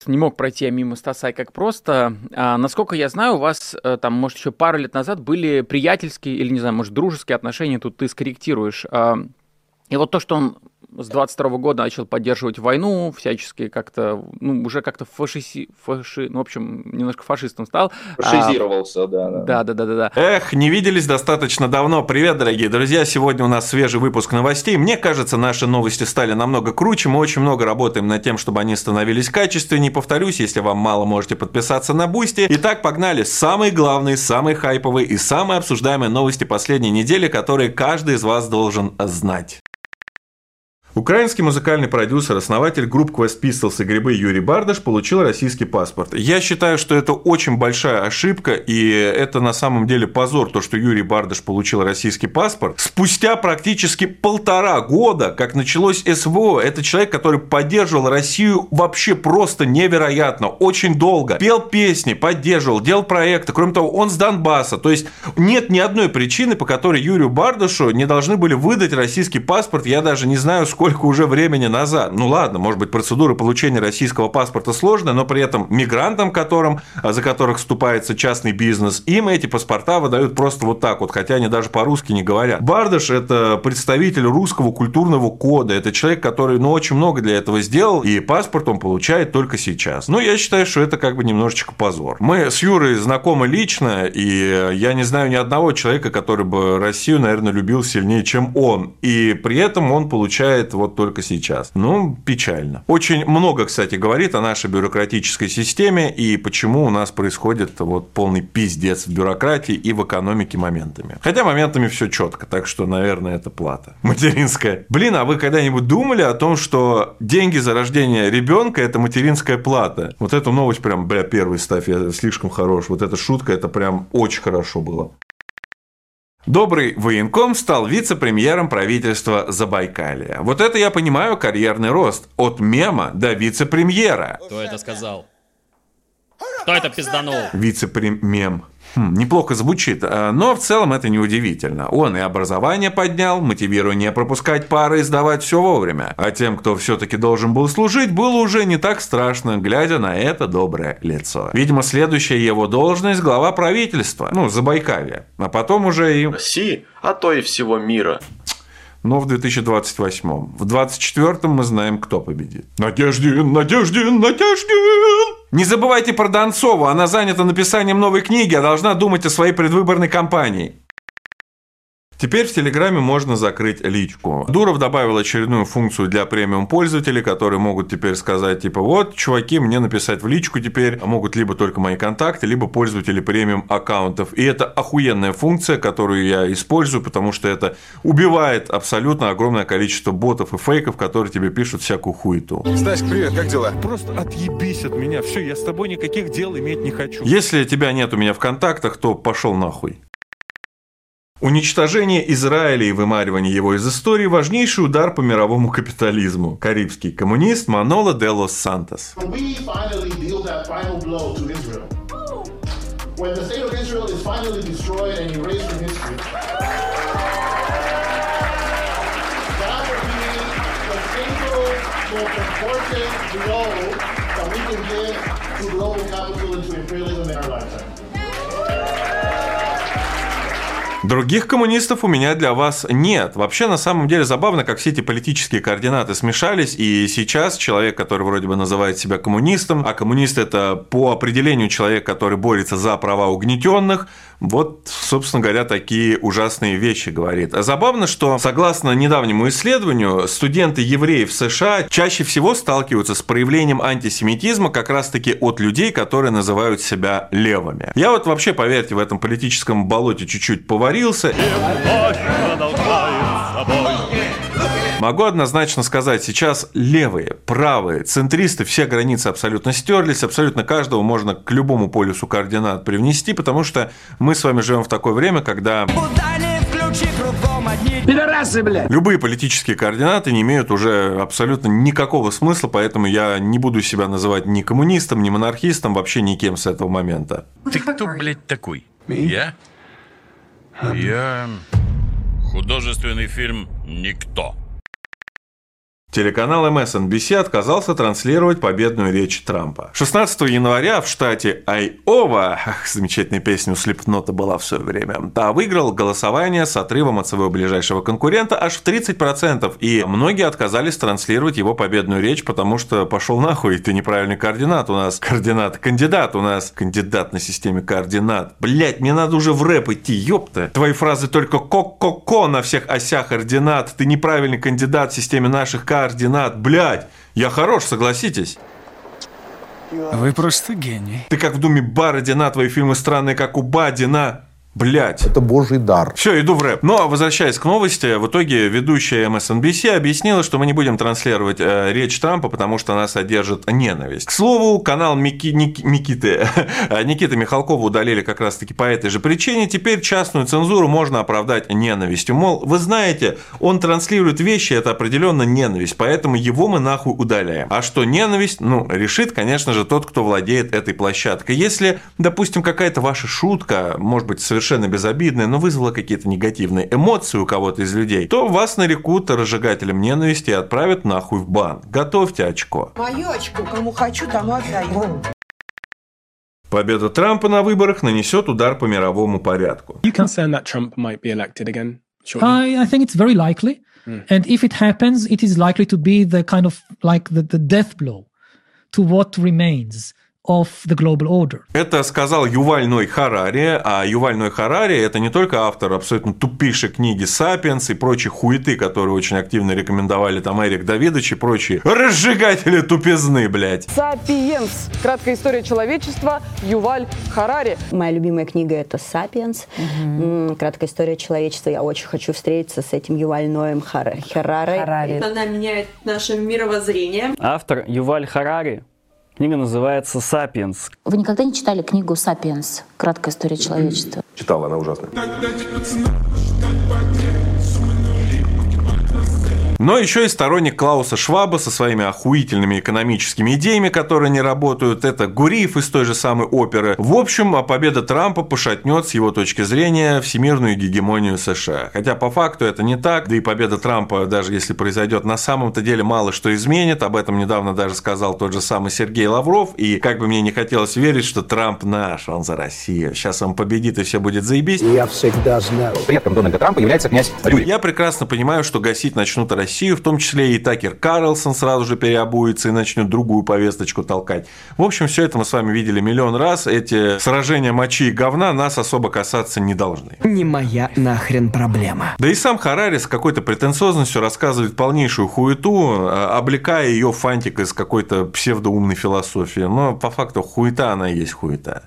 Не мог пройти я мимо Стаса как просто. Насколько я знаю, у вас там, может, еще пару лет назад были приятельские или, не знаю, может, дружеские отношения, тут ты скорректируешь. И вот то, что он с 22 года начал поддерживать войну, всячески как-то, ну, уже как-то ну, в общем, немножко фашистом стал. Фашизировался, да. Да. Эх, не виделись достаточно давно. Привет, дорогие друзья. Сегодня у нас свежий выпуск новостей. Мне кажется, наши новости стали намного круче. Мы очень много работаем над тем, чтобы они становились качественнее. Повторюсь, если вам мало, можете подписаться на Бусти. Итак, погнали. Самые главные, самые хайповые и самые обсуждаемые новости последней недели, которые каждый из вас должен знать. Украинский музыкальный продюсер, основатель групп Quest Pistols и Грибы Юрий Бардаш получил российский паспорт. Я считаю, что это очень большая ошибка, и это на самом деле позор, то, что Юрий Бардаш получил российский паспорт. Спустя практически 1,5 года, как началось СВО, это человек, который поддерживал Россию вообще просто невероятно, очень долго. Пел песни, поддерживал, делал проекты. Кроме того, он с Донбасса. То есть, нет ни одной причины, по которой Юрию Бардашу не должны были выдать российский паспорт. Я даже не знаю, сколько уже времени назад. Ну ладно, может быть, процедура получения российского паспорта сложная, но при этом мигрантам, за которых вступается частный бизнес, им эти паспорта выдают просто вот так вот, хотя они даже по-русски не говорят. Бардаш – это представитель русского культурного кода, это человек, который, очень много для этого сделал, и паспорт он получает только сейчас. Я считаю, что это как бы немножечко позор. Мы с Юрой знакомы лично, и я не знаю ни одного человека, который бы Россию, наверное, любил сильнее, чем он, и при этом он получает вот только сейчас. Печально. Очень много, кстати, говорит о нашей бюрократической системе и почему у нас происходит полный пиздец в бюрократии и в экономике моментами. Хотя моментами все четко, так что, наверное, это плата материнская. Блин, а вы когда-нибудь думали о том, что деньги за рождение ребенка – это материнская плата? Вот эту новость прям, первый ставь, я слишком хорош. Вот эта шутка, это прям очень хорошо было. Добрый военком стал вице-премьером правительства Забайкалья. Вот это я понимаю карьерный рост. От мема до вице-премьера. Кто это сказал? Кто это пизданул? Вице-премьер. Неплохо звучит, но в целом это неудивительно. Он и образование поднял, мотивируя не пропускать пары и сдавать все вовремя. А тем, кто все-таки должен был служить, было уже не так страшно, глядя на это доброе лицо. Видимо, следующая его должность – глава правительства, Забайкалья. А потом уже и... России, а то и всего мира. Но в 2028-м. В 2024-м мы знаем, кто победит. Надеждин! Не забывайте про Донцову. Она занята написанием новой книги, а должна думать о своей предвыборной кампании. Теперь в Телеграме можно закрыть личку. Дуров добавил очередную функцию для премиум-пользователей, которые могут теперь сказать, вот, чуваки, мне написать в личку теперь могут либо только мои контакты, либо пользователи премиум-аккаунтов. И это охуенная функция, которую я использую, потому что это убивает абсолютно огромное количество ботов и фейков, которые тебе пишут всякую хуету. Стасик, привет, как дела? Просто отъебись от меня, все, я с тобой никаких дел иметь не хочу. Если тебя нет у меня в контактах, то пошел нахуй. Уничтожение Израиля и вымаривание его из истории – важнейший удар по мировому капитализму. Карибский коммунист Маноло де лос Сантос. Других коммунистов у меня для вас нет. Вообще, на самом деле, забавно, как все эти политические координаты смешались, и сейчас человек, который вроде бы называет себя коммунистом, а коммунист – это по определению человек, который борется за права угнетенных, вот, собственно говоря, такие ужасные вещи говорит. А забавно, что, согласно недавнему исследованию, студенты-евреи в США чаще всего сталкиваются с проявлением антисемитизма как раз-таки от людей, которые называют себя левыми. Я вот вообще, поверьте, в этом политическом болоте чуть-чуть поварился. Могу однозначно сказать, сейчас левые, правые, центристы, все границы абсолютно стерлись, абсолютно каждого можно к любому полюсу координат привнести, потому что мы с вами живем в такое время, когда пидорасы, блядь! Любые политические координаты не имеют уже абсолютно никакого смысла, поэтому я не буду себя называть ни коммунистом, ни монархистом, вообще никем с этого момента. Ты кто, блядь, такой? Я художественный фильм «Никто». Телеканал MSNBC отказался транслировать победную речь Трампа. 16 января в штате Айова, замечательная песня у Слипнота была в свое время, выиграл голосование с отрывом от своего ближайшего конкурента аж в 30%, и многие отказались транслировать его победную речь, потому что пошел нахуй, ты неправильный кандидат на системе координат. Блять, мне надо уже в рэп идти, ёпта. Твои фразы только ко-ко-ко на всех осях ординат, ты неправильный кандидат в системе наших координат, блядь, я хорош, согласитесь. Вы просто гений. Ты как в Думе Бородина, твои фильмы странные, как у Бадина. Блять. Это божий дар. Все, иду в рэп. Ну, а возвращаясь к новости, в итоге ведущая MSNBC объяснила, что мы не будем транслировать речь Трампа, потому что она содержит ненависть. К слову, канал Никиты Михалкова удалили как раз-таки по этой же причине. Теперь частную цензуру можно оправдать ненавистью. Мол, вы знаете, он транслирует вещи, это определенно ненависть, поэтому его мы нахуй удаляем. А что ненависть? Ну, решит, конечно же, тот, кто владеет этой площадкой. Если, допустим, какая-то ваша шутка, может быть, совершенно безобидная, но вызвала какие-то негативные эмоции у кого-то из людей, то вас нарекут разжигателем ненависти и отправят нахуй в бан. Готовьте очко. Мое очко, кому хочу, тому отдаю. Победа Трампа на выборах нанесет удар по мировому порядку. You concerned that Trump might be elected again? I think it's very likely. And if it happens, it is likely to be the kind of like the death blow to what remains of the global order. Это сказал Юваль Ной Харари, а Юваль Ной Харари – это не только автор абсолютно тупейшей книги «Сапиенс» и прочей хуеты, которые очень активно рекомендовали там Эрик Давидович и прочие разжигатели тупизны, блядь. «Сапиенс. Краткая история человечества», Юваль Харари. Моя любимая книга – это «Сапиенс». Краткая история человечества. Я очень хочу встретиться с этим Юваль Ноем Харари. Она меняет наше мировоззрение. Автор Юваль Харари. Книга называется «Сапиенс». Вы никогда не читали книгу «Сапиенс. Краткая история человечества»? Читал, она ужасная. Но еще и сторонник Клауса Шваба со своими охуительными экономическими идеями, которые не работают. Это Гуриев из той же самой оперы. В общем, победа Трампа пошатнет, с его точки зрения, всемирную гегемонию США. Хотя по факту это не так. Да и победа Трампа, даже если произойдет, на самом-то деле мало что изменит. Об этом недавно даже сказал тот же самый Сергей Лавров. И как бы мне не хотелось верить, что Трамп наш, он за Россию. Сейчас он победит и все будет заебись. Я всегда знал. Предком Дональда Трампа является князь Рюрик. Я прекрасно понимаю, что гасить начнут Россию, в том числе и Такер Карлсон сразу же переобуется и начнет другую повесточку толкать. В общем, все это мы с вами видели миллион раз. Эти сражения мочи и говна нас особо касаться не должны. Не моя нахрен проблема. Да и сам Харари с какой-то претенциозностью рассказывает полнейшую хуету, облекая ее в фантик из какой-то псевдоумной философии. Но по факту хуета она и есть хуета.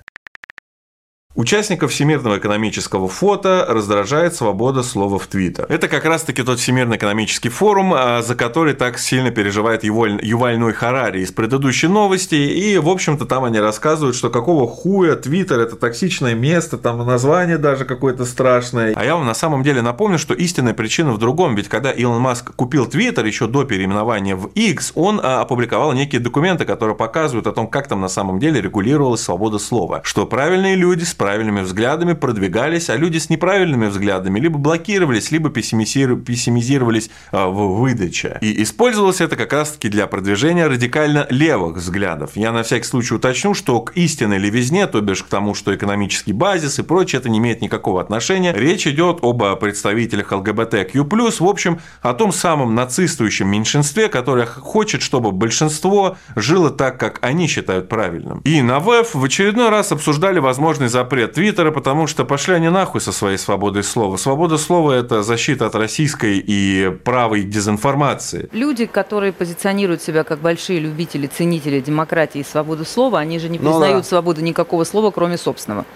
Участников Всемирного экономического форума раздражает свобода слова в Твиттер. Это как раз-таки тот Всемирный экономический форум, за который так сильно переживает Юваль Ной Харари из предыдущей новости. И, в общем-то, там они рассказывают, что какого хуя Твиттер – это токсичное место, там название даже какое-то страшное. А я вам на самом деле напомню, что истинная причина в другом. Ведь когда Илон Маск купил Твиттер еще до переименования в X, он опубликовал некие документы, которые показывают о том, как там на самом деле регулировалась свобода слова. Что правильные люди с правильными взглядами продвигались, а люди с неправильными взглядами либо блокировались, либо пессимизировались в выдаче. И использовалось это как раз-таки для продвижения радикально левых взглядов. Я на всякий случай уточню, что к истинной левизне, то бишь к тому, что экономический базис и прочее, это не имеет никакого отношения. Речь идет об представителях ЛГБТQ+, в общем, о том самом нацистующем меньшинстве, которое хочет, чтобы большинство жило так, как они считают правильным. И на ВЭФ в очередной раз обсуждали возможный запрет Твиттера, потому что пошли они нахуй со своей свободой слова. Свобода слова – это защита от российской и правой дезинформации. Люди, которые позиционируют себя как большие любители, ценители демократии и свободы слова, они же не признают свободу никакого слова, кроме собственного.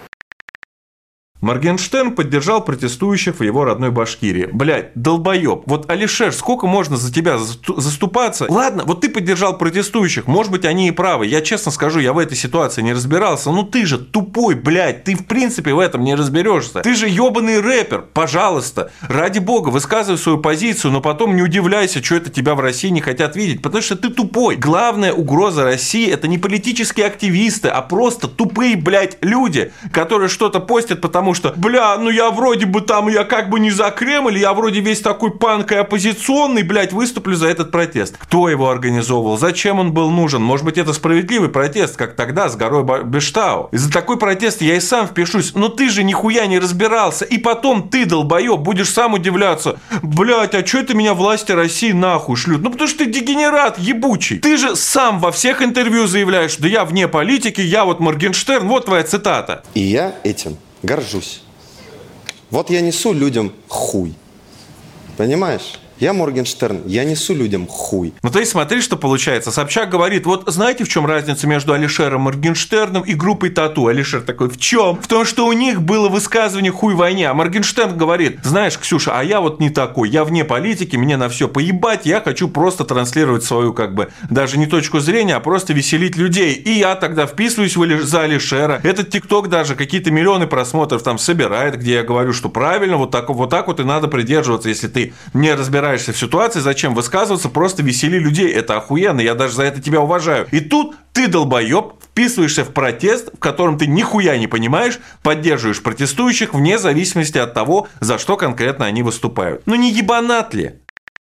Моргенштерн поддержал протестующих в его родной Башкирии. Блядь, долбоеб. Вот, Алишер, сколько можно за тебя заступаться? Ладно, вот ты поддержал протестующих, может быть, они и правы. Я честно скажу, я в этой ситуации не разбирался. Ну ты же тупой, блядь, ты в принципе в этом не разберешься. Ты же ебаный рэпер. Пожалуйста, ради бога, высказывай свою позицию, но потом не удивляйся, что это тебя в России не хотят видеть, потому что ты тупой. Главная угроза России – это не политические активисты, а просто тупые, блядь, люди, которые что-то постят, потому потому что, ну я вроде бы там, я как бы не за Кремль, я вроде весь такой панк и оппозиционный, блядь, выступлю за этот протест. Кто его организовывал? Зачем он был нужен? Может быть, это справедливый протест, как тогда с горой Бештау. И за такой протест я и сам впишусь. Но ты же нихуя не разбирался. И потом ты, долбоеб, будешь сам удивляться. Блядь, а что это меня власти России нахуй шлют? Ну потому что ты дегенерат ебучий. Ты же сам во всех интервью заявляешь, что я вне политики, я вот Моргенштерн, вот твоя цитата. И я этим горжусь. Вот я несу людям хуй. Понимаешь? Я Моргенштерн, я несу людям хуй. Ну, то есть, смотри, что получается. Собчак говорит, вот знаете, в чем разница между Алишером Моргенштерном и группой Тату? Алишер такой, в чем? В том, что у них было высказывание «хуй войне», а Моргенштерн говорит, знаешь, Ксюша, а я вот не такой, я вне политики, мне на все поебать, я хочу просто транслировать свою, как бы, даже не точку зрения, а просто веселить людей. И я тогда вписываюсь за Алишера. Этот ТикТок даже какие-то миллионы просмотров там собирает, где я говорю, что правильно, вот так вот и надо придерживаться, если ты не разбираешься в ситуации, зачем высказываться, просто весели людей. Это охуенно, я даже за это тебя уважаю. И тут ты, долбоеб, вписываешься в протест, в котором ты нихуя не понимаешь, поддерживаешь протестующих вне зависимости от того, за что конкретно они выступают. Ну не ебанат ли?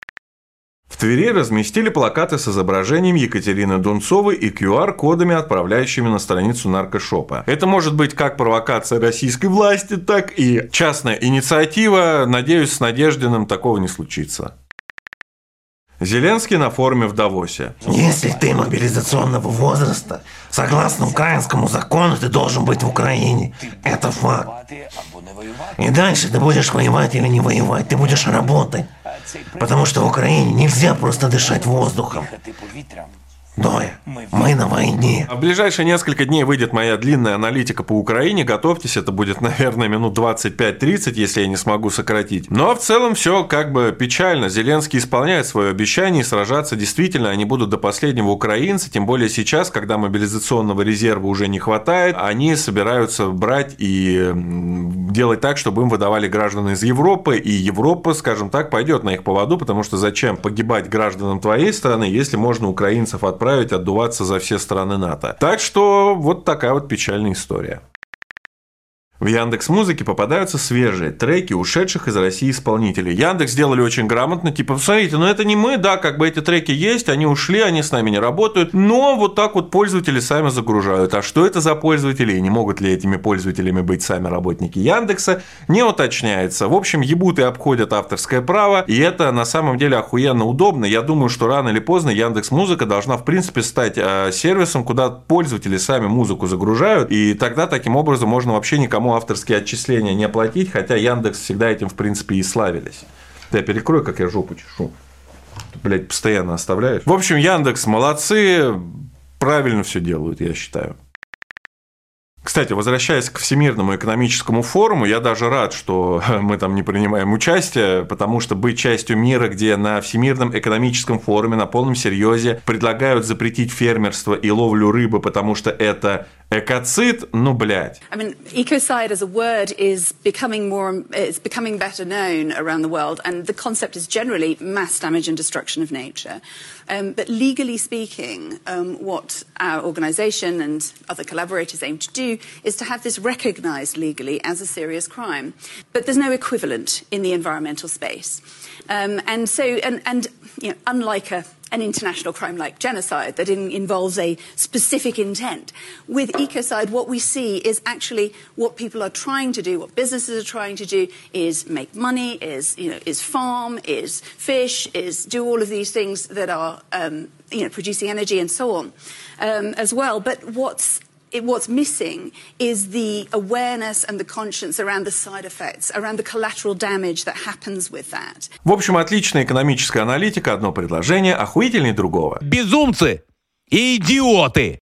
В Твери разместили плакаты с изображением Екатерины Дунцовой и QR-кодами, отправляющими на страницу наркошопа. Это может быть как провокация российской власти, так и частная инициатива. Надеюсь, с Надеждиным такого не случится. Зеленский на форуме в Давосе. Если ты мобилизационного возраста, согласно украинскому закону, ты должен быть в Украине. Это факт. И дальше ты будешь воевать или не воевать, ты будешь работать. Потому что в Украине нельзя просто дышать воздухом. Доя, мы на войне. В ближайшие несколько дней выйдет моя длинная аналитика по Украине. Готовьтесь, это будет, наверное, минут 25-30, если я не смогу сократить. Но в целом все как бы печально. Зеленский исполняет свое обещание, и сражаться действительно они будут до последнего украинцы. Тем более сейчас, когда мобилизационного резерва уже не хватает, они собираются брать и делать так, чтобы им выдавали граждан из Европы. И Европа, скажем так, пойдет на их поводу, потому что зачем погибать гражданам твоей страны, если можно украинцев отправить отдуваться за все страны НАТО. Так что вот такая вот печальная история. В Яндекс.Музыке попадаются свежие треки ушедших из России исполнителей. Яндекс сделали очень грамотно, типа, посмотрите, ну это не мы, да, как бы эти треки есть, они ушли, они с нами не работают, но вот так вот пользователи сами загружают. А что это за пользователи и не могут ли этими пользователями быть сами работники Яндекса, не уточняется. В общем, ебут и обходят авторское право, и это на самом деле охуенно удобно. Я думаю, что рано или поздно Яндекс.Музыка должна в принципе стать сервисом, куда пользователи сами музыку загружают, и тогда таким образом можно вообще никому авторские отчисления не платить, хотя Яндекс всегда этим, в принципе, и славились. Я перекрою, как я жопу чешу. Ты, блядь, постоянно оставляешь. В общем, Яндекс молодцы, правильно все делают, я считаю. Кстати, возвращаясь к Всемирному экономическому форуму, я даже рад, что мы там не принимаем участие, потому что быть частью мира, где на Всемирном экономическом форуме на полном серьезе предлагают запретить фермерство и ловлю рыбы, потому что это экоцид, ну, блядь. I mean, ecocide as a word is becoming better known around the world, and the concept is generally mass damage and destruction of nature. But legally speaking, what our organisation and other collaborators aim to do is to have this recognised legally as a serious crime. But there's no equivalent in the environmental space. And so, you know, unlike an international crime like genocide that involves a specific intent. With ecocide, what we see is actually what people are trying to do, what businesses are trying to do is make money, is farm, is fish, is do all of these things that are, producing energy and so on as well. But what's missing is the awareness and the conscience around the side effects, around the collateral damage that happens with that. В общем, отличная экономическая аналитика, одно предложение, охуительней другого. Безумцы и идиоты!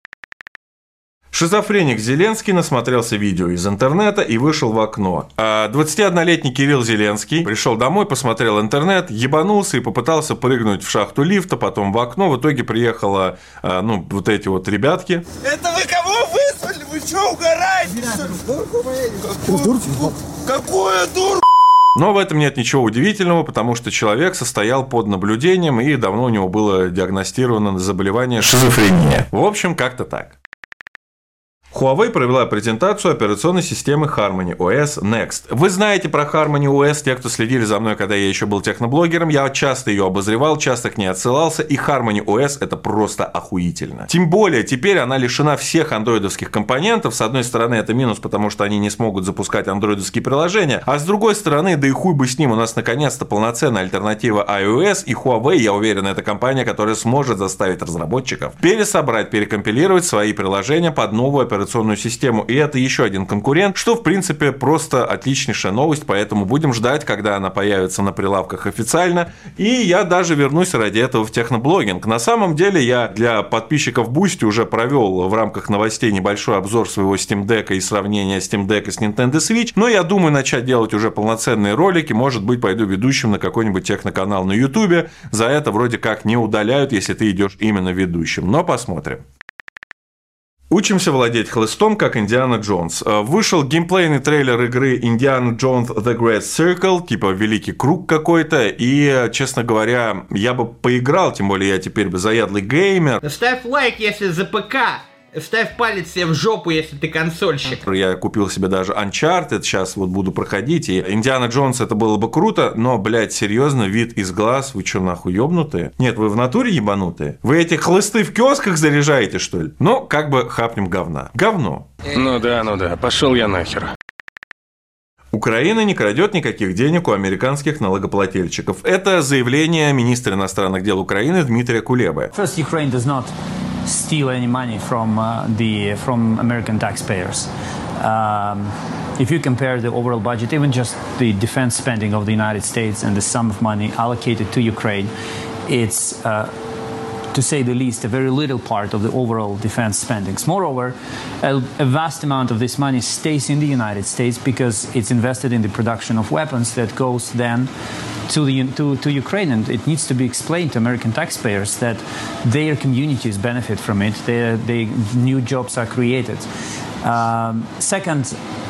Шизофреник Зеленский насмотрелся видео из интернета и вышел в окно. 21-летний Кирилл Зеленский пришел домой, посмотрел интернет, ебанулся и попытался прыгнуть в шахту лифта, потом в окно. В итоге приехало, вот эти вот ребятки. Это вы кого вызвали? Вы что, угораете? Какую дурку? Но в этом нет ничего удивительного, потому что человек состоял под наблюдением и давно у него было диагностировано заболевание шизофрения. В общем, как-то так. Huawei провела презентацию операционной системы Harmony OS Next. Вы знаете про Harmony OS, те, кто следили за мной, когда я еще был техноблогером, я часто ее обозревал, часто к ней отсылался, и Harmony OS это просто охуительно. Тем более, теперь она лишена всех андроидовских компонентов. С одной стороны, это минус, потому что они не смогут запускать андроидовские приложения, а с другой стороны, да и хуй бы с ним, у нас наконец-то полноценная альтернатива iOS, и Huawei, я уверен, это компания, которая сможет заставить разработчиков пересобрать, перекомпилировать свои приложения под новую операционную систему, и это еще один конкурент, что в принципе просто отличнейшая новость, поэтому будем ждать, когда она появится на прилавках официально, и я даже вернусь ради этого в техноблогинг. На самом деле я для подписчиков Boosty уже провел в рамках новостей небольшой обзор своего Steam Deck и сравнение Steam Deck с Nintendo Switch, но я думаю начать делать уже полноценные ролики, может быть пойду ведущим на какой-нибудь техноканал на YouTube, за это вроде как не удаляют, если ты идешь именно ведущим, но посмотрим. Учимся владеть хлыстом, как Индиана Джонс. Вышел геймплейный трейлер игры Индиана Джонс The Great Circle, типа Великий Круг какой-то, и, честно говоря, я бы поиграл, тем более я теперь бы заядлый геймер. Ставь лайк, если за ПК. Ставь палец себе в жопу, если ты консольщик. Я купил себе даже Uncharted, сейчас вот буду проходить, и Индиана Джонс это было бы круто, но, блядь, серьезно, вид из глаз, вы что, нахуй ёбнутые? Нет, вы в натуре ебанутые? Вы эти хлысты в киосках заряжаете, что ли? Ну, как бы хапнем говна. Говно. Ну да, пошел я нахер. Украина не крадет никаких денег у американских налогоплательщиков. Это заявление министра иностранных дел Украины Дмитрия Кулебы. Steal any money from American taxpayers. If you compare the overall budget, even just the defense spending of the United States and the sum of money allocated to Ukraine, it's, to say the least, a very little part of the overall defense spendings. Moreover, a vast amount of this money stays in the United States because it's invested in the production of weapons that goes then to Ukraine, and it needs to be explained to American taxpayers that their communities benefit from it, their new jobs are created. Second,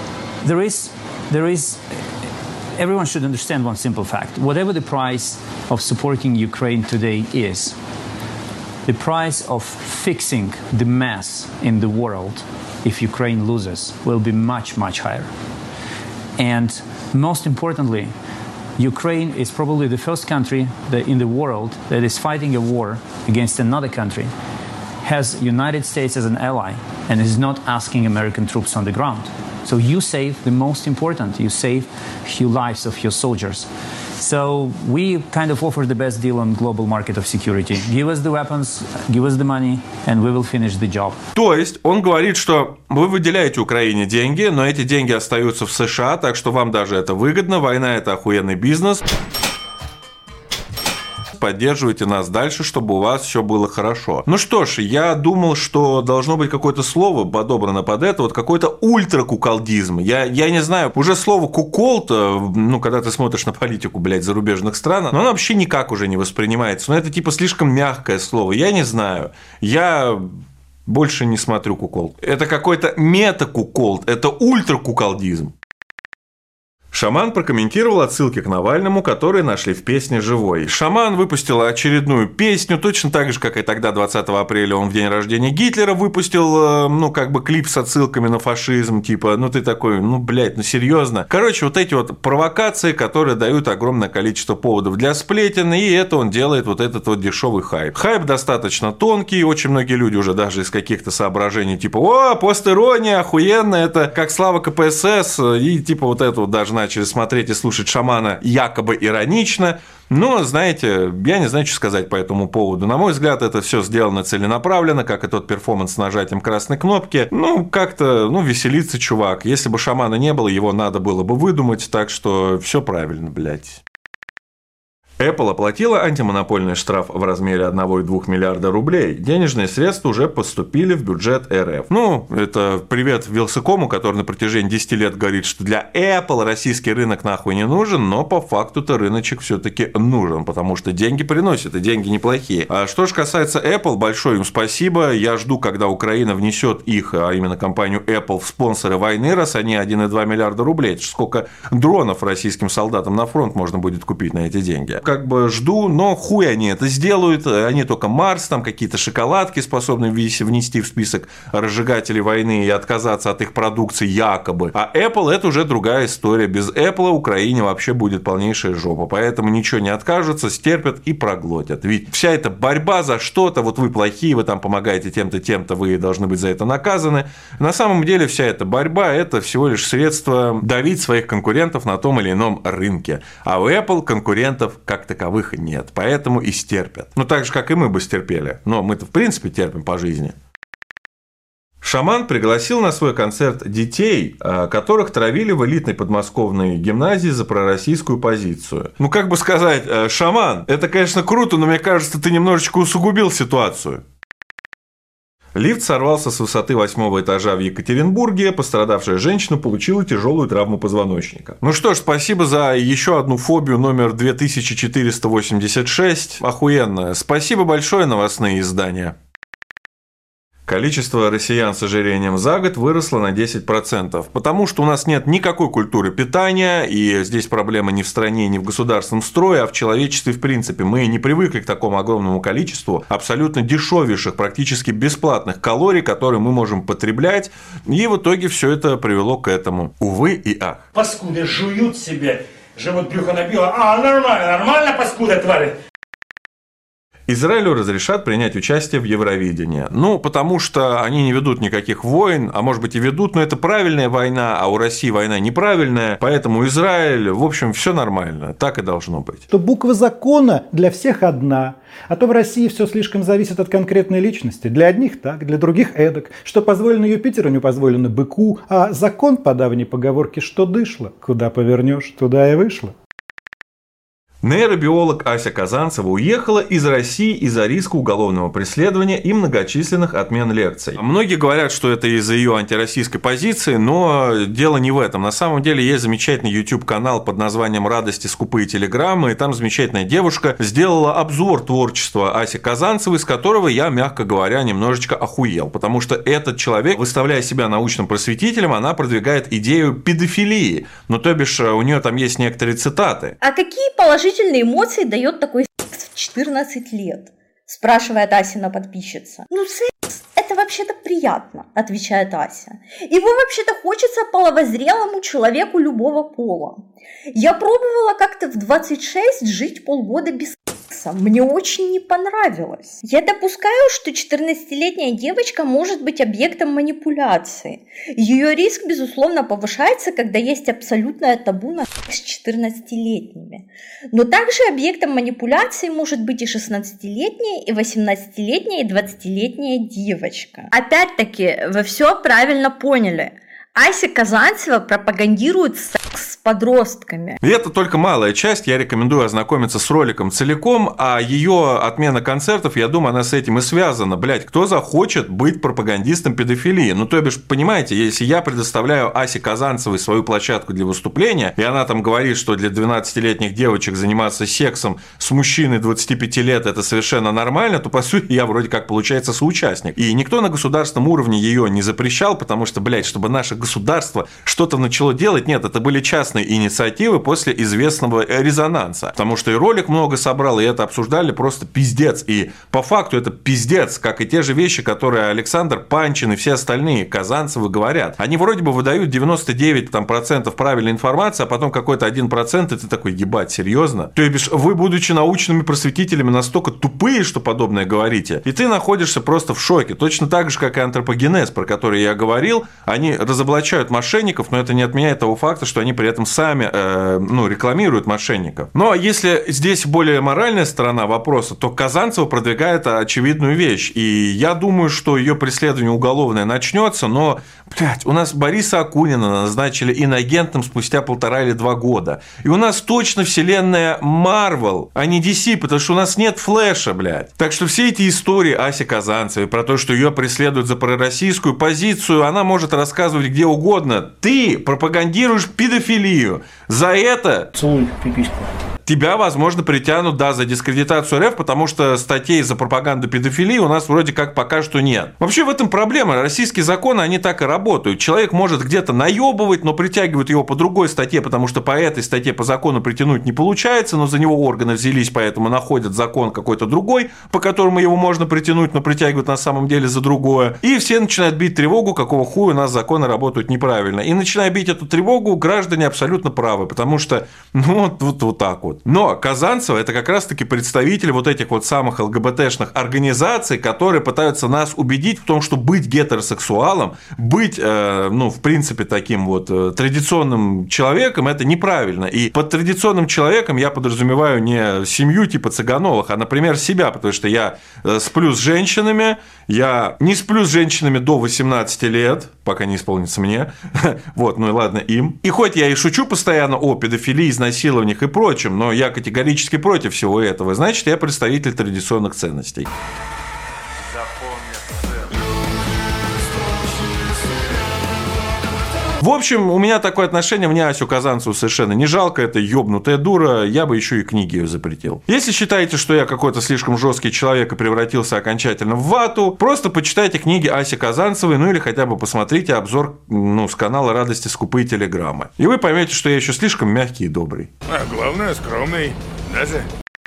everyone should understand one simple fact. Whatever the price of supporting Ukraine today is, the price of fixing the mess in the world if Ukraine loses will be much, much higher. And most importantly, Ukraine is probably the first country in the world that is fighting a war against another country, has United States as an ally, and is not asking American troops on the ground. So you save the most important, you save few lives of your soldiers. So we kind of offer the best deal on global market of security. Give us the weapons, give us the money, and we will finish the job. То есть он говорит, что вы выделяете Украине деньги, но эти деньги остаются в США, так что вам даже это выгодно. Война – это охуенный бизнес. Поддерживайте нас дальше, чтобы у вас все было хорошо. Ну что ж, я думал, что должно быть какое-то слово подобрано под это, вот какой-то ультракуколдизм. Я не знаю, уже слово куколд, ну, когда ты смотришь на политику, блядь, зарубежных стран, но оно вообще никак уже не воспринимается. Но это типа слишком мягкое слово, я не знаю. Я больше не смотрю куколд. Это какой-то мета-куколд, это ультракуколдизм. Шаман прокомментировал отсылки к Навальному, которые нашли в песне «Живой». Шаман выпустил очередную песню, точно так же, как и тогда, 20 апреля, он в день рождения Гитлера выпустил, ну, как бы клип с отсылками на фашизм, типа, ну, ты такой, ну, блядь, ну, серьезно. Короче, вот эти вот провокации, которые дают огромное количество поводов для сплетен, и это он делает вот этот вот дешевый хайп. Хайп достаточно тонкий, очень многие люди уже даже из каких-то соображений, типа, о, постирония, охуенно, это как слава КПСС, и типа вот это вот даже начали смотреть и слушать Шамана якобы иронично. Но, знаете, я не знаю, что сказать по этому поводу. На мой взгляд, это все сделано целенаправленно, как и тот перформанс с нажатием красной кнопки. Ну, как-то, ну, веселится чувак. Если бы Шамана не было, его надо было бы выдумать, так что все правильно, блядь. Apple оплатила антимонопольный штраф в размере 1,2 миллиарда рублей. Денежные средства уже поступили в бюджет РФ. Ну, это привет Вилсакому, который на протяжении 10 лет говорит, что для Apple российский рынок нахуй не нужен, но по факту-то рыночек все-таки нужен, потому что деньги приносят, и деньги неплохие. А что же касается Apple, большое им спасибо. Я жду, когда Украина внесет их, а именно компанию Apple, в спонсоры войны, раз они 1,2 миллиарда рублей. Это сколько дронов российским солдатам на фронт можно будет купить на эти деньги. как бы жду, но хуй они это сделают. Они только Марс, там какие-то шоколадки способны внести в список разжигателей войны и отказаться от их продукции якобы. А Apple – это уже другая история. Без Apple Украине вообще будет полнейшая жопа. Поэтому ничего не откажутся, стерпят и проглотят. Ведь вся эта борьба за что-то, вот вы плохие, вы там помогаете тем-то, тем-то, вы должны быть за это наказаны. На самом деле вся эта борьба – это всего лишь средство давить своих конкурентов на том или ином рынке. А у Apple конкурентов как таковых нет. Поэтому и стерпят. Ну, так же, как и мы бы стерпели. Но мы-то в принципе терпим по жизни. Шаман пригласил на свой концерт детей, которых травили в элитной подмосковной гимназии за пророссийскую позицию. Ну, как бы сказать, Шаман, это, конечно, круто, но мне кажется, ты немножечко усугубил ситуацию. Лифт сорвался с высоты 8-го этажа в Екатеринбурге. Пострадавшая женщина получила тяжелую травму позвоночника. Ну что ж, спасибо за еще одну фобию номер 2486. Охуенно. Спасибо большое, новостные издания. Количество россиян с ожирением за год выросло на 10%, потому что у нас нет никакой культуры питания, и здесь проблема не в стране, не в государственном строе, а в человечестве в принципе. Мы не привыкли к такому огромному количеству абсолютно дешевейших, практически бесплатных калорий, которые мы можем потреблять, и в итоге все это привело к этому. Увы и ах. Паскуды жуют себе, живот брюхо набило, нормально, паскуда, твари. Израилю разрешат принять участие в Евровидении. Ну, потому что они не ведут никаких войн, а может быть и ведут, но это правильная война, а у России война неправильная, поэтому Израиль, в общем, все нормально, так и должно быть. Что буква закона для всех одна, а то в России все слишком зависит от конкретной личности. Для одних так, для других эдак. Что позволено Юпитеру, не позволено быку, а закон по давней поговорке, что дышло, куда повернешь, туда и вышло. Нейробиолог Ася Казанцева уехала из России из-за риска уголовного преследования и многочисленных отмен лекций. Многие говорят, что это из-за ее антироссийской позиции, но дело не в этом. На самом деле есть замечательный YouTube-канал под названием «Радости, скупые телеграммы», и там замечательная девушка сделала обзор творчества Аси Казанцевой, с которого я, мягко говоря, немножечко охуел, потому что этот человек, выставляя себя научным просветителем, она продвигает идею педофилии. Ну, то бишь, у нее там есть некоторые цитаты. А какие положительные эмоции дает такой секс в 14 лет? Спрашивает Асина подписчица. Ну, секс – это вообще-то приятно, отвечает Ася. Его вообще-то хочется половозрелому человеку любого пола. Я пробовала как-то в 26 жить полгода без секса. Мне очень не понравилось. Я допускаю, что 14-летняя девочка может быть объектом манипуляции. Ее риск, безусловно, повышается, когда есть абсолютное табу на секс с 14-летними. Но также объектом манипуляции может быть и 16-летняя, и 18-летняя, и 20-летняя девочка. Опять-таки, вы все правильно поняли. Ася Казанцева пропагандирует секс с подростками. И это только малая часть, я рекомендую ознакомиться с роликом целиком, а ее отмена концертов, я думаю, она с этим и связана. Блять, кто захочет быть пропагандистом педофилии? Ну, то бишь, понимаете, если я предоставляю Асе Казанцевой свою площадку для выступления, и она там говорит, что для 12-летних девочек заниматься сексом с мужчиной 25 лет это совершенно нормально, то, по сути, я вроде как, получается, соучастник. И никто на государственном уровне ее не запрещал, потому что, блядь, чтобы наше государство что-то начало делать, нет, это были частные инициативы после известного резонанса, потому что и ролик много собрал, и это обсуждали просто пиздец, и по факту это пиздец, как и те же вещи, которые Александр Панчин и все остальные Казанцевы говорят. Они вроде бы выдают 99% правильной информации, а потом какой-то 1%, и ты такой, ебать, серьезно? То есть вы, будучи научными просветителями, настолько тупые, что подобное говорите, и ты находишься просто в шоке. Точно так же, как и антропогенез, про который я говорил, они разоблачают мошенников, но это не отменяет того факта, что они при этом сами рекламируют мошенников. Но если здесь более моральная сторона вопроса, то Казанцева продвигает очевидную вещь. И я думаю, что ее преследование уголовное начнется, но, блядь, у нас Бориса Акунина назначили иноагентом спустя 1,5 или 2 года. И у нас точно вселенная Marvel, а не DC, потому что у нас нет Флэша, блядь. Так что все эти истории Аси Казанцевой про то, что ее преследуют за пророссийскую позицию, она может рассказывать где угодно. Ты пропагандируешь педофилию. За это... Целуй пипиську. тебя, возможно, притянут, да, за дискредитацию РФ, потому что статей за пропаганду педофилии у нас вроде как пока что нет. Вообще в этом проблема. Российские законы, они так и работают. Человек может где-то наебывать, но притягивают его по другой статье, потому что по этой статье по закону притянуть не получается, но за него органы взялись, поэтому находят закон какой-то другой, по которому его можно притянуть, но притягивают на самом деле за другое. И все начинают бить тревогу, какого хуя у нас законы работают неправильно. И начиная бить эту тревогу, граждане абсолютно правы, потому что, ну, вот так вот. Но Казанцева – это как раз-таки представитель вот этих вот самых ЛГБТшных организаций, которые пытаются нас убедить в том, что быть гетеросексуалом, быть, ну, в принципе, таким вот традиционным человеком – это неправильно. И под традиционным человеком я подразумеваю не семью типа Цыгановых, а, например, себя, потому что я сплю с женщинами, я не сплю с женщинами до 18 лет, пока не исполнится мне, вот, ну и ладно им. И хоть я и шучу постоянно о педофилии, изнасилованиях и прочем, но я категорически против всего этого, значит, я представитель традиционных ценностей. В общем, у меня такое отношение, мне Асю Казанцеву совершенно не жалко, это ёбнутая дура, я бы еще и книги ее запретил. Если считаете, что я какой-то слишком жесткий человек и превратился окончательно в вату, просто почитайте книги Аси Казанцевой, ну или хотя бы посмотрите обзор, ну, с канала «Радости скупые телеграммы». И вы поймете, что я еще слишком мягкий и добрый. А главное, скромный. Даже.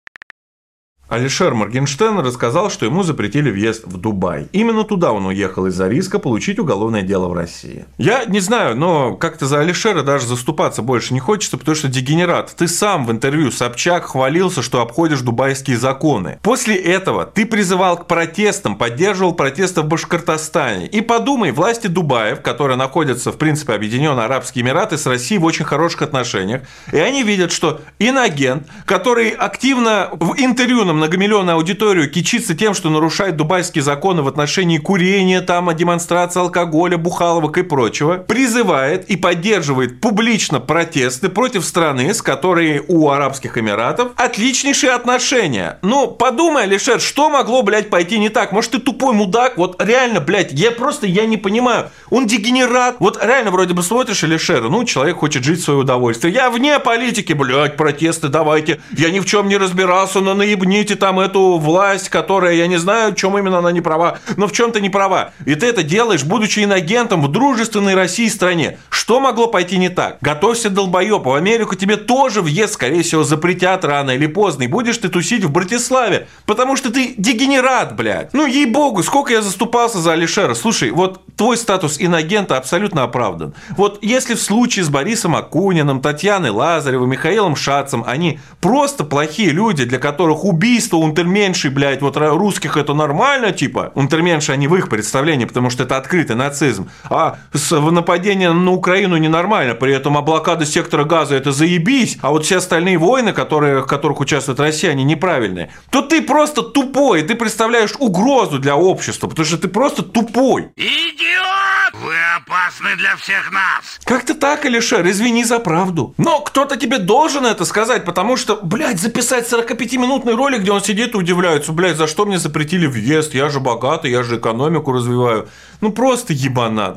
Алишер Моргенштерн рассказал, что ему запретили въезд в Дубай. Именно туда он уехал из-за риска получить уголовное дело в России. Я не знаю, но как-то за Алишера даже заступаться больше не хочется, потому что дегенерат. Ты сам в интервью Собчак хвалился, что обходишь дубайские законы. После этого ты призывал к протестам, поддерживал протесты в Башкортостане. И подумай, власти Дубаев, которые находятся, в принципе, Объединенные Арабские Эмираты, с Россией в очень хороших отношениях. И они видят, что инагент, который активно в интервью на многомиллионную аудиторию кичится тем, что нарушает дубайские законы в отношении курения, там, демонстрации алкоголя, бухаловок и прочего, призывает и поддерживает публично протесты против страны, с которой у Арабских Эмиратов отличнейшие отношения. Ну, подумай, Алишер, что могло, блядь, пойти не так? Может, ты тупой мудак? Вот реально, блядь, я не понимаю. Он дегенерат. Вот реально вроде бы смотришь Алишера, ну, человек хочет жить в свое удовольствие. Я вне политики, блядь, протесты давайте. Я ни в чем не разбирался, но наебните там эту власть, которая, я не знаю, в чем именно она не права, но в чем-то не права. И ты это делаешь, будучи инагентом в дружественной России стране. Что могло пойти не так? Готовься, долбоеб, в Америку тебе тоже въезд, скорее всего, запретят рано или поздно, и будешь ты тусить в Братиславе, потому что ты дегенерат, блядь. Ну, ей-богу, сколько я заступался за Алишера. Слушай, вот твой статус инагента абсолютно оправдан. Вот если в случае с Борисом Акуниным, Татьяной Лазаревой, Михаилом Шацем, они просто плохие люди, для которых убийство унтерменшей, блядь, вот русских это нормально, типа, унтерменши, они в их представлении, потому что это открытый нацизм, а нападение на Украину ненормально, при этом блокада сектора Газа это заебись, а вот все остальные войны, в которых участвует Россия, они неправильные, то ты просто тупой, ты представляешь угрозу для общества, потому что ты просто тупой. Идиот! Вы опасны для всех нас! Как-то так, Алишер, извини за правду. Но кто-то тебе должен это сказать, потому что, блядь, записать 45-минутный ролик, где он сидит и удивляется, блядь, за что мне запретили въезд, я же богатый, я же экономику развиваю. Ну просто ебанат,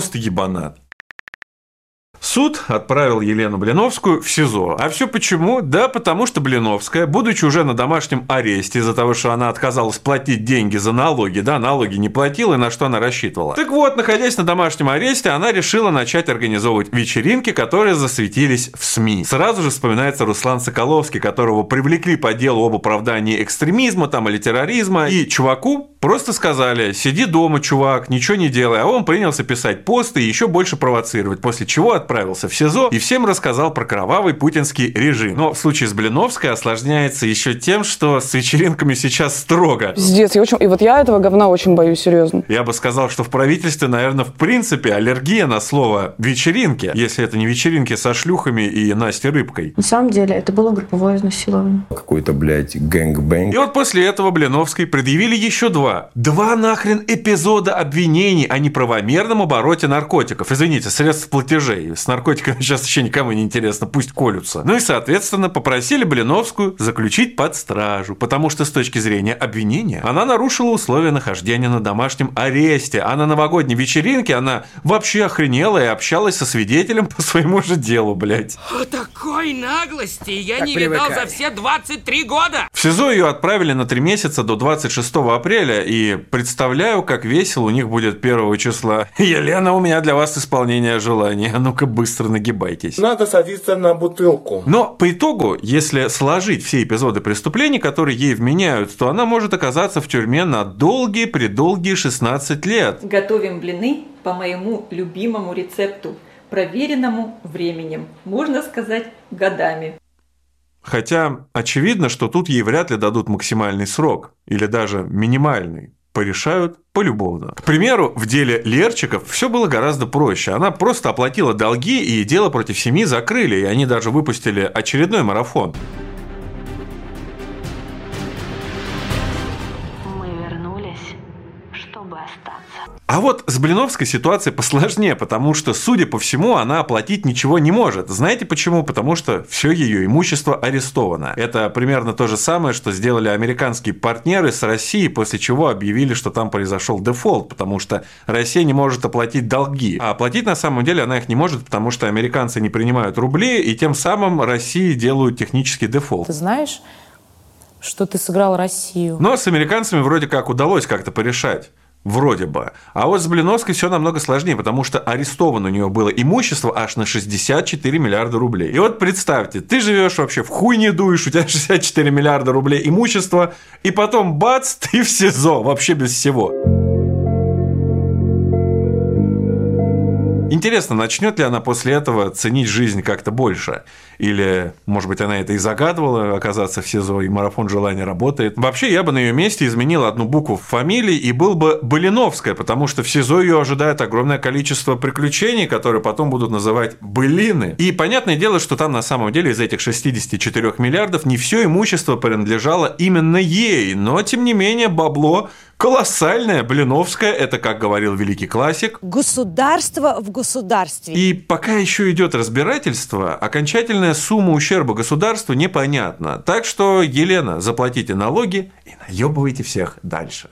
Суд отправил Елену Блиновскую в СИЗО. А все почему? Да потому что Блиновская, будучи уже на домашнем аресте из-за того, что она отказалась платить деньги за налоги, да, налоги не платила, и на что она рассчитывала. Так вот, находясь на домашнем аресте, она решила начать организовывать вечеринки, которые засветились в СМИ. Сразу же вспоминается Руслан Соколовский, которого привлекли по делу об оправдании экстремизма там, или терроризма, и чуваку просто сказали: сиди дома, чувак, ничего не делай, а он принялся писать посты и еще больше провоцировать, после чего отправился в СИЗО и всем рассказал про кровавый путинский режим. Но в случае с Блиновской осложняется еще тем, что с вечеринками сейчас строго. Пиздец, и вот я этого говна очень боюсь, серьезно. Я бы сказал, что в правительстве, наверное, в принципе аллергия на слово вечеринки, если это не вечеринки со шлюхами и Настей Рыбкой. На самом деле это было групповое изнасилование. Какой-то, блядь, гэнгбэнг. И вот после этого Блиновской предъявили еще 2 Третьего, 2 нахрен эпизода обвинений о неправомерном обороте наркотиков. Извините, средств платежей. С наркотиками сейчас еще никому не интересно, пусть колются. Ну и, соответственно, попросили Блиновскую заключить под стражу, потому что с точки зрения обвинения она нарушила условия нахождения на домашнем аресте, а на новогодней вечеринке она вообще охренела и общалась со свидетелем по своему же делу, блядь. О такой наглости я не видал за все 23 года! В СИЗО ее отправили на 3 месяца до 26 апреля, и представляю, как весело у них будет 1 числа. Елена, у меня для вас исполнение желания. Ну-ка быстро нагибайтесь. Надо садиться на бутылку. Но по итогу, если сложить все эпизоды преступлений, которые ей вменяют, то она может оказаться в тюрьме на долгие-предолгие 16 лет. Готовим блины по моему любимому рецепту, проверенному временем, можно сказать, годами. Хотя очевидно, что тут ей вряд ли дадут максимальный срок, или даже минимальный. Порешают полюбовно. К примеру, в деле Лерчиков все было гораздо проще. Она просто оплатила долги, и дело против семьи закрыли, и они даже выпустили очередной марафон. А вот с Блиновской ситуацией посложнее, потому что, судя по всему, она оплатить ничего не может. Знаете почему? Потому что все ее имущество арестовано. Это примерно то же самое, что сделали американские партнеры с Россией, после чего объявили, что там произошел дефолт, потому что Россия не может оплатить долги. А оплатить на самом деле она их не может, потому что американцы не принимают рубли, и тем самым России делают технический дефолт. Ты знаешь, что ты сыграл Россию? Но с американцами вроде как удалось как-то порешать. Вроде бы. А вот с Блиновской все намного сложнее, потому что арестовано у нее было имущество аж на 64 миллиарда рублей. И вот представьте, ты живешь вообще в хуй не дуешь, у тебя 64 миллиарда рублей имущества, и потом бац, ты в СИЗО, вообще без всего. Интересно, начнет ли она после этого ценить жизнь как-то больше? Или, может быть, она это и загадывала, оказаться в СИЗО, и марафон желания работает? Вообще, я бы на ее месте изменил одну букву в фамилии и был бы Блиновская, потому что в СИЗО ее ожидает огромное количество приключений, которые потом будут называть былины. И понятное дело, что там на самом деле из этих 64 миллиардов не все имущество принадлежало именно ей, но, тем не менее, бабло колоссальное. Блиновская – это, как говорил великий классик, государство в государстве. И пока еще идет разбирательство, окончательная сумма ущерба государству непонятна. Так что, Елена, заплатите налоги и наебывайте всех дальше.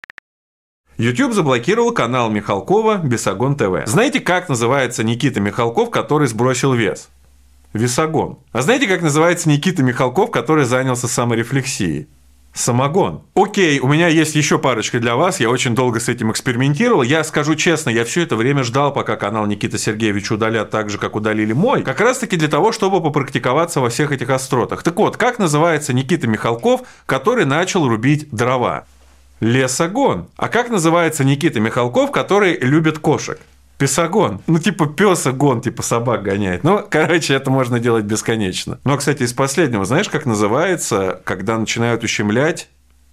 YouTube заблокировал канал Михалкова «Бесогон ТВ». Знаете, как называется Никита Михалков, который сбросил вес? Весогон. А знаете, как называется Никита Михалков, который занялся саморефлексией? Самогон. Окей, у меня есть еще парочка для вас, я очень долго с этим экспериментировал. Я скажу честно, я все это время ждал, пока канал Никиты Сергеевича удалят так же, как удалили мой, как раз таки для того, чтобы попрактиковаться во всех этих остротах. Так вот, как называется Никита Михалков, который начал рубить дрова? Лесогон. А как называется Никита Михалков, который любит кошек? Песогон. Ну, типа песогон, типа собак гоняет. Ну, короче, это можно делать бесконечно. Но, кстати, из последнего, знаешь, как называется, когда начинают ущемлять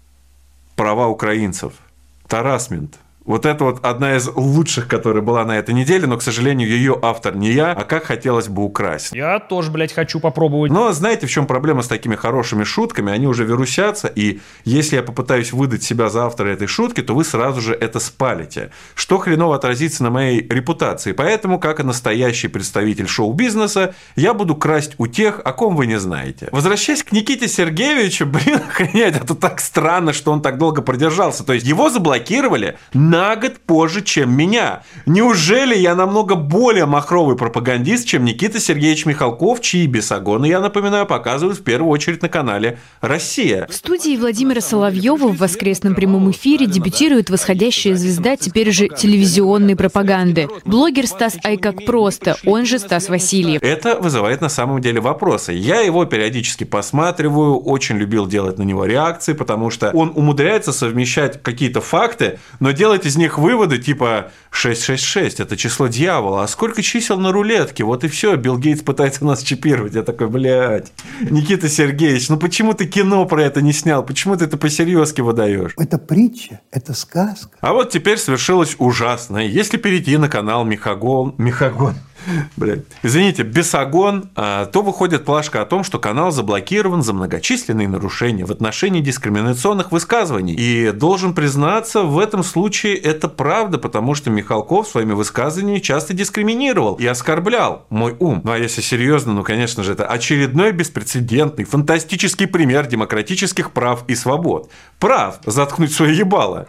права украинцев? Тарассмент. Вот это вот одна из лучших, которая была на этой неделе, но, к сожалению, ее автор не я, а как хотелось бы украсть. Я тоже, блядь, хочу попробовать. Но знаете, в чем проблема с такими хорошими шутками? Они уже вирусятся, и если я попытаюсь выдать себя за автора этой шутки, то вы сразу же это спалите, что хреново отразится на моей репутации. Поэтому, как и настоящий представитель шоу-бизнеса, я буду красть у тех, о ком вы не знаете. Возвращаясь к Никите Сергеевичу, блин, охренеть, это так странно, что он так долго продержался. То есть его заблокировали на год позже, чем меня. Неужели я намного более махровый пропагандист, чем Никита Сергеевич Михалков, чьи бесогоны, я напоминаю, показывают в первую очередь на канале «Россия». В студии Владимира Соловьева в воскресном прямом эфире дебютирует восходящая звезда теперь же телевизионной пропаганды. Блогер Стас Ай как просто, он же Стас Васильев. Это вызывает на самом деле вопросы. Я его периодически посматриваю, очень любил делать на него реакции, потому что он умудряется совмещать какие-то факты, но делать из них выводы типа 666 – это число дьявола, а сколько чисел на рулетке? Вот и все, Билл Гейтс пытается нас чипировать. Я такой, блядь, Никита Сергеевич, ну почему ты кино про это не снял? Почему ты это по-серьезки выдаешь? Это притча, это сказка. А вот теперь свершилось ужасное. Если перейти на канал Михагон, Блядь. Извините, Бесогон, то выходит плашка о том, что канал заблокирован за многочисленные нарушения в отношении дискриминационных высказываний. И должен признаться, в этом случае это правда, потому что Михалков своими высказываниями часто дискриминировал и оскорблял мой ум. Ну а если серьезно, ну конечно же, это очередной беспрецедентный, фантастический пример демократических прав и свобод. Прав заткнуть свое ебало.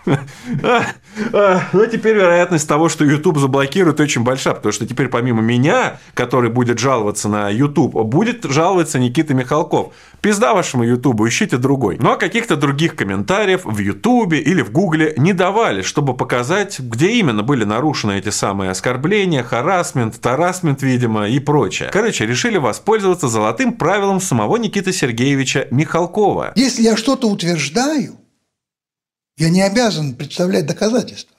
Но теперь вероятность того, что YouTube заблокирует, очень большая, потому что теперь помимо меня, который будет жаловаться на YouTube, будет жаловаться Никита Михалков. Пизда вашему Ютубу, ищите другой. Ну а каких-то других комментариев в Ютубе или в Гугле не давали, чтобы показать, где именно были нарушены эти самые оскорбления, харассмент, видимо, и прочее. Короче, решили воспользоваться золотым правилом самого Никиты Сергеевича Михалкова. Если я что-то утверждаю, я не обязан представлять доказательства.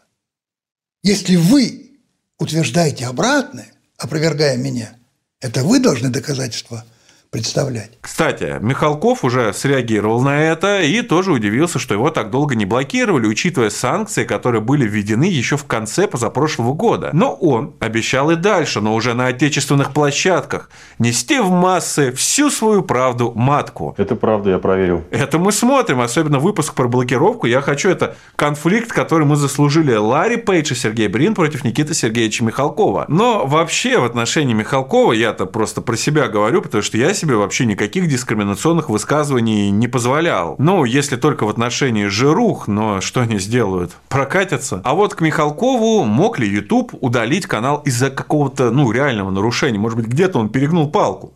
Если вы утверждаете обратное, опровергая меня, это вы должны доказательства представлять. Кстати, Михалков уже среагировал на это и тоже удивился, что его так долго не блокировали, учитывая санкции, которые были введены еще в конце позапрошлого года. Но он обещал и дальше, но уже на отечественных площадках, нести в массы всю свою правду матку. Это правда, я проверил. Это мы смотрим, особенно выпуск про блокировку. Я хочу, это конфликт, который мы заслужили. Ларри Пейдж и Сергей Брин против Никиты Сергеевича Михалкова. Но вообще в отношении Михалкова, я-то просто про себя говорю, потому что я себе вообще никаких дискриминационных высказываний не позволял. Ну, если только в отношении жирух, но что они сделают? Прокатятся. А вот к Михалкову мог ли YouTube удалить канал из-за какого-то, реального нарушения? Может быть, где-то он перегнул палку?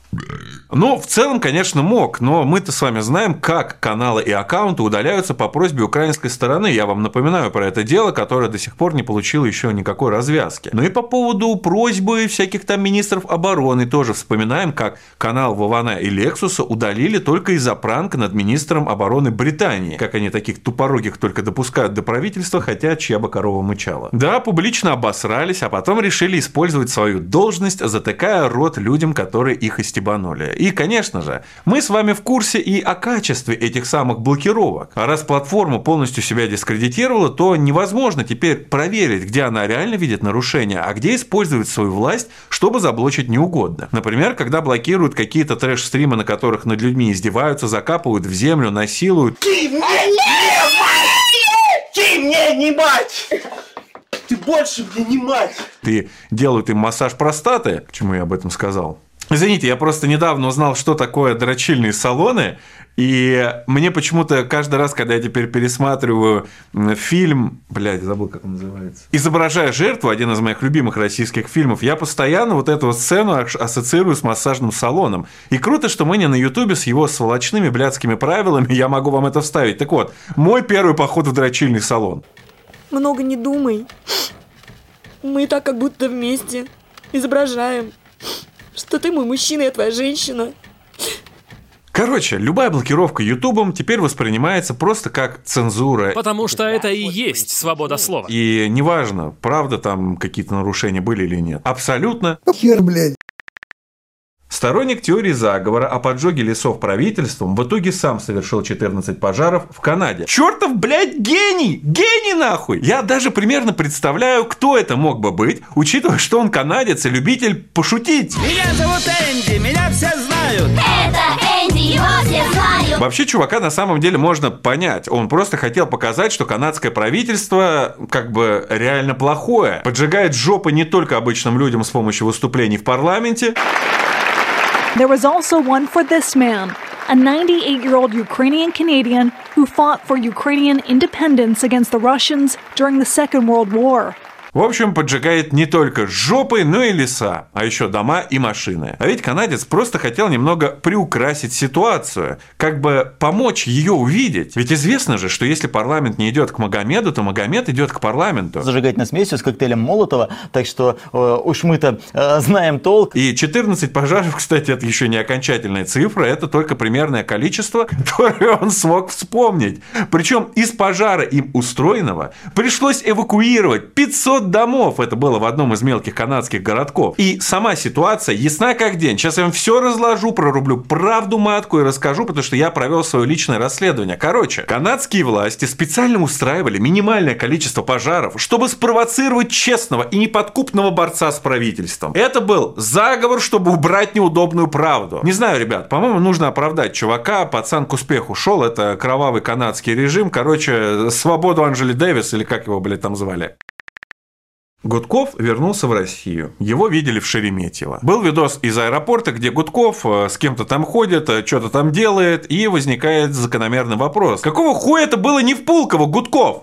Ну, в целом, конечно, мог, но мы-то с вами знаем, как каналы и аккаунты удаляются по просьбе украинской стороны. Я вам напоминаю про это дело, которое до сих пор не получило еще никакой развязки. Ну и по поводу просьбы всяких там министров обороны тоже вспоминаем, как канал Вована и Лексуса удалили только из-за пранка над министром обороны Британии. Как они таких тупорогих только допускают до правительства, хотя чья бы корова мычала. Да, публично обосрались, а потом решили использовать свою должность, затыкая рот людям, которые их истебали. И, конечно же, мы с вами в курсе и о качестве этих самых блокировок. А раз платформа полностью себя дискредитировала, то невозможно теперь проверить, где она реально видит нарушения, а где использует свою власть, чтобы заблочить неугодно. Например, когда блокируют какие-то трэш-стримы, на которых над людьми издеваются, закапывают в землю, насилуют. Ты мне не мать! Ты больше мне не мать! И делают им массаж простаты. Почему я об этом сказал? Извините, я просто недавно узнал, что такое дрочильные салоны, и мне почему-то каждый раз, когда я теперь пересматриваю фильм, забыл, как он называется, «Изображая жертву», один из моих любимых российских фильмов, я постоянно вот эту сцену ассоциирую с массажным салоном. И круто, что мы не на Ютубе с его сволочными блядскими правилами, я могу вам это вставить. Так вот, мой первый поход в дрочильный салон. Много не думай. Мы так как будто вместе изображаем, что ты мой мужчина, я твоя женщина. Короче, любая блокировка Ютубом теперь воспринимается просто как цензура. Потому что это и есть свобода слова. И неважно, правда там какие-то нарушения были или нет. Абсолютно. Хер, блядь. Сторонник теории заговора о поджоге лесов правительством в итоге сам совершил 14 пожаров в Канаде. Чертов, блядь, гений! Гений нахуй! Я даже примерно представляю, кто это мог бы быть, учитывая, что он канадец и любитель пошутить. Меня зовут Энди, меня все знают. Это Энди, его все знают. Вообще, чувака на самом деле можно понять. Он просто хотел показать, что канадское правительство реально плохое. Поджигает жопы не только обычным людям с помощью выступлений в парламенте. There was also one for this man, a 98-year-old Ukrainian Canadian who fought for Ukrainian independence against the Russians during the Second World War. В общем, поджигает не только жопы, но и леса, а еще дома и машины. А ведь канадец просто хотел немного приукрасить ситуацию, помочь ее увидеть. Ведь известно же, что если парламент не идет к Магомеду, то Магомед идет к парламенту. Зажигательной смесью с коктейлем Молотова, так что уж мы-то знаем толк. И 14 пожаров, кстати, это еще не окончательная цифра, это только примерное количество, которое он смог вспомнить. Причем из пожара им устроенного пришлось эвакуировать 500 500 домов это было в одном из мелких канадских городков. И сама ситуация ясна как день. Сейчас я вам все разложу, прорублю правду матку и расскажу, потому что я провел свое личное расследование. Короче, канадские власти специально устраивали минимальное количество пожаров, чтобы спровоцировать честного и неподкупного борца с правительством. Это был заговор, чтобы убрать неудобную правду. Не знаю, ребят, по-моему, нужно оправдать чувака. Пацан к успеху шел. Это кровавый канадский режим. Короче, свободу Анджели Дэвис, или как его, блядь, там звали. Гудков вернулся в Россию. Его видели в Шереметьево. Был видос из аэропорта, где Гудков с кем-то там ходит, что-то там делает, и возникает закономерный вопрос. Какого хуя это было не в Пулково, Гудков?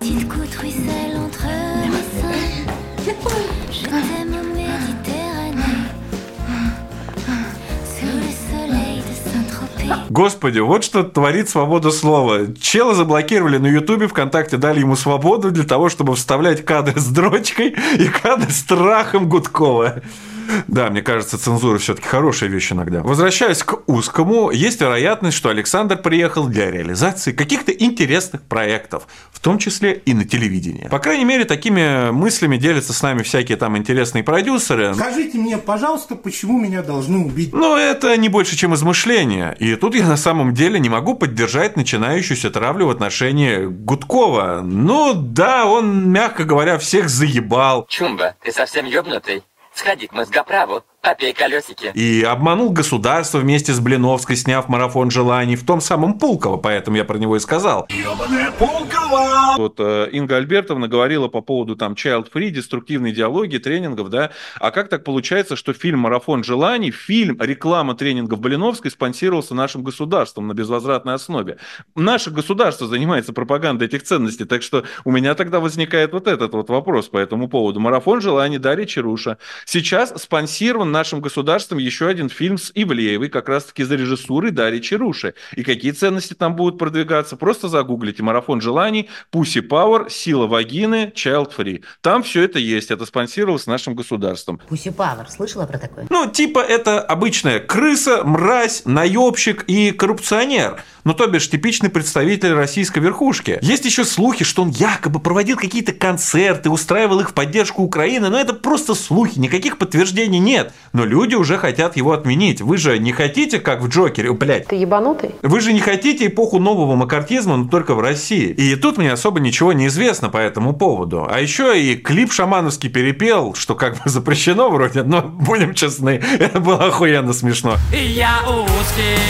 Господи, вот что творит свобода слова. Чела заблокировали на Ютубе, ВКонтакте дали ему свободу для того, чтобы вставлять кадры с дрочкой и кадры с трахом Гудкова. Да, мне кажется, цензура все-таки хорошая вещь иногда. Возвращаясь к узкому, есть вероятность, что Александр приехал для реализации каких-то интересных проектов, в том числе и на телевидении. По крайней мере, такими мыслями делятся с нами всякие там интересные продюсеры. Скажите мне, пожалуйста, почему меня должны убить? Но это не больше, чем измышление. И тут я на самом деле не могу поддержать начинающуюся травлю в отношении Гудкова. Ну да, он, мягко говоря, всех заебал. Чумба, ты совсем ёбнутый? Сходи к мозгоправу, попей колесики. И обманул государство вместе с Блиновской, сняв марафон желаний в том самом Пулково, поэтому я про него и сказал. Ёбаная Пулково! Вот Инга Альбертовна говорила по поводу там child-free, деструктивной идеологии, тренингов, да. А как так получается, что фильм «Марафон желаний», реклама тренингов Блиновской спонсировался нашим государством на безвозвратной основе? Наше государство занимается пропагандой этих ценностей, так что у меня тогда возникает вот этот вот вопрос по этому поводу. «Марафон желаний», Дарья Чаруша. Сейчас спонсирован нашим государством еще один фильм с Ивлеевой, как раз-таки за режиссурой Дарьи Чаруши. И какие ценности там будут продвигаться? Просто загуглите «Марафон желаний», «Pussy Power», «Сила вагины», «Child Free». Там все это есть. Это спонсировалось нашим государством. Pussy Power. Слышала про такое? Ну, типа это обычная крыса, мразь, наебщик и коррупционер. Ну, то бишь, типичный представитель российской верхушки. Есть еще слухи, что он якобы проводил какие-то концерты, устраивал их в поддержку Украины, но это просто слухи, никаких подтверждений нет. Но люди уже хотят его отменить. Вы же не хотите, как в Джокере, блядь. Ты ебанутый? Вы же не хотите эпоху нового маккартизма, но только в России. И тут мне особо ничего не известно по этому поводу. А еще и клип шамановский перепел, что как бы запрещено вроде, но будем честны, это было охуенно смешно. Я узкий.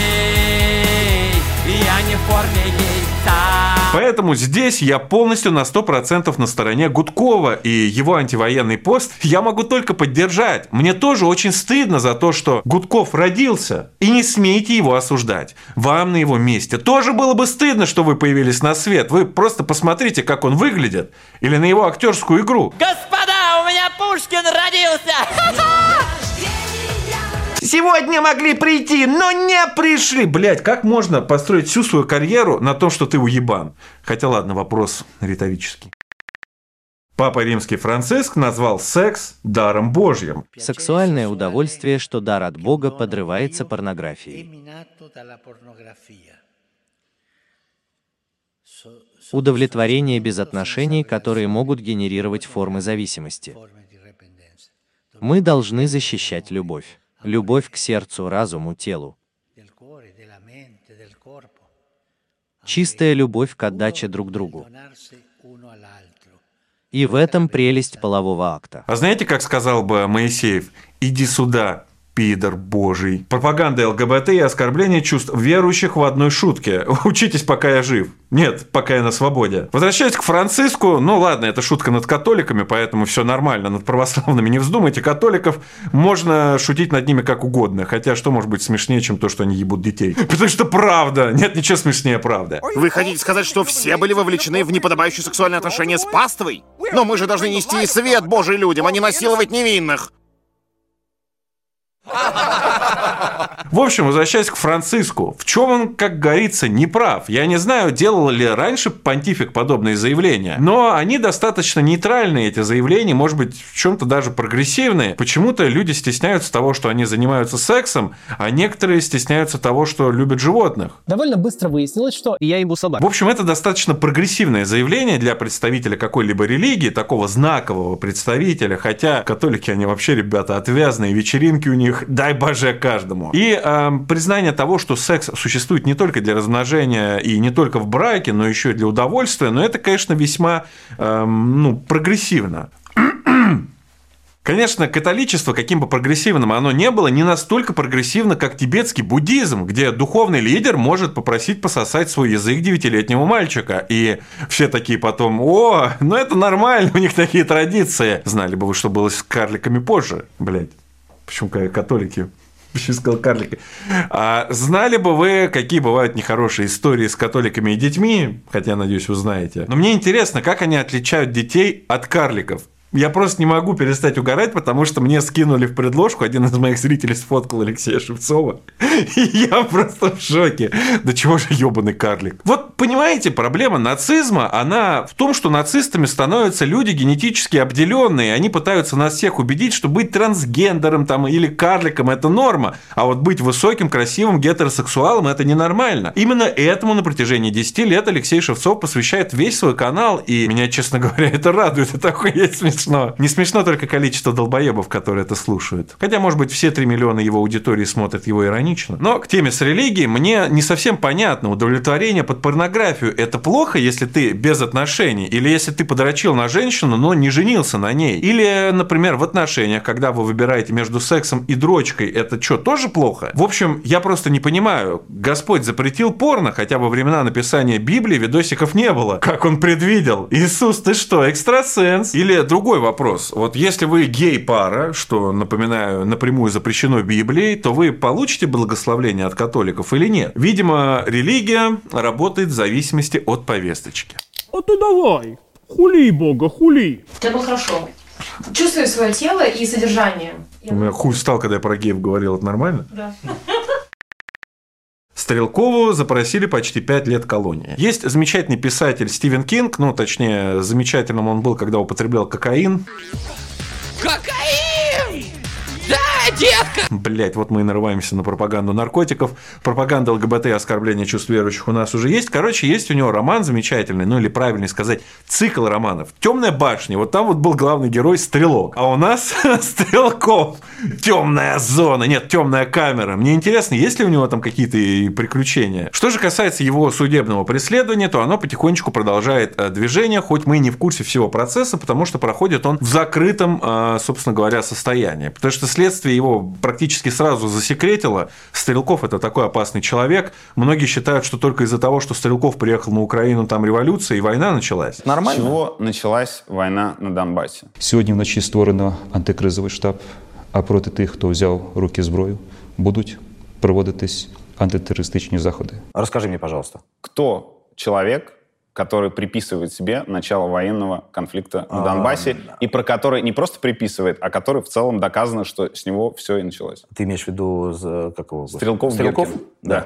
Я не в форме яйца. Поэтому здесь я полностью на 100% на стороне Гудкова, и его антивоенный пост я могу только поддержать. Мне тоже очень стыдно за то, что Гудков родился, и не смейте его осуждать. Вам на его месте тоже было бы стыдно, что вы появились на свет. Вы просто посмотрите, как он выглядит, или на его актерскую игру. Господа, у меня Пушкин родился! Сегодня могли прийти, но не пришли. Блять, как можно построить всю свою карьеру на том, что ты уебан? Хотя ладно, вопрос риторический. Папа Римский Франциск назвал секс даром Божьим. Сексуальное удовольствие, что дар от Бога, подрывается порнографией. Удовлетворение без отношений, которые могут генерировать формы зависимости. Мы должны защищать любовь. Любовь к сердцу, разуму, телу. Чистая любовь к отдаче друг другу. И в этом прелесть полового акта. А знаете, как сказал бы Моисеев? Иди сюда, пидор божий. Пропаганда ЛГБТ и оскорбление чувств верующих в одной шутке. Учитесь, пока я жив. Нет, пока я на свободе. Возвращаясь к Франциску, ну ладно, это шутка над католиками, поэтому все нормально. Над православными не вздумайте. Католиков можно шутить над ними как угодно. Хотя что может быть смешнее, чем то, что они ебут детей? Потому что правда. Нет ничего смешнее правды. Вы хотите сказать, что все были вовлечены в неподобающие сексуальные отношения с паствой? Но мы же должны нести свет Божий людям, а не насиловать невинных. В общем, возвращаясь к Франциску, в чем он, как говорится, не прав? Я не знаю, делал ли раньше понтифик подобные заявления, но они достаточно нейтральные, эти заявления, может быть, в чем-то даже прогрессивные. Почему-то люди стесняются того, что они занимаются сексом, а некоторые стесняются того, что любят животных. Довольно быстро выяснилось, что я ебу собак. В общем, это достаточно прогрессивное заявление для представителя какой-либо религии, такого знакового представителя, хотя католики, они вообще, ребята, отвязные, вечеринки у них, дай боже, каждому. И признание того, что секс существует не только для размножения и не только в браке, но еще и для удовольствия, но это, конечно, весьма прогрессивно. Конечно, католичество, каким бы прогрессивным оно ни было, не настолько прогрессивно, как тибетский буддизм, где духовный лидер может попросить пососать свой язык 9-летнего мальчика. И все такие потом: о, ну это нормально, у них такие традиции. Знали бы вы, что было с карликами позже, блядь. Почему католики? Почему сказал карлики? Знали бы вы, какие бывают нехорошие истории с католиками и детьми? Хотя, надеюсь, вы знаете. Но мне интересно, как они отличают детей от карликов. Я просто не могу перестать угорать, потому что мне скинули в предложку, один из моих зрителей сфоткал Алексея Шевцова, и я просто в шоке. Да чего же ёбаный карлик? Вот, понимаете, проблема нацизма, она в том, что нацистами становятся люди генетически обделенные, они пытаются нас всех убедить, что быть трансгендером там, или карликом – это норма, а вот быть высоким, красивым гетеросексуалом – это ненормально. Именно этому на протяжении 10 лет Алексей Шевцов посвящает весь свой канал, и меня, честно говоря, это радует, это охуеть смешно. Не смешно только количество долбоебов, которые это слушают. Хотя, может быть, все 3 миллиона его аудитории смотрят его иронично. Но к теме с религией мне не совсем понятно. Удовлетворение под порнографию – это плохо, если ты без отношений? Или если ты подрочил на женщину, но не женился на ней? Или, например, в отношениях, когда вы выбираете между сексом и дрочкой, это что, тоже плохо? В общем, я просто не понимаю. Господь запретил порно, хотя во времена написания Библии видосиков не было. Как он предвидел? Иисус, ты что, экстрасенс? Или другой вопрос. Вот если вы гей-пара, что, напоминаю, напрямую запрещено Библией, то вы получите благословение от католиков или нет? Видимо, религия работает в зависимости от повесточки. А ты давай, хули Бога, хули. Это было хорошо. Чувствую свое тело и содержание. У меня хуй встал, когда я про геев говорил, это нормально? Да. Стрелкову запросили почти 5 лет колонии. Есть замечательный писатель Стивен Кинг, ну, точнее, замечательным он был, когда употреблял кокаин. Кокаин! Да, детка! Блять, вот мы и нарываемся на пропаганду наркотиков. Пропаганда ЛГБТ и оскорбление чувств верующих у нас уже есть. Короче, есть у него роман замечательный, ну или правильнее сказать, цикл романов. «Темная башня». Вот там вот был главный герой Стрелок. А у нас Стрелков. «Темная зона». Нет, «Темная камера». Мне интересно, есть ли у него там какие-то приключения. Что же касается его судебного преследования, то оно потихонечку продолжает движение, хоть мы и не в курсе всего процесса, потому что проходит он в закрытом, собственно говоря, состоянии. Потому что следствие его практически сразу засекретило. Стрелков – это такой опасный человек. Многие считают, что только из-за того, что Стрелков приехал на Украину, там революция и война началась. Нормально? С чего началась війна на Донбасі? Сьогодні вночі створено антикризовий штаб, а проти тих, хто взяв в руки зброю, будуть проводитись антитеррористичні заходи. Расскажи мне, пожалуйста, кто человек, который приписывает себе начало военного конфликта на Донбассе, и про который не просто приписывает, а который в целом доказано, что с него все и началось. Ты имеешь в виду какого? Стрелков? Стрелков? Да.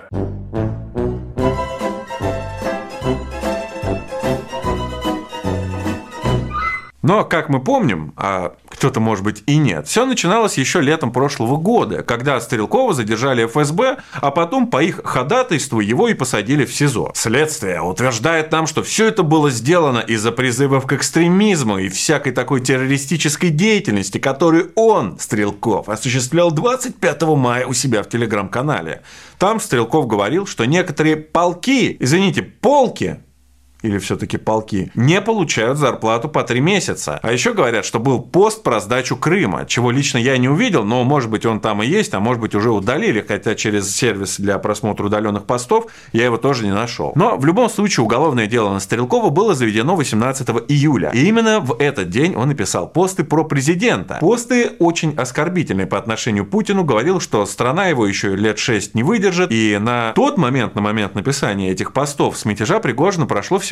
Но, как мы помним, а кто-то, может быть, и нет, все начиналось еще летом прошлого года, когда Стрелкова задержали ФСБ, а потом по их ходатайству его и посадили в СИЗО. Следствие утверждает нам, что все это было сделано из-за призывов к экстремизму и всякой такой террористической деятельности, которую он, Стрелков, осуществлял 25 мая у себя в телеграм-канале. Там Стрелков говорил, что некоторые полки, или все-таки полки, не получают зарплату по 3 месяца. А еще говорят, что был пост про сдачу Крыма, чего лично я не увидел, но, может быть, он там и есть, а может быть, уже удалили, хотя через сервис для просмотра удаленных постов я его тоже не нашел. Но в любом случае уголовное дело на Стрелкова было заведено 18 июля. И именно в этот день он написал посты про президента. Посты очень оскорбительные по отношению к Путину, говорил, что страна его еще лет 6 не выдержит. И на тот момент, на момент написания этих постов, с мятежа Пригожина прошло всего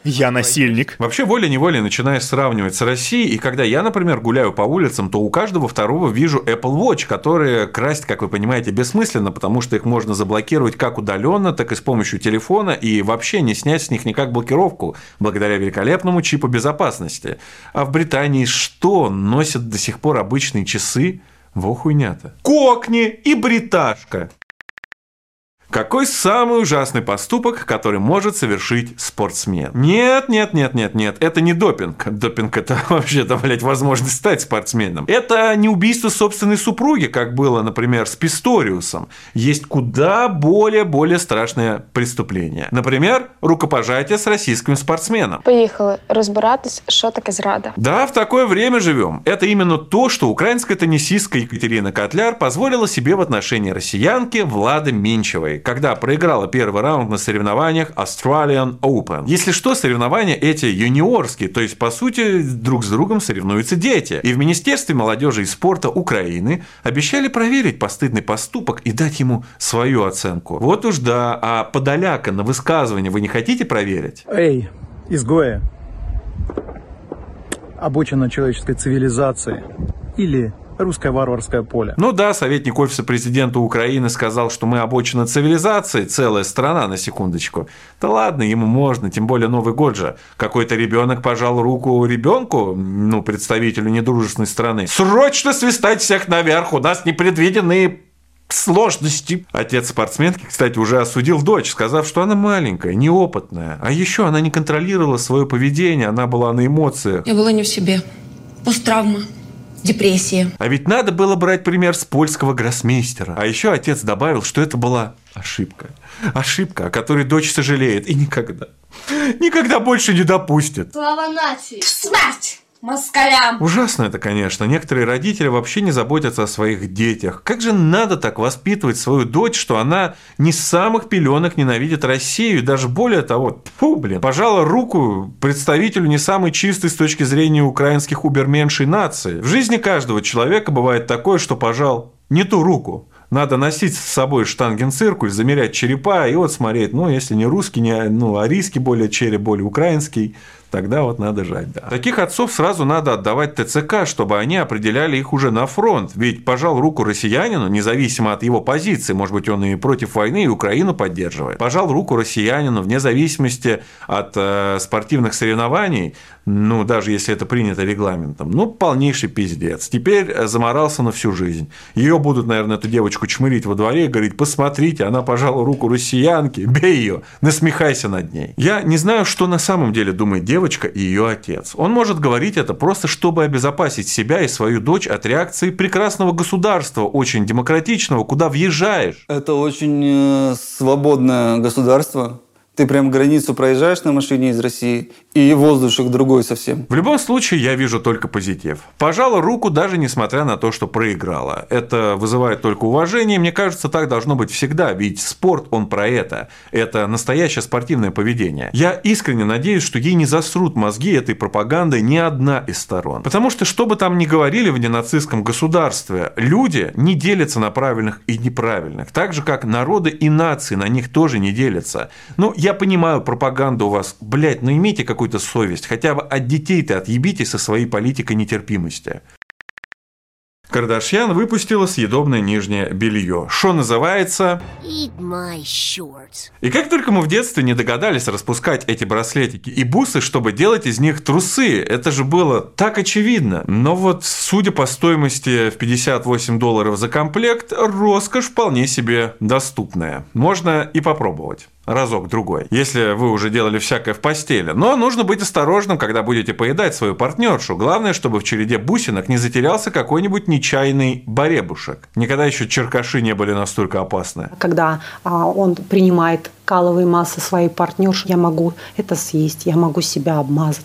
Я насильник. Вообще, волей-неволей начинаешь сравнивать с Россией, и когда я, например, гуляю по улицам, то у каждого второго вижу Apple Watch, которые красть, как вы понимаете, бессмысленно, потому что их можно заблокировать как удаленно, так и с помощью телефона, и вообще не снять с них никак блокировку, благодаря великолепному чипу безопасности. А в Британии что, носят до сих пор обычные часы? Во хуйня-то. Кокни и бриташка. Какой самый ужасный поступок, который может совершить спортсмен? Нет, это не допинг. Допинг – это вообще-то, блядь, возможность стать спортсменом. Это не убийство собственной супруги, как было, например, с Писториусом. Есть куда более страшное преступление. Например, рукопожатие с российским спортсменом. Поїхали розбиратись, що таке зрада. Да, в такое время живем. Это именно то, что украинская теннисистка Екатерина Котляр позволила себе в отношении россиянки Влады Минчевой, когда проиграла первый раунд на соревнованиях Australian Open. Если что, соревнования эти юниорские, то есть, по сути, друг с другом соревнуются дети. И в Министерстве молодежи и спорта Украины обещали проверить постыдный поступок и дать ему свою оценку. Вот уж да, а Подоляка на высказывание вы не хотите проверить? Эй, изгои, обочина человеческой цивилизации или русское варварское поле. Ну да, советник офиса президента Украины сказал, что мы обочина цивилизации, целая страна, на секундочку. Да ладно, ему можно, тем более Новый год же. Какой-то ребенок пожал руку ребенку, представителю недружественной страны. Срочно свистать всех наверх, у нас непредвиденные сложности. Отец спортсменки, кстати, уже осудил дочь, сказав, что она маленькая, неопытная. А еще она не контролировала свое поведение, она была на эмоциях. Я была не в себе. Посттравма. Депрессия. А ведь надо было брать пример с польского гроссмейстера. А еще отец добавил, что это была ошибка. Ошибка, о которой дочь сожалеет и никогда больше не допустит. Слава нации! Смерть москалям! Ужасно это, конечно. Некоторые родители вообще не заботятся о своих детях. Как же надо так воспитывать свою дочь, что она не с самых пеленок ненавидит Россию, и даже более того, пожала руку представителю не самой чистой с точки зрения украинских уберменшей нации. В жизни каждого человека бывает такое, что пожал не ту руку. Надо носить с собой штангенциркуль, замерять черепа и вот смотреть, если не русский, арийский более череп, более украинский, тогда вот надо жать, да. Таких отцов сразу надо отдавать ТЦК, чтобы они определяли их уже на фронт. Ведь пожал руку россиянину, независимо от его позиции, может быть, он и против войны, и Украину поддерживает. Пожал руку россиянину вне зависимости от спортивных соревнований, даже если это принято регламентом, полнейший пиздец. Теперь заморался на всю жизнь. Ее будут, наверное, эту девочку чмырить во дворе и говорить: посмотрите, она пожала руку россиянке, бей ее, насмехайся над ней. Я не знаю, что на самом деле думает девочка и ее отец. Он может говорить это просто, чтобы обезопасить себя и свою дочь от реакции прекрасного государства, очень демократичного, куда въезжаешь. Это очень свободное государство. Ты прям границу проезжаешь на машине из России, и воздушек другой совсем. В любом случае, я вижу только позитив. Пожала руку, даже несмотря на то, что проиграла. Это вызывает только уважение. Мне кажется, так должно быть всегда. Ведь спорт, он про это. Это настоящее спортивное поведение. Я искренне надеюсь, что ей не засрут мозги этой пропагандой ни одна из сторон. Потому что, что бы там ни говорили в ненацистском государстве, люди не делятся на правильных и неправильных. Так же, как народы и нации на них тоже не делятся. Я понимаю пропаганду у вас. Имейте какую-то совесть. Хотя бы от детей-то отъебитесь со своей политикой нетерпимости. Кардашьян выпустила съедобное нижнее белье. Что называется... Eat my shorts. И как только мы в детстве не догадались распускать эти браслетики и бусы, чтобы делать из них трусы, это же было так очевидно. Но судя по стоимости в $58 за комплект, роскошь вполне себе доступная. Можно и попробовать. Разок-другой, если вы уже делали всякое в постели. Но нужно быть осторожным, когда будете поедать свою партнершу. Главное, чтобы в череде бусинок не затерялся какой-нибудь нечаянный баребушек. Никогда еще черкаши не были настолько опасны. Когда он принимает каловые массы своей партнерши, я могу это съесть, я могу себя обмазать.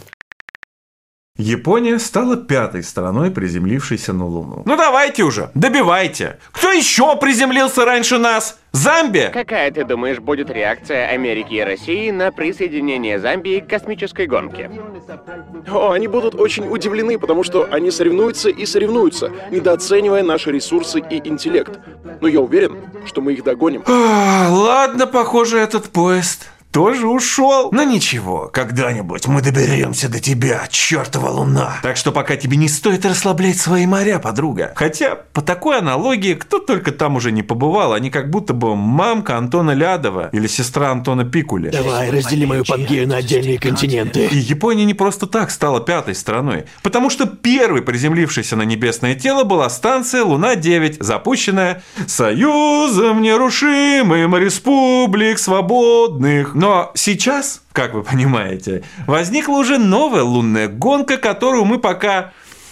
Япония стала 5-й страной, приземлившейся на Луну. Давайте уже, добивайте! Кто еще приземлился раньше нас? Замбия? Какая, ты думаешь, будет реакция Америки и России на присоединение Замбии к космической гонке? Они будут очень удивлены, потому что они соревнуются и соревнуются, недооценивая наши ресурсы и интеллект. Но я уверен, что мы их догоним. Ладно, похоже, этот поезд тоже ушел. Но ничего, когда-нибудь мы доберемся до тебя, чертова луна. Так что пока тебе не стоит расслаблять свои моря, подруга. Хотя, по такой аналогии, кто только там уже не побывал, они как будто бы мамка Антона Лядова или сестра Антона Пикули. Давай, раздели мою Пангею на отдельные континенты. И Япония не просто так стала пятой страной, потому что первой приземлившейся на небесное тело была станция Луна-9, запущенная Союзом нерушимым республик свободных. Но сейчас, как вы понимаете, возникла уже новая лунная гонка, которую мы пока...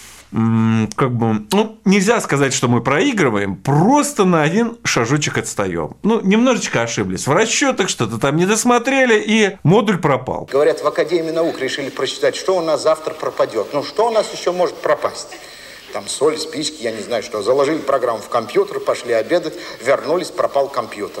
нельзя сказать, что мы проигрываем, просто на один шажочек отстаем. Немножечко ошиблись в расчетах, что-то там не досмотрели, и модуль пропал. Говорят, в Академии наук решили прочитать, что у нас завтра пропадет. Что у нас еще может пропасть? Там соль, спички, я не знаю что. Заложили программу в компьютер, пошли обедать, вернулись, пропал компьютер.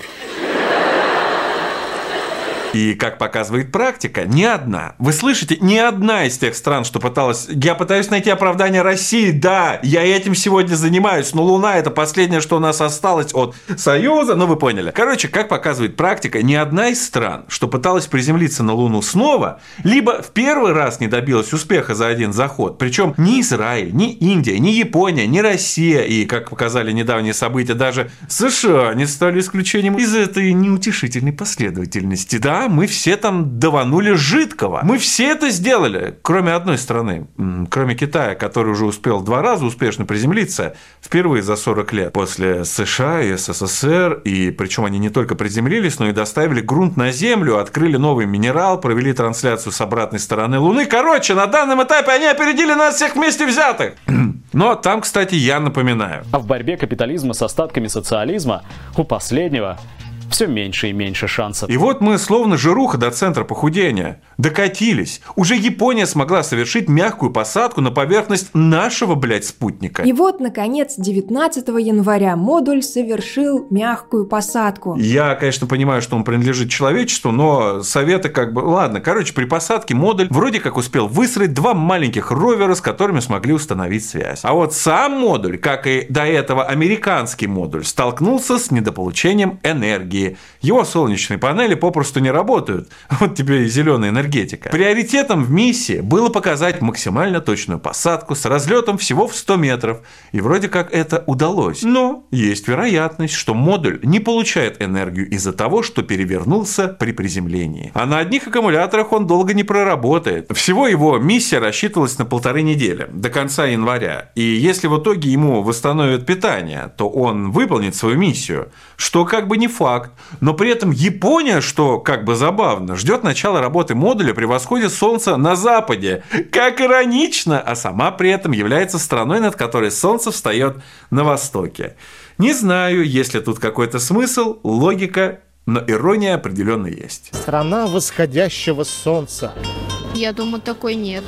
И, как показывает практика, ни одна, вы слышите, ни одна из тех стран, что пыталась... Я пытаюсь найти оправдание России, да, я этим сегодня занимаюсь, но Луна – это последнее, что у нас осталось от Союза, вы поняли. Короче, как показывает практика, ни одна из стран, что пыталась приземлиться на Луну снова, либо в первый раз не добилась успеха за один заход, причем ни Израиль, ни Индия, ни Япония, ни Россия, и, как показали недавние события, даже США не стали исключением из этой неутешительной последовательности, да, мы все там даванули жидкого. Мы все это сделали, кроме одной страны, кроме Китая, который уже успел 2 раза успешно приземлиться, впервые за 40 лет, после США и СССР, и причем они не только приземлились, но и доставили грунт на Землю, открыли новый минерал, провели трансляцию с обратной стороны Луны. Короче, на данном этапе они опередили нас всех вместе взятых. Но там, кстати, я напоминаю. А в борьбе капитализма с остатками социализма у последнего все меньше и меньше шансов. И вот мы, словно жируха до центра похудения, докатились. Уже Япония смогла совершить мягкую посадку на поверхность нашего, спутника. И вот, наконец, 19 января модуль совершил мягкую посадку. Я, конечно, понимаю, что он принадлежит человечеству, но советы Ладно, при посадке модуль вроде как успел выстроить 2 маленьких ровера, с которыми смогли установить связь. А вот сам модуль, как и до этого американский модуль, столкнулся с недополучением энергии. Его солнечные панели попросту не работают. Вот тебе и зеленая энергетика. Приоритетом в миссии было показать максимально точную посадку с разлетом всего в 100 метров. И вроде как это удалось. Но есть вероятность, что модуль не получает энергию из-за того, что перевернулся при приземлении. А на одних аккумуляторах он долго не проработает. Всего его миссия рассчитывалась на 1,5 недели, до конца января. И если в итоге ему восстановят питание, то он выполнит свою миссию. Что не факт. Но при этом Япония, что забавно, ждет начала работы модуля при восходе Солнца на западе. Как иронично, а сама при этом является страной, над которой Солнце встает на востоке. Не знаю, есть ли тут какой-то смысл, логика, но ирония определенно есть. Страна восходящего Солнца. Я думаю, такой нету.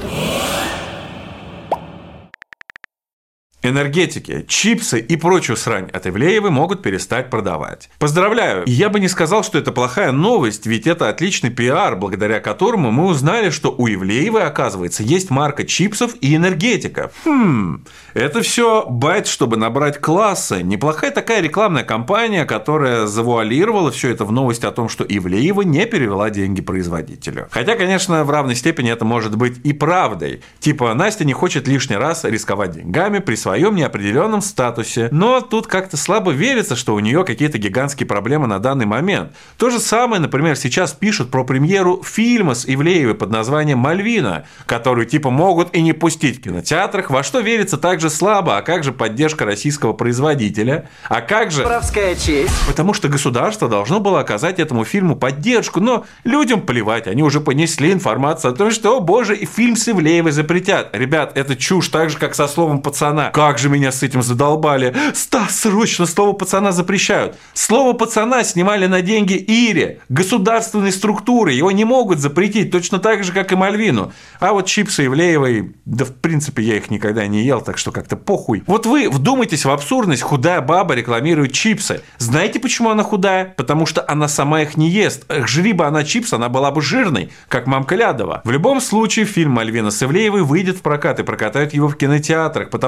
Энергетики, чипсы и прочую срань от Ивлеевой могут перестать продавать. Поздравляю! И я бы не сказал, что это плохая новость, ведь это отличный пиар, благодаря которому мы узнали, что у Ивлеевой, оказывается, есть марка чипсов и энергетиков. Это все байт, чтобы набрать классы. Неплохая такая рекламная кампания, которая завуалировала все это в новость о том, что Ивлеева не перевела деньги производителю. Хотя, конечно, в равной степени это может быть и правдой. Типа, Настя не хочет лишний раз рисковать деньгами при своем неопределенном статусе. Но тут как-то слабо верится, что у нее какие-то гигантские проблемы на данный момент. То же самое, например, сейчас пишут про премьеру фильма с Ивлеевой под названием «Мальвина», которую могут и не пустить в кинотеатрах, во что верится также слабо. А как же поддержка российского производителя? А как же... Воровская честь. Потому что государство должно было оказать этому фильму поддержку, но людям плевать, они уже понесли информацию о том, что, о боже, и фильм с Ивлеевой запретят. Ребят, это чушь, так же, как со словом «пацана». Как же меня с этим задолбали. Стас, срочно слово «пацана» запрещают. Слово «пацана» снимали на деньги Ире, государственной структуры. Его не могут запретить, точно так же, как и Мальвину. А вот чипсы Ивлеевой, да в принципе я их никогда не ел, так что как-то похуй. Вот вы вдумайтесь в абсурдность, худая баба рекламирует чипсы. Знаете, почему она худая? Потому что она сама их не ест. Жри бы она чипсы, она была бы жирной, как мамка Лядова. В любом случае, фильм «Мальвина» с Ивлеевой выйдет в прокат и прокатают его в кинотеатрах, потому что, как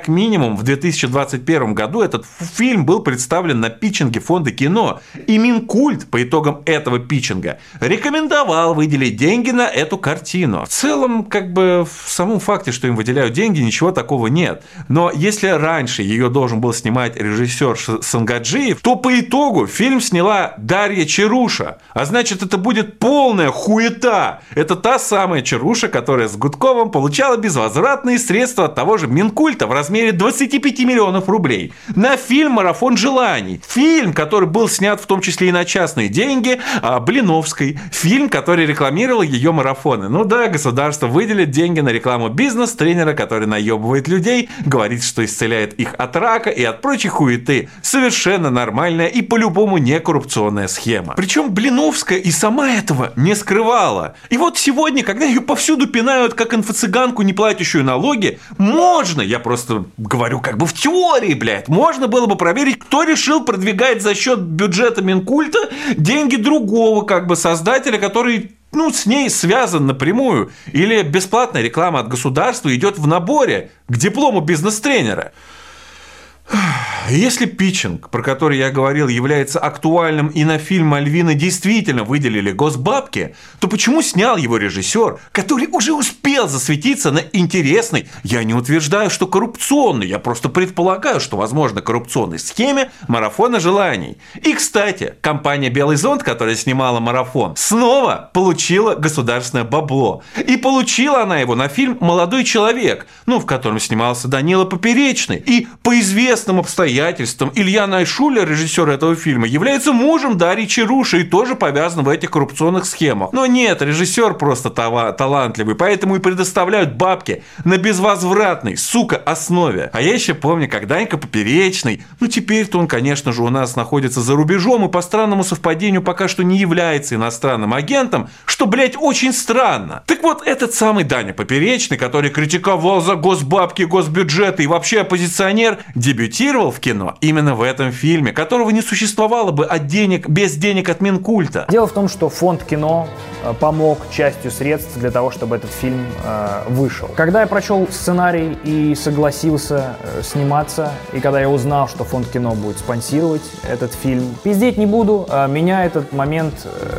как минимум в 2021 году этот фильм был представлен на питчинге фонда кино, и Минкульт по итогам этого питчинга рекомендовал выделить деньги на эту картину. В целом, как бы в самом факте, что им выделяют деньги, ничего такого нет. Но если раньше ее должен был снимать режиссер Сангаджиев, то по итогу фильм сняла Дарья Чаруша. А значит, это будет полная хуета. Это та самая Чаруша, которая с Гудковым получала безвозвратные средства от того же Минкульта в размере 25 миллионов рублей на фильм «Марафон желаний». Фильм, который был снят в том числе и на частные деньги Блиновской. Фильм, который рекламировал ее марафоны. Ну да, государство выделит деньги на рекламу бизнес-тренера, который наебывает людей, говорит, что исцеляет их от рака и от прочей хуеты. Совершенно нормальная и по-любому не коррупционная схема. Причем Блиновская и сама этого не скрывала. И вот сегодня, когда ее повсюду пинают как инфо-цыганку, не платящую налоги, можно, я просто говорю как бы в теории, блядь, можно было бы проверить, кто решил продвигать за счет бюджета Минкульта деньги другого как бы создателя, который с ней связан напрямую. Или бесплатная реклама от государства идет в наборе к диплому бизнес-тренера. Если питчинг, про который я говорил, является актуальным и на фильм «Мальвина» действительно выделили госбабки, то почему снял его режиссер, который уже успел засветиться на интересной, я не утверждаю, что коррупционной, я просто предполагаю, что возможно коррупционной схеме «Марафона желаний». И, кстати, компания «Белый зонт», которая снимала «Марафон», снова получила государственное бабло. И получила она его на фильм «Молодой человек», в котором снимался Данила Поперечный. И по известным обстоятельствам Илья Найшулер, режиссер этого фильма, является мужем Дарьи Чаруши и тоже повязан в этих коррупционных схемах. Но нет, режиссер просто талантливый, поэтому и предоставляют бабки на безвозвратной, основе. А я еще помню, как Данька Поперечный, теперь-то он, конечно же, у нас находится за рубежом и по странному совпадению пока что не является иностранным агентом, что, блядь, очень странно. Так вот, этот самый Даня Поперечный, который критиковал за госбабки, госбюджеты и вообще оппозиционер, дебютировал в кино именно в этом фильме, которого не существовало бы без денег от Минкульта. Дело в том, что фонд кино помог частью средств для того, чтобы этот фильм вышел. Когда я прочел сценарий и согласился сниматься, и когда я узнал, что фонд кино будет спонсировать этот фильм, пиздеть не буду, меня этот момент,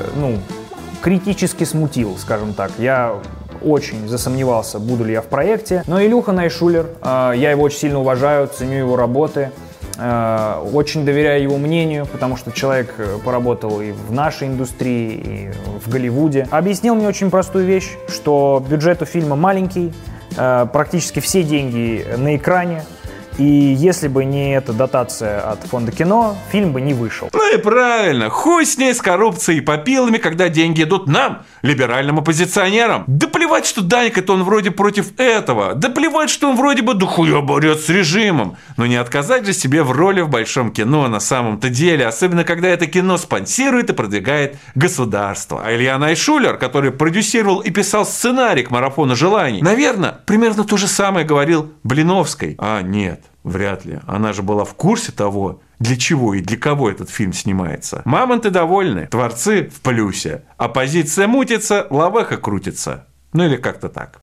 критически смутил, скажем так. Я очень засомневался, буду ли я в проекте. Но Илюха Найшулер, я его очень сильно уважаю, ценю его работы, очень доверяю его мнению, потому что человек поработал и в нашей индустрии, и в Голливуде. Объяснил мне очень простую вещь, что бюджет у фильма маленький, практически все деньги на экране. И если бы не эта дотация от фонда кино, фильм бы не вышел. Ну и правильно, хуй с ней с коррупцией и попилами, когда деньги идут нам, либеральным оппозиционерам. Да плевать, что Данька-то он вроде против этого. Да плевать, что он вроде бы дохуя борется с режимом. Но не отказать же себе в роли в большом кино на самом-то деле. Особенно, когда это кино спонсирует и продвигает государство. А Илья Найшулер, который продюсировал и писал сценарий к «Марафону желаний», наверное, примерно то же самое говорил Блиновской. А нет. Вряд ли. Она же была в курсе того, для чего и для кого этот фильм снимается. Мамонты довольны, творцы в плюсе. Оппозиция мутится, лавеха крутится. Или как-то так.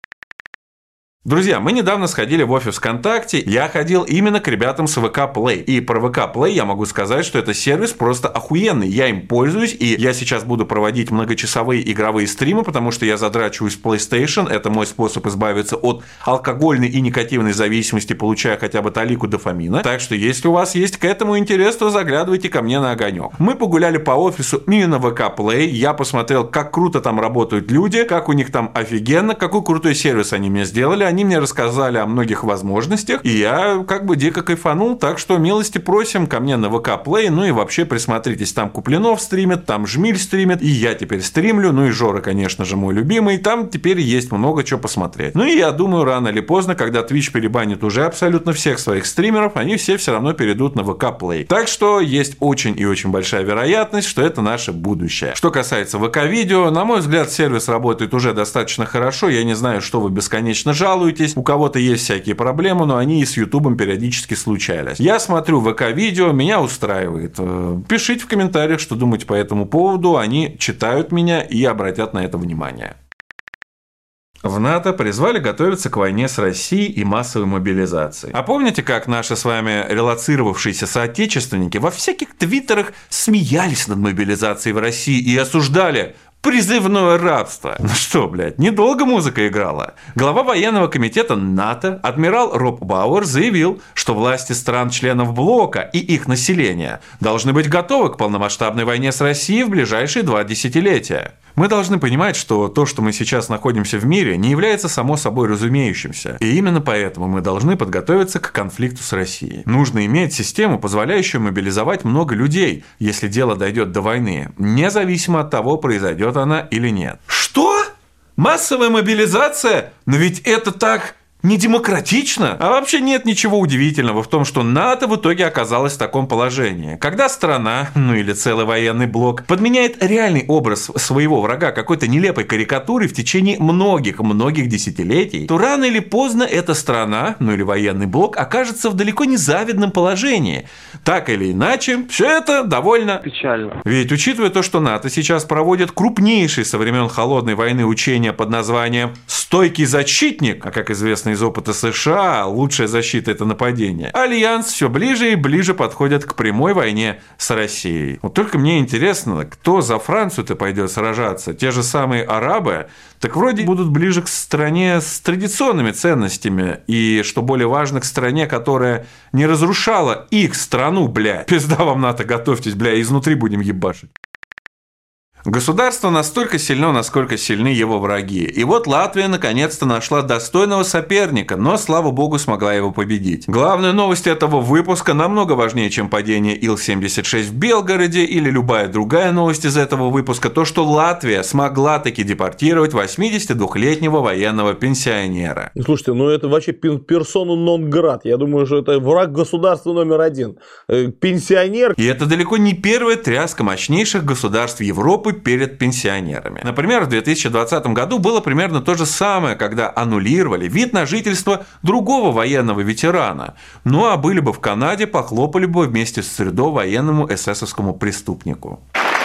Друзья, мы недавно сходили в офис ВКонтакте, я ходил именно к ребятам с ВК Play. И про ВК Play я могу сказать, что это сервис просто охуенный. Я им пользуюсь, и я сейчас буду проводить многочасовые игровые стримы, потому что я задрачиваюсь в PlayStation. Это мой способ избавиться от алкогольной и никотиновой зависимости, получая хотя бы талику дофамина. Так что, если у вас есть к этому интерес, то заглядывайте ко мне на огонек. Мы погуляли по офису именно в ВК Play, я посмотрел, как круто там работают люди, как у них там офигенно, какой крутой сервис они мне сделали. Они мне рассказали о многих возможностях, и я дико кайфанул, так что милости просим ко мне на ВК Play, и вообще присмотритесь, там Куплинов стримит, там Жмиль стримит, и я теперь стримлю, и Жора, конечно же, мой любимый, там теперь есть много чего посмотреть. И я думаю, рано или поздно, когда Twitch перебанит уже абсолютно всех своих стримеров, они все равно перейдут на ВК Play. Так что есть очень и очень большая вероятность, что это наше будущее. Что касается ВК-видео, на мой взгляд, сервис работает уже достаточно хорошо, я не знаю, что вы бесконечно жалуетесь, у кого-то есть всякие проблемы, но они и с Ютубом периодически случались. Я смотрю ВК-видео, меня устраивает. Пишите в комментариях, что думаете по этому поводу, они читают меня и обратят на это внимание. В НАТО призвали готовиться к войне с Россией и массовой мобилизации. А помните, как наши с вами релоцировавшиеся соотечественники во всяких твиттерах смеялись над мобилизацией в России и осуждали призывное рабство? Ну что, блядь, недолго музыка играла. Глава военного комитета НАТО, адмирал Роб Бауэр, заявил, что власти стран-членов блока и их население должны быть готовы к полномасштабной войне с Россией в ближайшие 2 десятилетия. Мы должны понимать, что то, что мы сейчас находимся в мире, не является само собой разумеющимся. И именно поэтому мы должны подготовиться к конфликту с Россией. Нужно иметь систему, позволяющую мобилизовать много людей, если дело дойдет до войны, независимо от того, произойдет она или нет. Что? Массовая мобилизация? Но ведь это так не демократично. А вообще нет ничего удивительного в том, что НАТО в итоге оказалось в таком положении. Когда страна, ну или целый военный блок, подменяет реальный образ своего врага какой-то нелепой карикатурой в течение многих десятилетий, то рано или поздно эта страна, ну или военный блок, окажется в далеко не завидном положении. Так или иначе, все это довольно печально. Ведь учитывая то, что НАТО сейчас проводит крупнейшие со времен Холодной войны учения под названием «Стойкий защитник», а как известно из опыта США, лучшая защита – это нападение, Альянс все ближе и ближе подходит к прямой войне с Россией. Вот только мне интересно, кто за Францию-то пойдет сражаться? Те же самые арабы? Так вроде будут ближе к стране с традиционными ценностями и, что более важно, к стране, которая не разрушала их страну, блядь. Пизда вам НАТО, готовьтесь, бля, изнутри будем ебашить. Государство настолько сильно, насколько сильны его враги. И вот Латвия наконец-то нашла достойного соперника, но, слава богу, смогла его победить. Главная новость этого выпуска намного важнее, чем падение Ил-76 в Белгороде или любая другая новость из этого выпуска, то, что Латвия смогла таки депортировать 82-летнего военного пенсионера. Слушайте, ну это вообще персона нон-грат. Я думаю, что это враг государства номер 1. Пенсионер. И это далеко не первая тряска мощнейших государств Европы перед пенсионерами. Например, в 2020 году было примерно то же самое, когда аннулировали вид на жительство другого военного ветерана. Ну а были бы в Канаде, похлопали бы вместе с Трюдо военному эсэсовскому преступнику.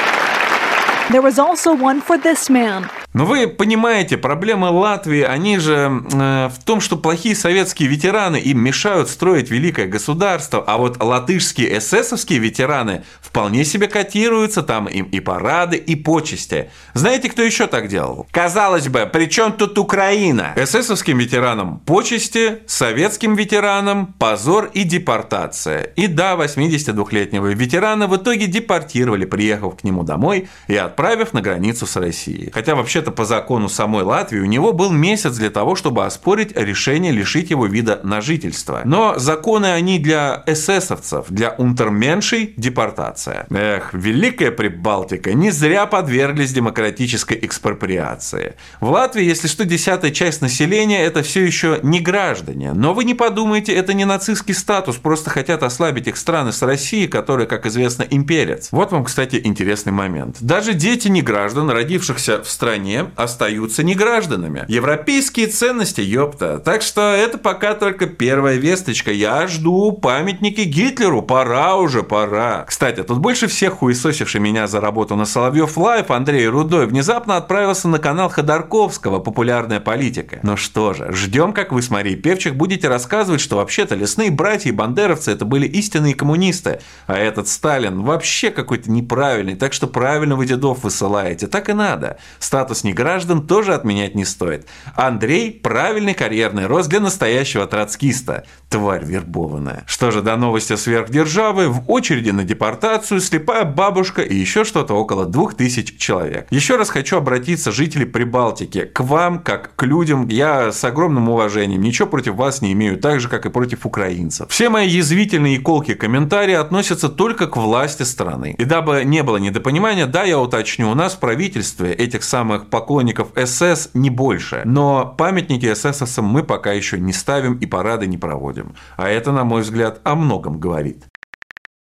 There was also one for this man. Но вы понимаете, проблемы Латвии, они же в том, что плохие советские ветераны им мешают строить великое государство, а вот латышские эсэсовские ветераны вполне себе котируются, там им и парады, и почести. Знаете, кто еще так делал? Казалось бы, при чем тут Украина? Эсэсовским ветеранам почести, советским ветеранам позор и депортация. И да, 82-летнего ветерана в итоге депортировали, приехав к нему домой и отправив на границу с Россией. Хотя вообще-то по закону самой Латвии у него был месяц для того, чтобы оспорить решение лишить его вида на жительство. Но законы они для эсэсовцев, для унтерменшей депортация. Эх, Великая Прибалтика, не зря подверглись демократической экспроприации. В Латвии, если что, 10-я часть населения это все еще не граждане. Но вы не подумайте, это не нацистский статус, просто хотят ослабить их страны с Россией, которая, как известно, имперец. Вот вам, кстати, интересный момент. Даже дети неграждан, родившихся в стране, остаются негражданами. Европейские ценности, ёпта. Так что это пока только первая весточка. Я жду памятники Гитлеру. Пора уже, пора. Кстати, тут больше всех хуесосивший меня за работу на Соловьев Лайв Андрей Рудой внезапно отправился на канал Ходорковского «Популярная политика». Ну что же, ждем, как вы с Марией Певчих будете рассказывать, что вообще-то лесные братья и бандеровцы это были истинные коммунисты, а этот Сталин вообще какой-то неправильный, так что правильно вы дедов высылаете. Так и надо. Статус неграждан тоже отменять не стоит. Андрей – правильный карьерный рост для настоящего троцкиста. Тварь вербованная. Что же до новости сверхдержавы, в очереди на депортацию слепая бабушка и еще что-то около 2000 человек. Еще раз хочу обратиться, жители Прибалтики, к вам, как к людям. Я с огромным уважением ничего против вас не имею, так же, как и против украинцев. Все мои язвительные и колкие комментарии относятся только к власти страны. И дабы не было недопонимания, да, я уточню, у нас в правительстве этих самых поклонников СС не больше. Но памятники эсэсовцам мы пока еще не ставим и парады не проводим. А это, на мой взгляд, о многом говорит.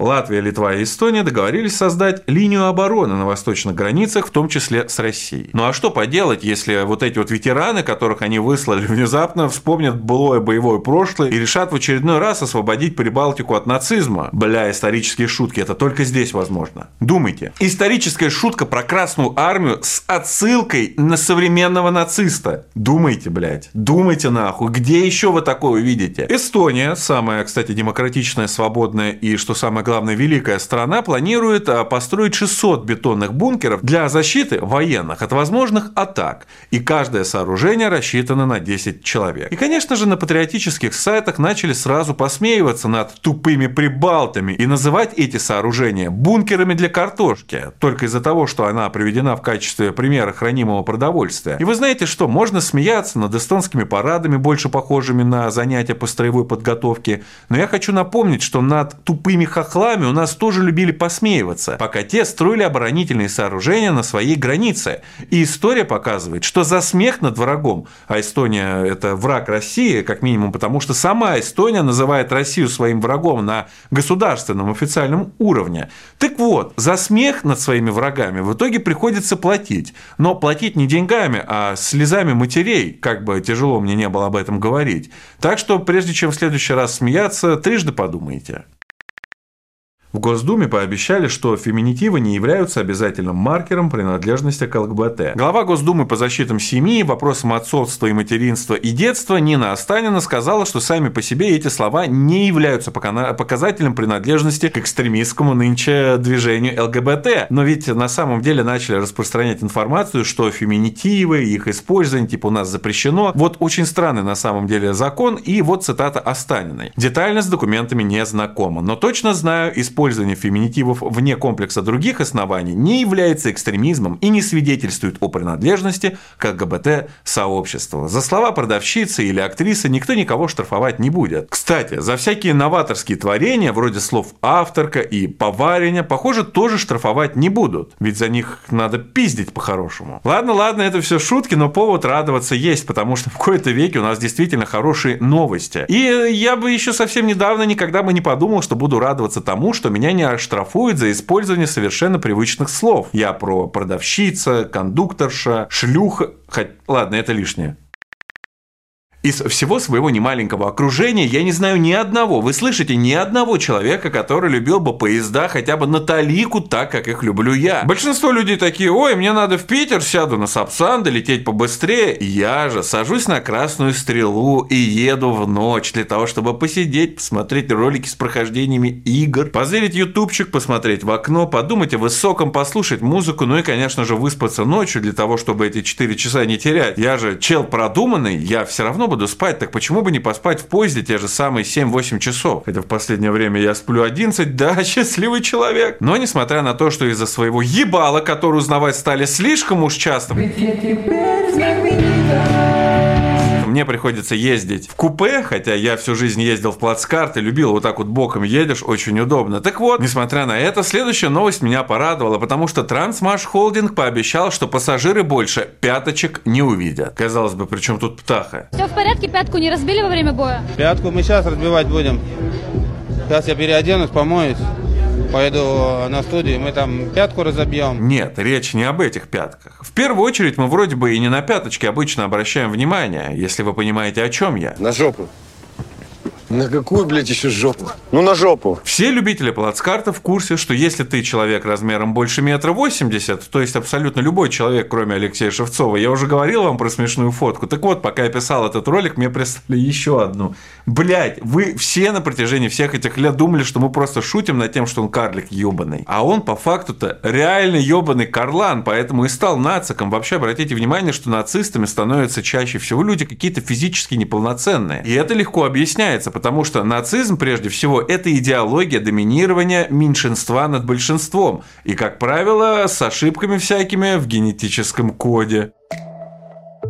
Латвия, Литва и Эстония договорились создать линию обороны на восточных границах, в том числе с Россией. Ну а что поделать, если вот эти вот ветераны, которых они выслали, внезапно вспомнят былое боевое прошлое и решат в очередной раз освободить Прибалтику от нацизма? Бля, исторические шутки, это только здесь возможно. Думайте. Историческая шутка про Красную армию с отсылкой на современного нациста. Думайте, блядь. Думайте нахуй. Где еще вы такое увидите? Эстония, самая, кстати, демократичная, свободная и, что самое главное, великая страна, планирует построить 600 бетонных бункеров для защиты военных от возможных атак. И каждое сооружение рассчитано на 10 человек. И, конечно же, на патриотических сайтах начали сразу посмеиваться над тупыми прибалтами и называть эти сооружения бункерами для картошки, только из-за того, что она приведена в качестве примера хранимого продовольствия. И вы знаете что, можно смеяться над эстонскими парадами, больше похожими на занятия по строевой подготовке, но я хочу напомнить, что над тупыми хохлами у нас тоже любили посмеиваться, пока те строили оборонительные сооружения на своей границе. И история показывает, что за смех над врагом, а Эстония – это враг России, как минимум, потому что сама Эстония называет Россию своим врагом на государственном официальном уровне. Так вот, за смех над своими врагами в итоге приходится платить. Но платить не деньгами, а слезами матерей, как бы тяжело мне не было об этом говорить. Так что, прежде чем в следующий раз смеяться, трижды подумайте. В Госдуме пообещали, что феминитивы не являются обязательным маркером принадлежности к ЛГБТ. Глава Госдумы по защитам семьи, вопросам отцовства и материнства и детства Нина Останина сказала, что сами по себе эти слова не являются показателем принадлежности к экстремистскому нынче движению ЛГБТ. Но ведь на самом деле начали распространять информацию, что феминитивы, их использование типа у нас запрещено. Вот очень странный на самом деле закон, и вот цитата Останиной. Детально с документами не знакома, но точно знаю, использование феминитивов вне комплекса других оснований не является экстремизмом и не свидетельствует о принадлежности к ЛГБТ-сообществу. За слова продавщицы или актрисы никто никого штрафовать не будет. Кстати, за всякие новаторские творения, вроде слов «авторка» и «повариня», похоже, тоже штрафовать не будут, ведь за них надо пиздить по-хорошему. Ладно, это все шутки, но повод радоваться есть, потому что в кои-то веке у нас действительно хорошие новости. И я бы еще совсем недавно никогда бы не подумал, что буду радоваться тому, что меня не оштрафуют за использование совершенно привычных слов. Я про продавщица, кондукторша, шлюха. Ладно, это лишнее. Из всего своего немаленького окружения я не знаю ни одного, вы слышите, ни одного человека, который любил бы поезда хотя бы на талику так, как их люблю я. Большинство людей такие: ой, мне надо в Питер, сяду на Сапсан, долететь побыстрее. Я же сажусь на Красную Стрелу и еду в ночь для того, чтобы посидеть, посмотреть ролики с прохождениями игр, позырить ютубчик, посмотреть в окно, подумать о высоком, послушать музыку, ну и, конечно же, выспаться ночью для того, чтобы эти 4 часа не терять. Я же чел продуманный, я все равно буду спать, так почему бы не поспать в поезде те же самые 7-8 часов? Это в последнее время я сплю 11, да, счастливый человек. Но несмотря на то, что из-за своего ебала, который узнавать стали слишком уж часто, мне приходится ездить в купе, хотя я всю жизнь ездил в плацкарт и любил вот так вот боком едешь, очень удобно. Так вот, несмотря на это, следующая новость меня порадовала, потому что Трансмаш Холдинг пообещал, что пассажиры больше пяточек не увидят. Казалось бы, при чем тут птаха? Все в порядке, пятку не разбили во время боя? Пятку мы сейчас разбивать будем. Сейчас я переоденусь, помоюсь. Пойду на студию, мы там пятку разобьем. Нет, речь не об этих пятках. В первую очередь мы вроде бы и не на пяточки обычно обращаем внимание, если вы понимаете, о чем я. На жопу. На какую, блядь, еще жопу? Ну, на жопу. Все любители плацкарта в курсе, что если ты человек размером больше 1,80 м, то есть абсолютно любой человек, кроме Алексея Шевцова, я уже говорил вам про смешную фотку. Так вот, пока я писал этот ролик, мне прислали еще одну. Блядь, вы все на протяжении всех этих лет думали, что мы просто шутим над тем, что он карлик ебаный. А он по факту-то реально ебаный карлан, поэтому и стал нациком. Вообще, обратите внимание, что нацистами становятся чаще всего люди какие-то физически неполноценные. И это легко объясняется, потому что нацизм, прежде всего, это идеология доминирования меньшинства над большинством. И, как правило, с ошибками всякими в генетическом коде.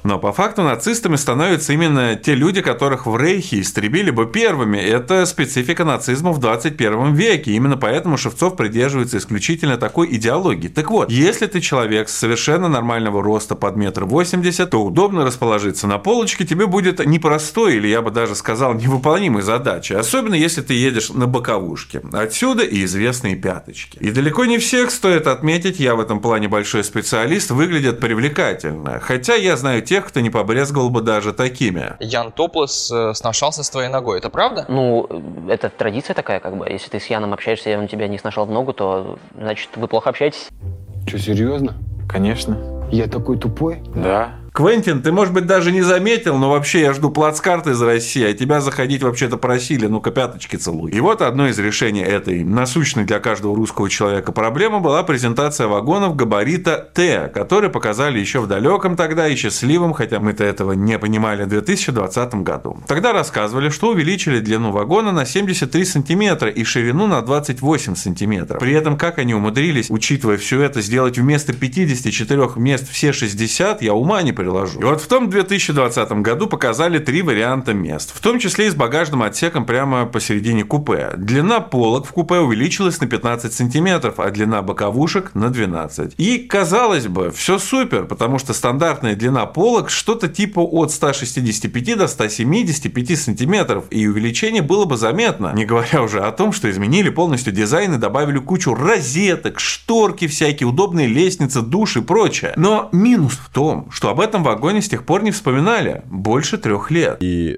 Но по факту нацистами становятся именно те люди, которых в Рейхе истребили бы первыми. Это специфика нацизма в 21 веке. Именно поэтому Шевцов придерживается исключительно такой идеологии. Так вот, если ты человек с совершенно нормального роста под 1,80 м, то удобно расположиться на полочке тебе будет непростой, или я бы даже сказал, невыполнимой задачей. Особенно если ты едешь на боковушке. Отсюда и известные пяточки. И далеко не всех, стоит отметить, я в этом плане большой специалист, выглядят привлекательно. Хотя я знаю тех, кто не побрезговал бы даже такими. Ян Топлес сношался с твоей ногой, это правда? Ну, это традиция такая, как бы. Если ты с Яном общаешься, и он тебя не сношал в ногу, то, значит, вы плохо общаетесь. Что, серьезно? Конечно. Я такой тупой? Да. Квентин, ты, может быть, даже не заметил, но вообще я жду плацкарт из России, а тебя заходить вообще-то просили, ну-ка пяточки целуй. И вот одно из решений этой насущной для каждого русского человека проблемы была презентация вагонов габарита Т, которые показали еще в далеком тогда и счастливом, хотя мы-то этого не понимали, 2020 году. Тогда рассказывали, что увеличили длину вагона на 73 сантиметра и ширину на 28 сантиметров. При этом, как они умудрились, учитывая все это, сделать вместо 54 мест все 60, я ума не приложу. И вот в том 2020 году показали 3 варианта мест, в том числе и с багажным отсеком прямо посередине купе. Длина полок в купе увеличилась на 15 сантиметров, а длина боковушек на 12. И, казалось бы, все супер, потому что стандартная длина полок что-то типа от 165 до 175 сантиметров, и увеличение было бы заметно, не говоря уже о том, что изменили полностью дизайн и добавили кучу розеток, шторки всякие, удобные лестницы, душ и прочее. Но минус в том, что об этом вагоне с тех пор не вспоминали больше 3 лет. И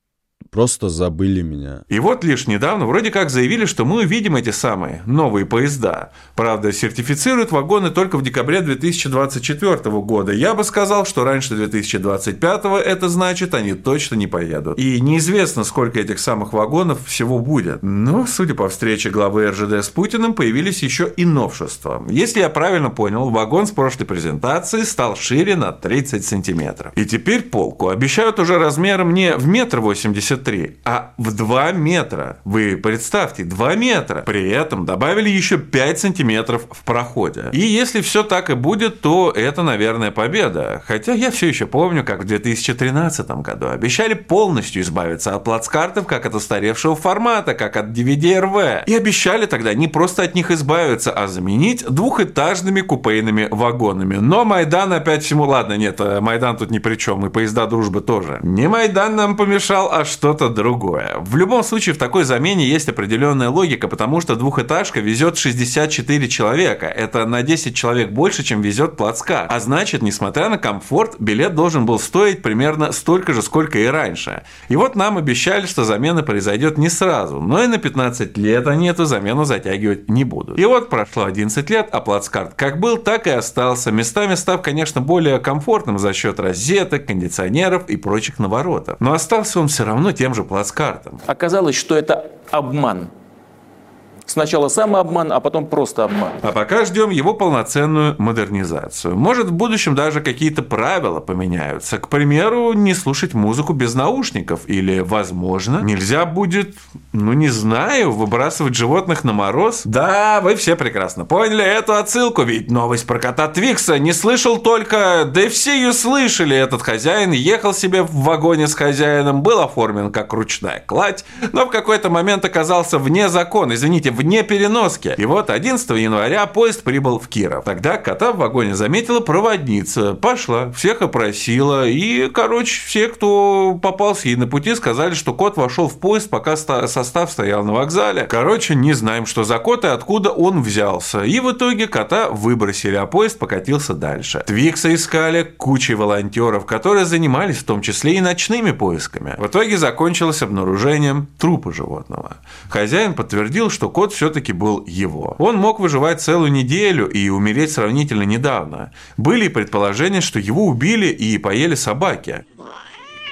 просто забыли меня. И вот лишь недавно вроде как заявили, что мы увидим эти самые новые поезда. Правда, сертифицируют вагоны только в декабре 2024 года. Я бы сказал, что раньше 2025 это значит, они точно не поедут. И неизвестно, сколько этих самых вагонов всего будет. Но, судя по встрече главы РЖД с Путиным, появились еще и новшества. Если я правильно понял, вагон с прошлой презентации стал шире на 30 сантиметров. И теперь полку обещают уже размером не в 1,83 м, а в 2 метра. Вы представьте, 2 метра. При этом добавили еще 5 сантиметров в проходе. И если все так и будет, то это, наверное, победа. Хотя я все еще помню, как в 2013 году обещали полностью избавиться от плацкартов, как от устаревшего формата, как от DVD-RV. И обещали тогда не просто от них избавиться, а заменить двухэтажными купейными вагонами. Но Майдан опять всему... Ладно, нет, Майдан тут ни при чем, и поезда дружбы тоже. Не Майдан нам помешал, а что-то другое. В любом случае, в такой замене есть определенная логика, потому что двухэтажка везет 64 человека. Это на 10 человек больше, чем везет плацкарт. А значит, несмотря на комфорт, билет должен был стоить примерно столько же, сколько и раньше. И вот нам обещали, что замена произойдет не сразу, но и на 15 лет они эту замену затягивать не будут. И вот прошло 11 лет, а плацкарт как был, так и остался, местами став, конечно, более комфортным за счет розеток, кондиционеров и прочих наворотов. Но остался он все равно тем же плацкартом. Оказалось, что это обман. Сначала самообман, а потом просто обман. А пока ждем его полноценную модернизацию. Может, в будущем даже какие-то правила поменяются. К примеру, не слушать музыку без наушников. Или, возможно, нельзя будет, не знаю, выбрасывать животных на мороз. Да, вы все прекрасно поняли эту отсылку, ведь новость про кота Твикса не слышал только... Да и все ее слышали. Этот хозяин ехал себе в вагоне с хозяином, был оформлен как ручная кладь, но в какой-то момент оказался вне закона. Извините, вне переноски. И вот 11 января поезд прибыл в Киров. Тогда кота в вагоне заметила проводница. Пошла, всех опросила. И, все, кто попался ей на пути, сказали, что кот вошел в поезд, пока состав стоял на вокзале. Не знаем, что за кот и откуда он взялся. И в итоге кота выбросили, а поезд покатился дальше. Твикса искали кучей волонтеров, которые занимались в том числе и ночными поисками. В итоге закончилось обнаружением трупа животного. Хозяин подтвердил, что кот все-таки был его. Он мог выживать целую неделю и умереть сравнительно недавно. Были предположения, что его убили и поели собаки.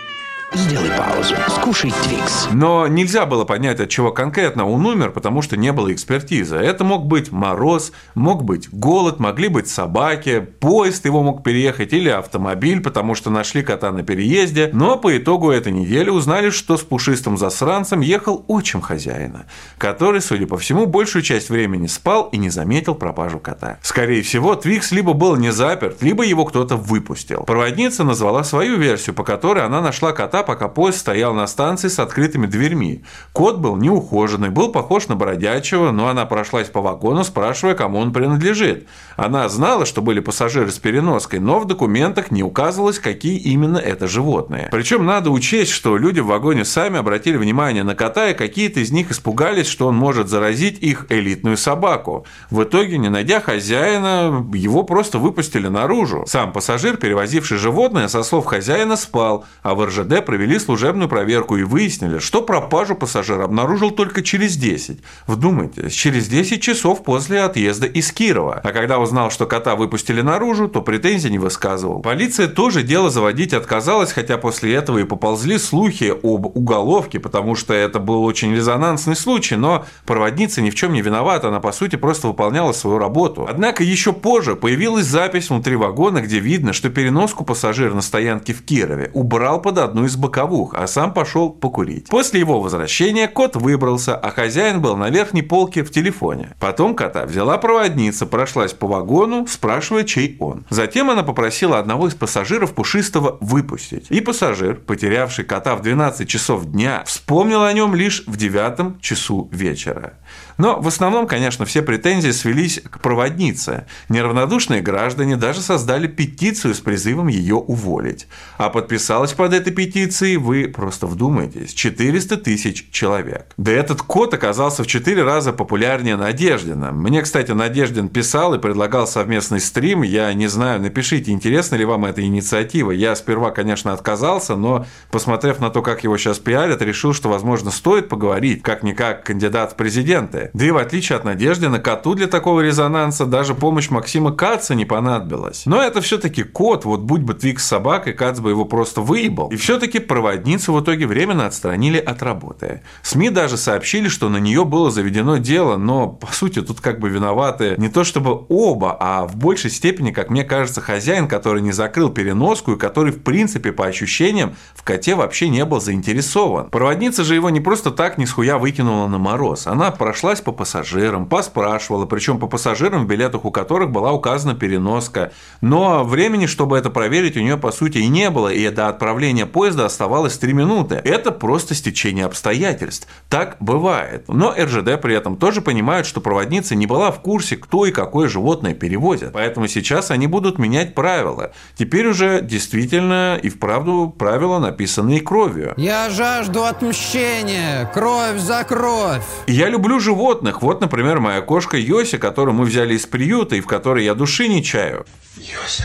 Сделай паузу, скушай Твикс. Но нельзя было понять, от чего конкретно он умер, потому что не было экспертизы. Это мог быть мороз, мог быть голод, могли быть собаки, поезд его мог переехать или автомобиль, потому что нашли кота на переезде. Но по итогу этой недели узнали, что с пушистым засранцем ехал отчим хозяина, который, судя по всему, большую часть времени спал и не заметил пропажу кота. Скорее всего, Твикс либо был не заперт, либо его кто-то выпустил. Проводница назвала свою версию, по которой она нашла кота, пока поезд стоял на станции с открытыми дверьми. Кот был неухоженный, был похож на бродячего, но она прошлась по вагону, спрашивая, кому он принадлежит. Она знала, что были пассажиры с переноской, но в документах не указывалось, какие именно это животные. Причем надо учесть, что люди в вагоне сами обратили внимание на кота, и какие-то из них испугались, что он может заразить их элитную собаку. В итоге, не найдя хозяина, его просто выпустили наружу. Сам пассажир, перевозивший животное, со слов хозяина, спал, а в РЖД провели служебную проверку и выяснили, что пропажу пассажир обнаружил только через 10. Вдумайтесь, через 10 часов после отъезда из Кирова. А когда узнал, что кота выпустили наружу, то претензий не высказывал. Полиция тоже дело заводить отказалась, хотя после этого и поползли слухи об уголовке, потому что это был очень резонансный случай, но проводница ни в чем не виновата, она по сути просто выполняла свою работу. Однако еще позже появилась запись внутри вагона, где видно, что переноску пассажира на стоянке в Кирове убрал под одну из боковух, а сам пошел покурить. После его возвращения кот выбрался, а хозяин был на верхней полке в телефоне. Потом кота взяла проводница, прошлась по вагону, спрашивая, чей он. Затем она попросила одного из пассажиров пушистого выпустить. И пассажир, потерявший кота в 12 часов дня, вспомнил о нем лишь в 9 часу вечера. Но в основном, конечно, все претензии свелись к проводнице. Неравнодушные граждане даже создали петицию с призывом ее уволить. А подписалось под этой петицией, вы просто вдумайтесь, 400 тысяч человек. Да этот кот оказался в 4 раза популярнее Надеждина. Мне, кстати, Надеждин писал и предлагал совместный стрим. Я не знаю, напишите, интересна ли вам эта инициатива. Я сперва, конечно, отказался, но, посмотрев на то, как его сейчас пиарят, решил, что, возможно, стоит поговорить, как-никак кандидат в президенты. Да и в отличие от Надеждина, коту для такого резонанса даже помощь Максима Каца не понадобилась. Но это все-таки кот, вот будь бы Твикс собакой, Кац бы его просто выебал. И все-таки проводницу в итоге временно отстранили от работы. СМИ даже сообщили, что на нее было заведено дело, но, по сути, тут как бы виноваты не то чтобы оба, а в большей степени, как мне кажется, хозяин, который не закрыл переноску и который, в принципе, по ощущениям, в коте вообще не был заинтересован. Проводница же его не просто так ни с хуя выкинула на мороз. Она прошлась по пассажирам, поспрашивала, причем по пассажирам, в билетах у которых была указана переноска. Но времени, чтобы это проверить, у нее, по сути, и не было, и до отправления поезда оставалось 3 минуты. Это просто стечение обстоятельств. Так бывает. Но РЖД при этом тоже понимают, что проводница не была в курсе, кто и какое животное перевозят. Поэтому сейчас они будут менять правила. Теперь уже действительно и вправду правила, написанные кровью. Я жажду отмщения. Кровь за кровь. Я люблю животных. Вот, например, моя кошка Йося, которую мы взяли из приюта и в которой я души не чаю. Йося.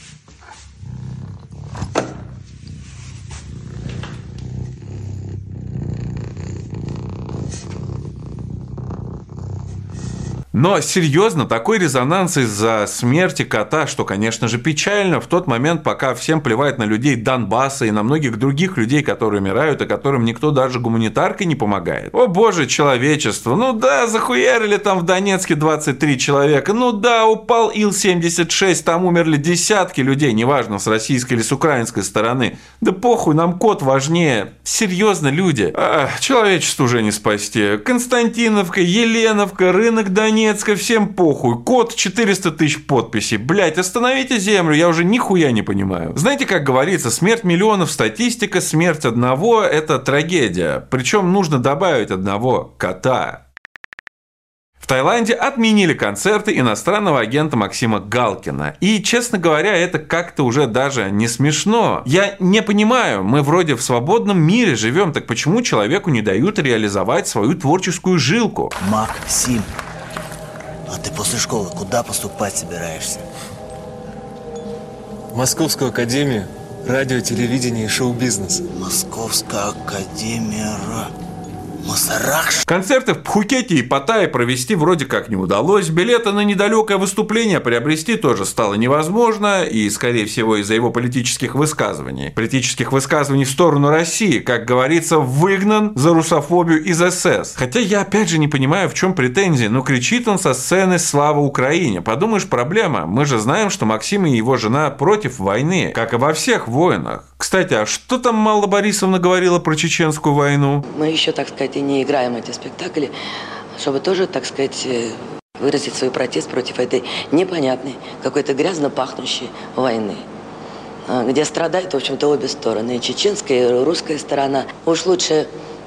Но серьезно, такой резонанс из-за смерти кота, что, конечно же, печально, в тот момент, пока всем плевать на людей Донбасса и на многих других людей, которые умирают, и которым никто даже гуманитаркой не помогает. О боже, человечество, ну да, захуярили там в Донецке 23 человека, ну да, упал Ил-76, там умерли десятки людей, неважно, с российской или с украинской стороны. Да похуй, нам кот важнее. Серьезно, люди. Человечество уже не спасти. Константиновка, Еленовка, рынок Донецка. Всем похуй. Кот 400 тысяч подписей. Блять, остановите землю, я уже нихуя не понимаю. Знаете, как говорится, смерть миллионов статистика, смерть одного – это трагедия. Причем нужно добавить одного кота. В Таиланде отменили концерты иностранного агента Максима Галкина. И, честно говоря, это как-то уже даже не смешно. Я не понимаю, мы вроде в свободном мире живем, так почему человеку не дают реализовать свою творческую жилку? Максим, а ты после школы куда поступать собираешься? В Московскую академию радио, телевидение и шоу-бизнес. Московская академия Мусорах. Концерты в Пхукете и Паттайе провести вроде как не удалось, билеты на недалекое выступление приобрести тоже стало невозможно, и, скорее всего, из-за его политических высказываний. Политических высказываний в сторону России, как говорится, выгнан за русофобию из СС. Хотя я опять же не понимаю, в чем претензии, но кричит он со сцены «Слава Украине». Подумаешь, проблема. Мы же знаем, что Максим и его жена против войны, как и во всех войнах. Кстати, а что там Малла Борисовна говорила про чеченскую войну? Мы еще, так сказать, и не играем эти спектакли, чтобы тоже, так сказать, выразить свой протест против этой непонятной, какой-то грязно пахнущей войны, где страдают, в общем-то, обе стороны, и чеченская, и русская сторона. Уж лучше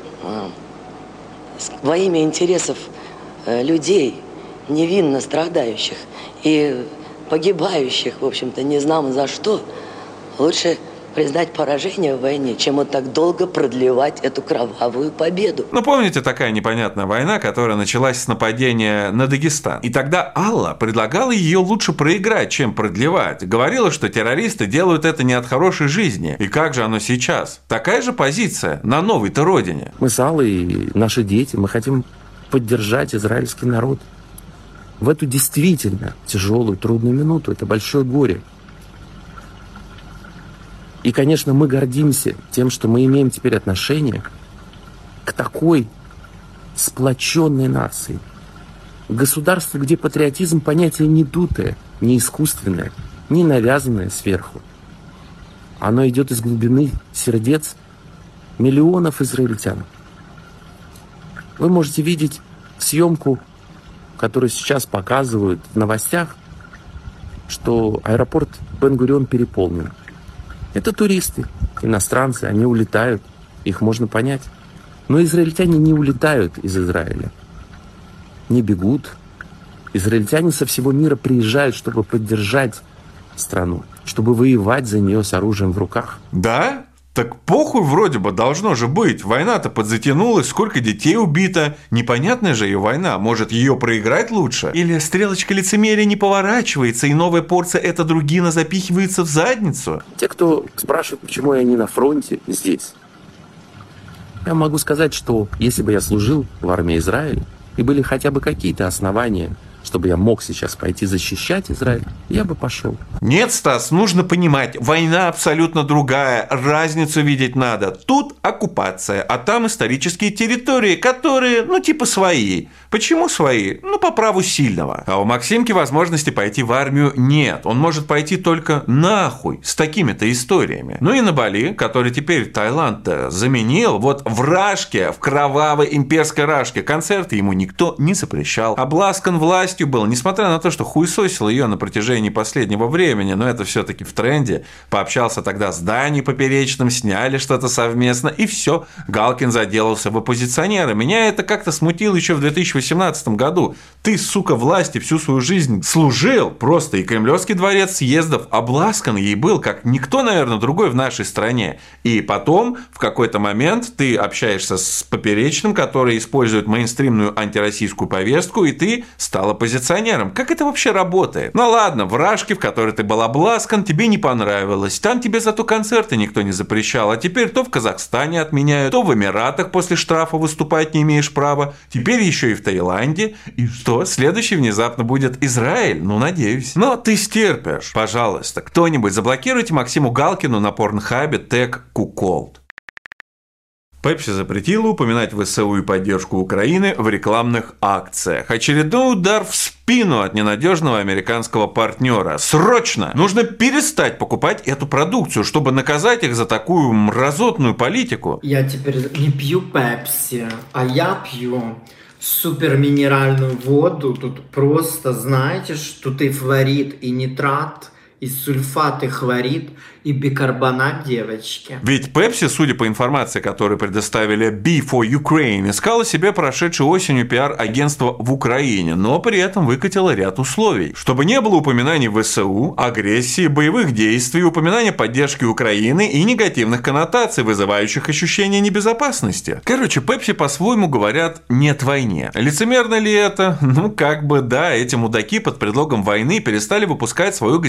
во имя интересов людей, невинно страдающих и погибающих, в общем-то, не знамо за что, лучше признать поражение в войне, чем вот так долго продлевать эту кровавую победу. Ну, помните, такая непонятная война, которая началась с нападения на Дагестан? И тогда Алла предлагала ее лучше проиграть, чем продлевать. Говорила, что террористы делают это не от хорошей жизни. И как же оно сейчас? Такая же позиция на новой-то родине. Мы с Аллой и наши дети, мы хотим поддержать израильский народ в эту действительно тяжелую, трудную минуту. Это большое горе. И, конечно, мы гордимся тем, что мы имеем теперь отношение к такой сплоченной нации. Государство, где патриотизм понятие не дутое, не искусственное, не навязанное сверху. Оно идет из глубины сердец миллионов израильтян. Вы можете видеть съемку, которую сейчас показывают в новостях, что аэропорт Бен-Гурион переполнен. Это туристы, иностранцы, они улетают, их можно понять. Но израильтяне не улетают из Израиля, не бегут. Израильтяне со всего мира приезжают, чтобы поддержать страну, чтобы воевать за нее с оружием в руках. Да? Так похуй вроде бы должно же быть. Война-то подзатянулась, сколько детей убито. Непонятная же ее война. Может, ее проиграть лучше? Или стрелочка лицемерия не поворачивается, и новая порция эта другина запихивается в задницу? Те, кто спрашивает, почему я не на фронте здесь, я могу сказать, что если бы я служил в армии Израиля, и были хотя бы какие-то основания, чтобы я мог сейчас пойти защищать Израиль, я бы пошел. Нет, Стас, нужно понимать, война абсолютно другая, разницу видеть надо. Тут оккупация, а там исторические территории, которые, ну, типа свои. Почему свои? Ну, по праву сильного. А у Максимки возможности пойти в армию нет. Он может пойти только нахуй с такими-то историями. Ну и на Бали, который теперь Таиланд-то заменил, вот в Рашке, в кровавой имперской Рашке, концерты ему никто не запрещал. Обласкан властью был, несмотря на то, что хуесосил ее на протяжении последнего времени, но это все-таки в тренде. Пообщался тогда с Даней Поперечным, сняли что-то совместно, и все. Галкин заделался в оппозиционера. Меня это как-то смутило еще в 2018 году. Ты, сука, власти всю свою жизнь служил просто, и Кремлевский дворец съездов обласкан ей был, как никто, наверное, другой в нашей стране. И потом, в какой-то момент, ты общаешься с Поперечным, который использует мейнстримную антироссийскую повестку, и ты стал оппозиционером. Как это вообще работает? Ну ладно, в Рашке, в которой ты был обласкан, тебе не понравилось. Там тебе зато концерты никто не запрещал. А теперь то в Казахстане отменяют, то в Эмиратах после штрафа выступать не имеешь права. Теперь еще и в Таиланде. И что? Следующий внезапно будет Израиль? Ну, надеюсь. Но ты стерпишь. Пожалуйста, кто-нибудь заблокируйте Максиму Галкину на порнхабе тег Куколд. Пепси запретила упоминать ВСУ и поддержку Украины в рекламных акциях. Очередной удар в спину от ненадежного американского партнера. Срочно! Нужно перестать покупать эту продукцию, чтобы наказать их за такую мразотную политику. Я теперь не пью Пепси, а я пью суперминеральную воду. Тут просто, знаете, что тут и флорид, и нитрат, и сульфат, и хлорид, и бикарбонат, девочки. Ведь Pepsi, судя по информации, которую предоставили Be4Ukraine, искала себе прошедшей осенью пиар-агентство в Украине, но при этом выкатила ряд условий. Чтобы не было упоминаний ВСУ, агрессии, боевых действий, упоминания поддержки Украины и негативных коннотаций, вызывающих ощущение небезопасности. Короче, Pepsi по-своему говорят «нет войне». Лицемерно ли это? Ну, как бы да, эти мудаки под предлогом войны перестали выпускать свою газировку в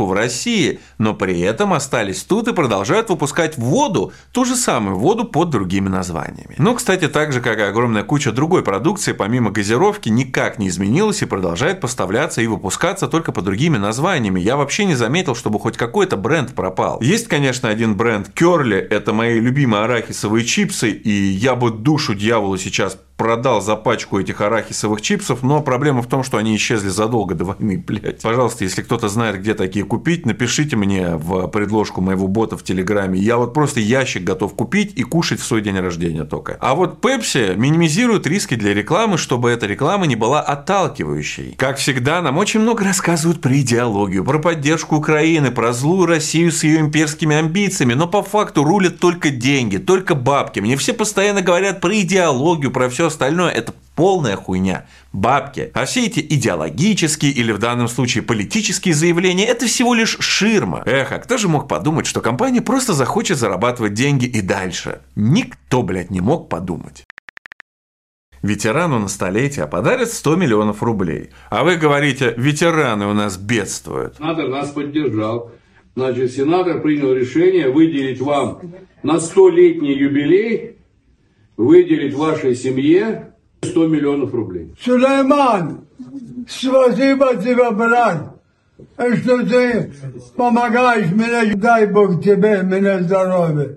в России, но при этом остались тут и продолжают выпускать воду, ту же самую воду под другими названиями. Ну, кстати, так же, как и огромная куча другой продукции, помимо газировки, никак не изменилась и продолжает поставляться и выпускаться только под другими названиями. Я вообще не заметил, чтобы хоть какой-то бренд пропал. Есть, конечно, один бренд Curly, это мои любимые арахисовые чипсы, и я бы душу дьяволу сейчас продал за пачку этих арахисовых чипсов, но проблема в том, что они исчезли задолго до войны, блядь. Пожалуйста, если кто-то знает, где такие купить, напишите мне в предложку моего бота в Телеграме. Я вот просто ящик готов купить и кушать в свой день рождения только. А вот Pepsi минимизирует риски для рекламы, чтобы эта реклама не была отталкивающей. Как всегда, нам очень много рассказывают про идеологию, про поддержку Украины, про злую Россию с ее имперскими амбициями, но по факту рулят только деньги, только бабки. Мне все постоянно говорят про идеологию, про все остальное. Это полная хуйня. Бабки. А все эти идеологические или в данном случае политические заявления – это всего лишь ширма. Эх, а кто же мог подумать, что компания просто захочет зарабатывать деньги и дальше? Никто, блядь, не мог подумать. Ветерану на столетие подарят 100 миллионов рублей. А вы говорите, ветераны у нас бедствуют. Сенатор нас поддержал. Значит, сенатор принял решение выделить вам на 100-летний юбилей, выделить вашей семье 100 миллионов рублей. Сулейман, спасибо тебе, брат, что ты помогаешь мне, дай Бог тебе, мне здоровья.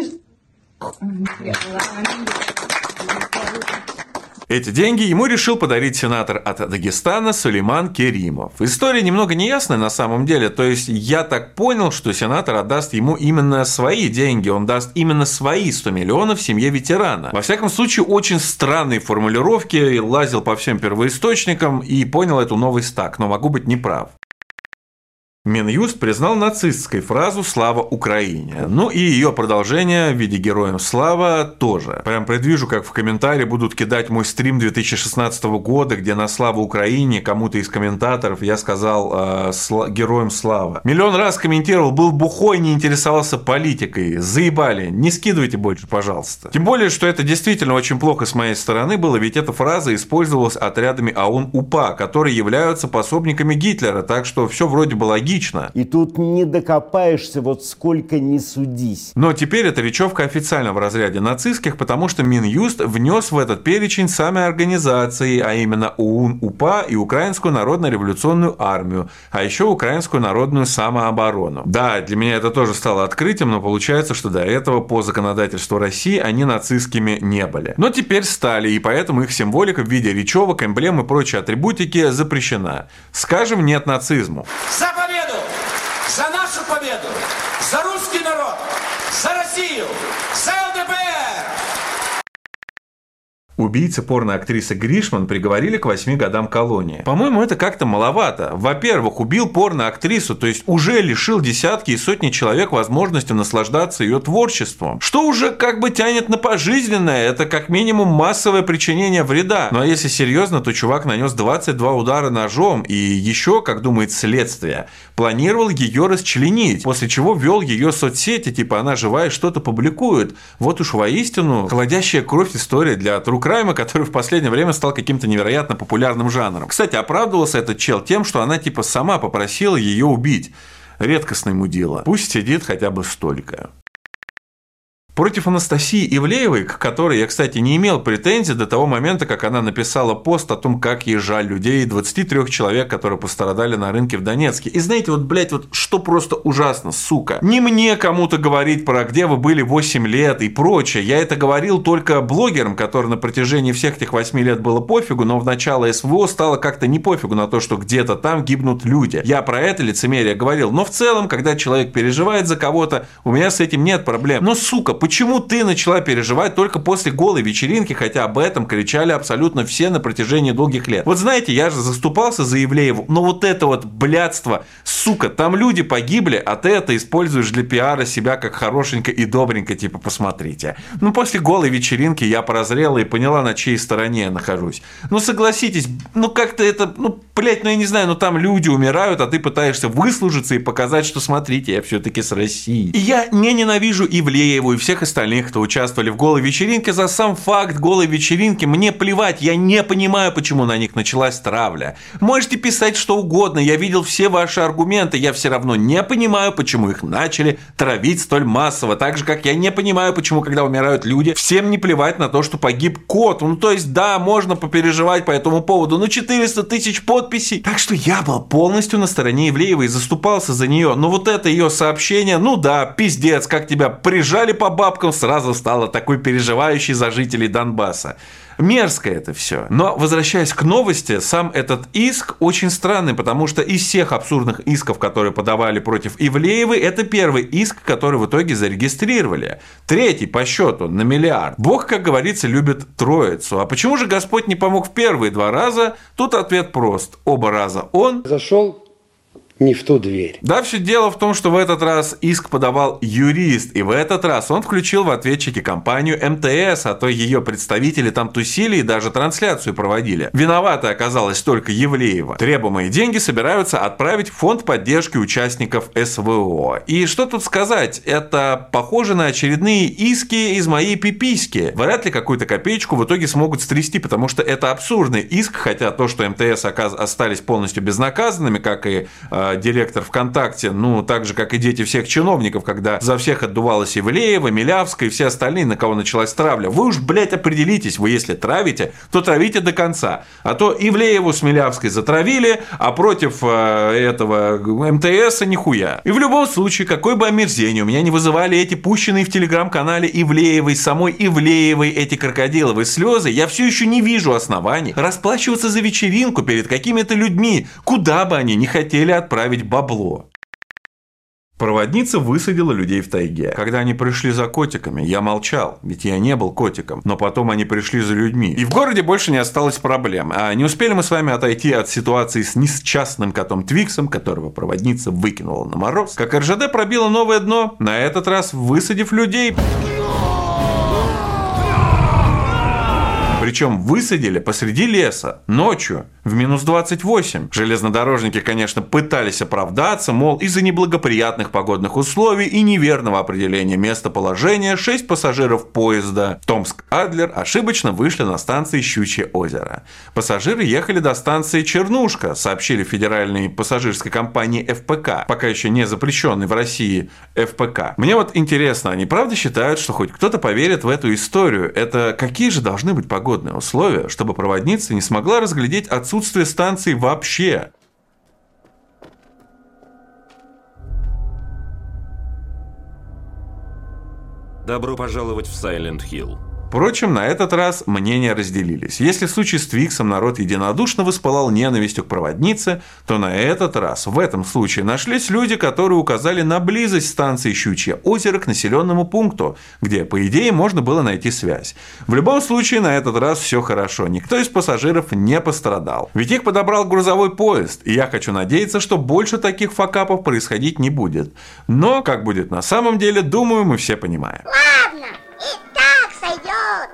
Эти деньги ему решил подарить сенатор от Дагестана Сулейман Керимов. История немного неясная на самом деле, то есть я так понял, что сенатор отдаст ему именно свои деньги, он даст именно свои 100 миллионов семье ветерана. Во всяком случае, очень странные формулировки, лазил по всем первоисточникам и понял эту новость так, но могу быть неправ. Минюст признал нацистской фразу «Слава Украине». Ну и ее продолжение в виде «Героям слава» тоже. Прям предвижу, как в комментарии будут кидать мой стрим 2016 года, где на «Славу Украине» кому-то из комментаторов я сказал «Героям слава». Миллион раз комментировал, был бухой, не интересовался политикой. Заебали, не скидывайте больше, пожалуйста. Тем более, что это действительно очень плохо с моей стороны было, ведь эта фраза использовалась отрядами ОУН-УПА, которые являются пособниками Гитлера, так что все вроде бы логично. И тут не докопаешься, вот сколько не судись. Но теперь эта речевка официально в разряде нацистских, потому что Минюст внес в этот перечень сами организации, а именно ОУН-УПА и Украинскую народно-революционную армию, а еще Украинскую народную самооборону. Да, для меня это тоже стало открытием, но получается, что до этого по законодательству России они нацистскими не были. Но теперь стали, и поэтому их символика в виде речевок, эмблем и прочей атрибутики запрещена. Скажем нет нацизму. За победу! За нашу победу! За русский народ! За Россию! За ЛДПР! Убийцы порноактрисы Гришман приговорили к 8 годам колонии. По-моему, это как-то маловато. Во-первых, убил порноактрису, то есть уже лишил десятки и сотни человек возможности наслаждаться ее творчеством. Что уже как бы тянет на пожизненное, это как минимум массовое причинение вреда. Ну а если серьезно, то чувак нанес 22 удара ножом и еще, как думает следствие, планировал ее расчленить, после чего ввел ее в соцсети, типа она живая, что-то публикует. Вот уж воистину холодящая кровь история для true crime, который в последнее время стал каким-то невероятно популярным жанром. Кстати, оправдывался этот чел тем, что она типа сама попросила ее убить. Редкостный мудила. Пусть сидит хотя бы столько. Против Анастасии Ивлеевой, к которой я, кстати, не имел претензий до того момента, как она написала пост о том, как ей жаль людей, 23 человек, которые пострадали на рынке в Донецке. И знаете, вот, блядь, вот что просто ужасно, сука. Не мне кому-то говорить про где вы были 8 лет и прочее. Я это говорил только блогерам, которым на протяжении всех этих 8 лет было пофигу, но в начало СВО стало как-то не пофигу на то, что где-то там гибнут люди. Я про это лицемерие говорил. Но в целом, когда человек переживает за кого-то, у меня с этим нет проблем. Но, сука, почему ты начала переживать только после голой вечеринки, хотя об этом кричали абсолютно все на протяжении долгих лет? Вот знаете, я же заступался за Ивлееву, но вот это вот блядство, сука, там люди погибли, а ты это используешь для пиара себя как хорошенько и добренько, типа посмотрите. Ну после голой вечеринки я прозрела и поняла, на чьей стороне я нахожусь. Ну согласитесь, ну как-то это, ну блядь, ну я не знаю, ну там люди умирают, а ты пытаешься выслужиться и показать, что смотрите, я все-таки с Россией. И я не ненавижу Ивлееву и вся всех остальных, кто участвовали в голой вечеринке. За сам факт голой вечеринки мне плевать, я не понимаю, почему на них началась травля. Можете писать что угодно, я видел все ваши аргументы, я все равно не понимаю, почему их начали травить столь массово. Так же, как я не понимаю, почему, когда умирают люди, всем не плевать на то, что погиб кот. Ну, то есть, да, можно попереживать по этому поводу, но 400 тысяч подписей. Так что я был полностью на стороне Ивлеевой и заступался за нее. Но вот это ее сообщение, ну да, пиздец, как тебя прижали по бабкам, сразу стало такой переживающей за жителей Донбасса. Мерзко это все. Но, возвращаясь к новости, сам этот иск очень странный, потому что из всех абсурдных исков, которые подавали против Ивлеевой, это первый иск, который в итоге зарегистрировали. Третий по счету на миллиард. Бог, как говорится, любит троицу. А почему же Господь не помог в первые 2 раза? Тут ответ прост. Оба раза он зашел не в ту дверь. Да, все дело в том, что в этот раз иск подавал юрист, и в этот раз он включил в ответчики компанию МТС, а то ее представители там тусили и даже трансляцию проводили. Виноватой оказалась только Ивлеева. Требуемые деньги собираются отправить в фонд поддержки участников СВО. И что тут сказать, это похоже на очередные иски из моей пиписьки. Вряд ли какую-то копеечку в итоге смогут стрясти, потому что это абсурдный иск, хотя то, что МТС остались полностью безнаказанными, как и директор ВКонтакте, ну, так же, как и дети всех чиновников, когда за всех отдувалась Ивлеева, Милявская и все остальные, на кого началась травля. Вы уж, блядь, определитесь, вы если травите, то травите до конца. А то Ивлееву с Милявской затравили, а против этого МТСа нихуя. И в любом случае, какое бы омерзение у меня не вызывали эти пущенные в телеграм-канале Ивлеевой, самой Ивлеевой эти крокодиловые слезы, я все еще не вижу оснований расплачиваться за вечеринку перед какими-то людьми, куда бы они ни хотели отправить бабло. Проводница высадила людей в тайге. Когда они пришли за котиками, я молчал, ведь я не был котиком. Но потом они пришли за людьми. И в городе больше не осталось проблем. А не успели мы с вами отойти от ситуации с несчастным котом Твиксом, которого проводница выкинула на мороз, как РЖД пробила новое дно, на этот раз высадив людей. Причем высадили посреди леса, ночью, в минус 28. Железнодорожники, конечно, пытались оправдаться, мол, из-за неблагоприятных погодных условий и неверного определения местоположения 6 пассажиров поезда Томск-Адлер ошибочно вышли на станции Щучье озеро. Пассажиры ехали до станции Чернушка, сообщили федеральной пассажирской компании ФПК, пока еще не запрещенной в России ФПК. Мне вот интересно, они правда считают, что хоть кто-то поверит в эту историю? Это какие же должны быть погодные условия, чтобы проводница не смогла разглядеть отсутствие станции вообще? Добро пожаловать в Сайленд-Хилл. Впрочем, на этот раз мнения разделились. Если в случае с Твиксом народ единодушно воспылал ненавистью к проводнице, то на этот раз, в этом случае, нашлись люди, которые указали на близость станции Щучье озеро к населенному пункту, где, по идее, можно было найти связь. В любом случае, на этот раз все хорошо, никто из пассажиров не пострадал. Ведь их подобрал грузовой поезд, и я хочу надеяться, что больше таких факапов происходить не будет. Но, как будет на самом деле, думаю, мы все понимаем. Ладно, и так сойдет.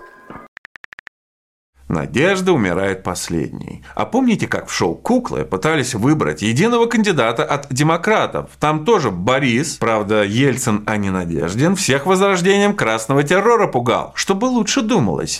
Надежда умирает последней. А помните, как в шоу «Куклы» пытались выбрать единого кандидата от демократов? Там тоже Борис, правда, Ельцин, а не Надеждин, всех возрождением красного террора пугал, чтобы лучше думалось.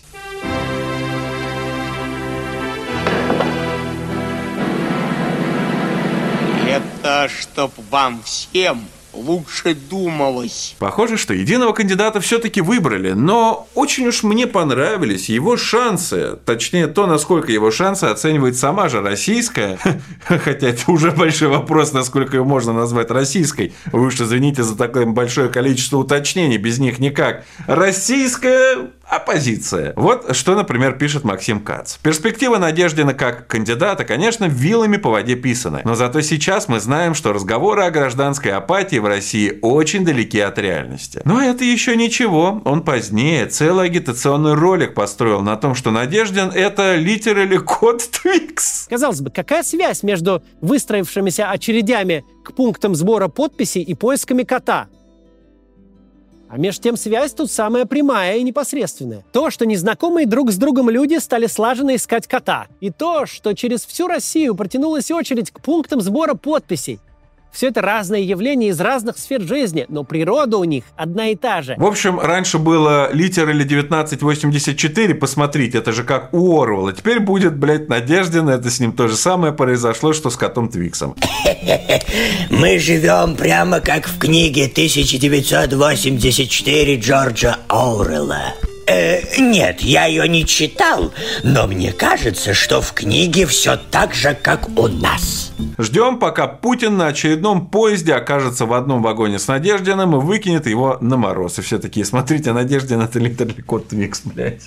Это чтоб вам всем лучше думалось. Похоже, что единого кандидата все-таки выбрали, но очень уж мне понравились его шансы. Точнее, то, насколько его шансы оценивает сама же российская. Хотя это уже большой вопрос, насколько ее можно назвать российской. Вы уж извините за такое большое количество уточнений, без них никак. Российская оппозиция. Вот что, например, пишет Максим Кац. Перспектива Надеждина как кандидата, конечно, вилами по воде писаны. Но зато сейчас мы знаем, что разговоры о гражданской апатии в России очень далеки от реальности. Но это еще ничего. Он позднее целый агитационный ролик построил на том, что Надеждин – это literally кот Твикс. Казалось бы, какая связь между выстроившимися очередями к пунктам сбора подписей и поисками кота? А между тем связь тут самая прямая и непосредственная. То, что незнакомые друг с другом люди стали слаженно искать кота. И то, что через всю Россию протянулась очередь к пунктам сбора подписей. Все это разные явления из разных сфер жизни, но природа у них одна и та же. В общем, раньше было литер или 1984, посмотрите, это же как у Орвелла. Теперь будет, блядь, Надеждин, это с ним то же самое произошло, что с котом Твиксом. Мы живем прямо как в книге 1984 Джорджа Оруэлла. Нет, я ее не читал, но мне кажется, что в книге все так же, как у нас. Ждем, пока Путин на очередном поезде окажется в одном вагоне с Надеждиным и выкинет его на мороз. И все такие, смотрите, Надеждин — это литеральный кот Твикс, блядь.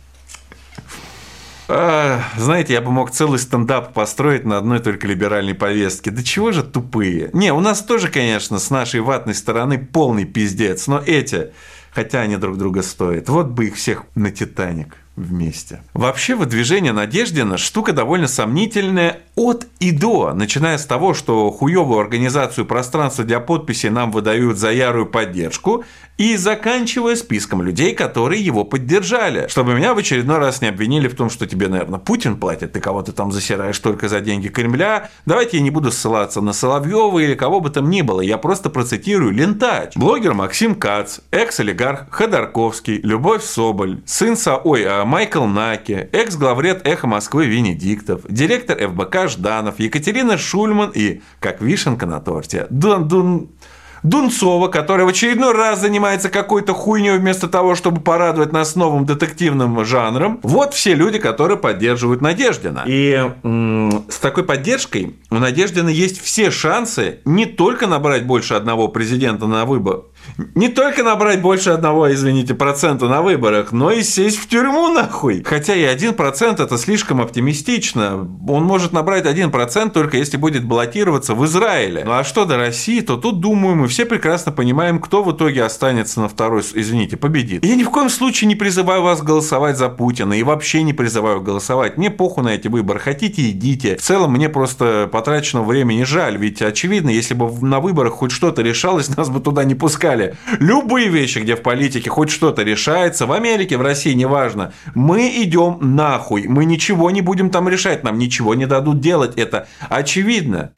Знаете, я бы мог целый стендап построить на одной только либеральной повестке. Да чего же тупые? Не, у нас тоже, конечно, с нашей ватной стороны полный пиздец, но эти... Хотя они друг друга стоят. Вот бы их всех на «Титаник» вместе. Вообще, выдвижение Надеждина штука довольно сомнительная от и до. Начиная с того, что хуёвую организацию пространства для подписей нам выдают за ярую поддержку, и заканчивая списком людей, которые его поддержали. Чтобы меня в очередной раз не обвинили в том, что тебе, наверное, Путин платит, ты кого-то там засираешь только за деньги Кремля. Давайте я не буду ссылаться на Соловьева или кого бы там ни было. Я просто процитирую Лентач. Блогер Максим Кац, экс-олигарх Ходорковский, Любовь Соболь, сын Майкл Наки, экс-главред «Эхо Москвы» Венедиктов, директор ФБК Жданов, Екатерина Шульман и, как вишенка на торте, Дунцова, которая в очередной раз занимается какой-то хуйней вместо того, чтобы порадовать нас новым детективным жанром. Вот все люди, которые поддерживают Надеждина. И с такой поддержкой у Надеждина есть все шансы не только набрать больше одного президента на выбор, не только набрать больше одного, процента на выборах, но и сесть в тюрьму нахуй. Хотя и 1% это слишком оптимистично. Он может набрать 1% только если будет баллотироваться в Израиле. Ну а что до России, то тут, думаю, мы все прекрасно понимаем, кто в итоге останется на второй, победит. Я ни в коем случае не призываю вас голосовать за Путина и вообще не призываю голосовать. Мне похуй на эти выборы. Хотите, идите. В целом, мне просто потраченного времени жаль, ведь очевидно, если бы на выборах хоть что-то решалось, нас бы туда не пускали. Любые вещи, где в политике хоть что-то решается, в Америке, в России, неважно, мы идем нахуй, мы ничего не будем там решать, нам ничего не дадут делать, это очевидно.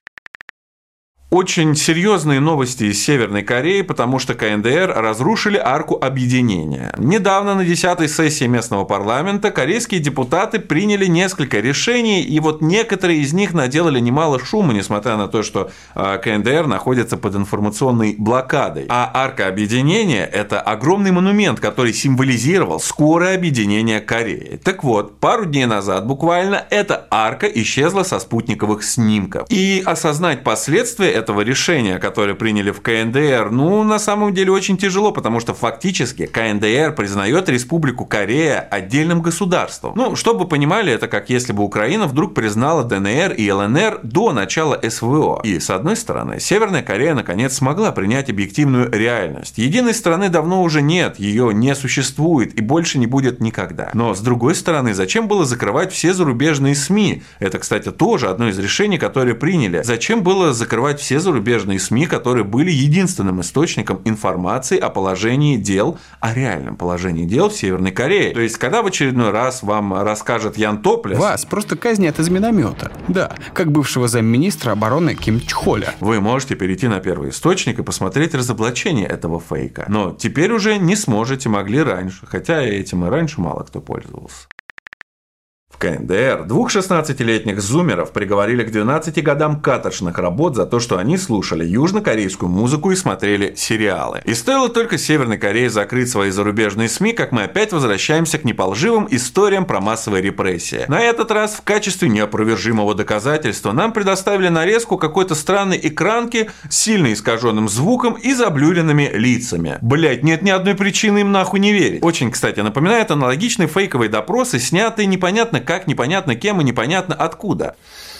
Очень серьезные новости из Северной Кореи, потому что КНДР разрушили арку объединения. Недавно на 10-й сессии местного парламента корейские депутаты приняли несколько решений, и вот некоторые из них наделали немало шума, несмотря на то, что КНДР находится под информационной блокадой. А арка объединения – это огромный монумент, который символизировал скорое объединение Кореи. Так вот, пару дней назад буквально эта арка исчезла со спутниковых снимков. И осознать последствия этого решения, которое приняли в КНДР, на самом деле очень тяжело, потому что фактически КНДР признает Республику Корея отдельным государством. Чтобы вы понимали, это как если бы Украина вдруг признала ДНР и ЛНР до начала СВО. И, с одной стороны, Северная Корея наконец смогла принять объективную реальность. Единой страны давно уже нет, ее не существует и больше не будет никогда. Но, с другой стороны, зачем было закрывать все зарубежные СМИ? Это, кстати, тоже одно из решений, которые приняли. Зачем было закрывать все зарубежные СМИ, которые были единственным источником информации о положении дел, о реальном положении дел в Северной Корее. То есть, когда в очередной раз вам расскажет Ян Топлес... Вас просто казнят из миномета. Да, как бывшего замминистра обороны Ким Чхоля. Вы можете перейти на первый источник и посмотреть разоблачение этого фейка. Но теперь уже не сможете, могли раньше. Хотя этим и раньше мало кто пользовался. В КНДР 2 16-летних зумеров приговорили к 12 годам каторжных работ за то, что они слушали южнокорейскую музыку и смотрели сериалы. И стоило только Северной Корее закрыть свои зарубежные СМИ, как мы опять возвращаемся к неполживым историям про массовые репрессии. На этот раз в качестве неопровержимого доказательства нам предоставили нарезку какой-то странной экранки с сильно искаженным звуком и заблюренными лицами. Блять, нет ни одной причины им нахуй не верить. Очень, кстати, напоминает аналогичные фейковые допросы, снятые непонятно как, непонятно кем и непонятно откуда.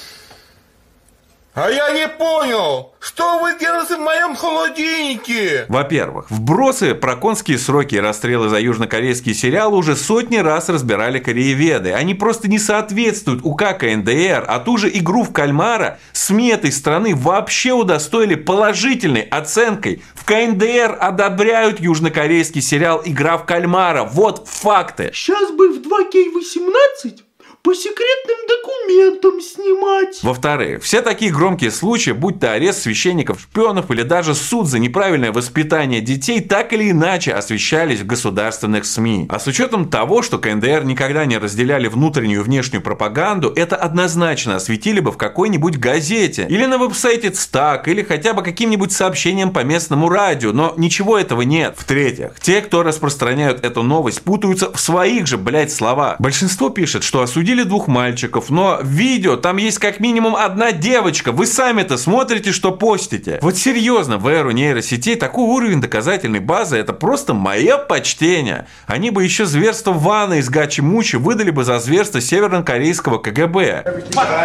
А я не понял, что вы делаете в моем холодильнике? Во-первых, вбросы про конские сроки и расстрелы за южнокорейские сериалы уже сотни раз разбирали корееведы. Они просто не соответствуют УК КНДР, а ту же игру в кальмара СМИ этой страны вообще удостоили положительной оценкой. В КНДР одобряют южнокорейский сериал «Игра в кальмара». Вот факты. Сейчас бы в 2К18 по секретным документам снимать. Во-вторых, все такие громкие случаи, будь то арест священников, шпионов или даже суд за неправильное воспитание детей, так или иначе освещались в государственных СМИ. А с учетом того, что КНДР никогда не разделяли внутреннюю и внешнюю пропаганду, это однозначно осветили бы в какой-нибудь газете, или на веб-сайте ЦТАК, или хотя бы каким-нибудь сообщением по местному радио, но ничего этого нет. В-третьих, те, кто распространяют эту новость, путаются в своих же, словах. Большинство пишет, что осудили 2 мальчиков, но в видео там есть как минимум 1 девочка. Вы сами-то смотрите, что постите. Вот серьезно, в эру нейросетей такой уровень доказательной базы — это просто мое почтение. Они бы еще зверство Вана из Гачи-Мучи выдали бы за зверство северокорейского КГБ.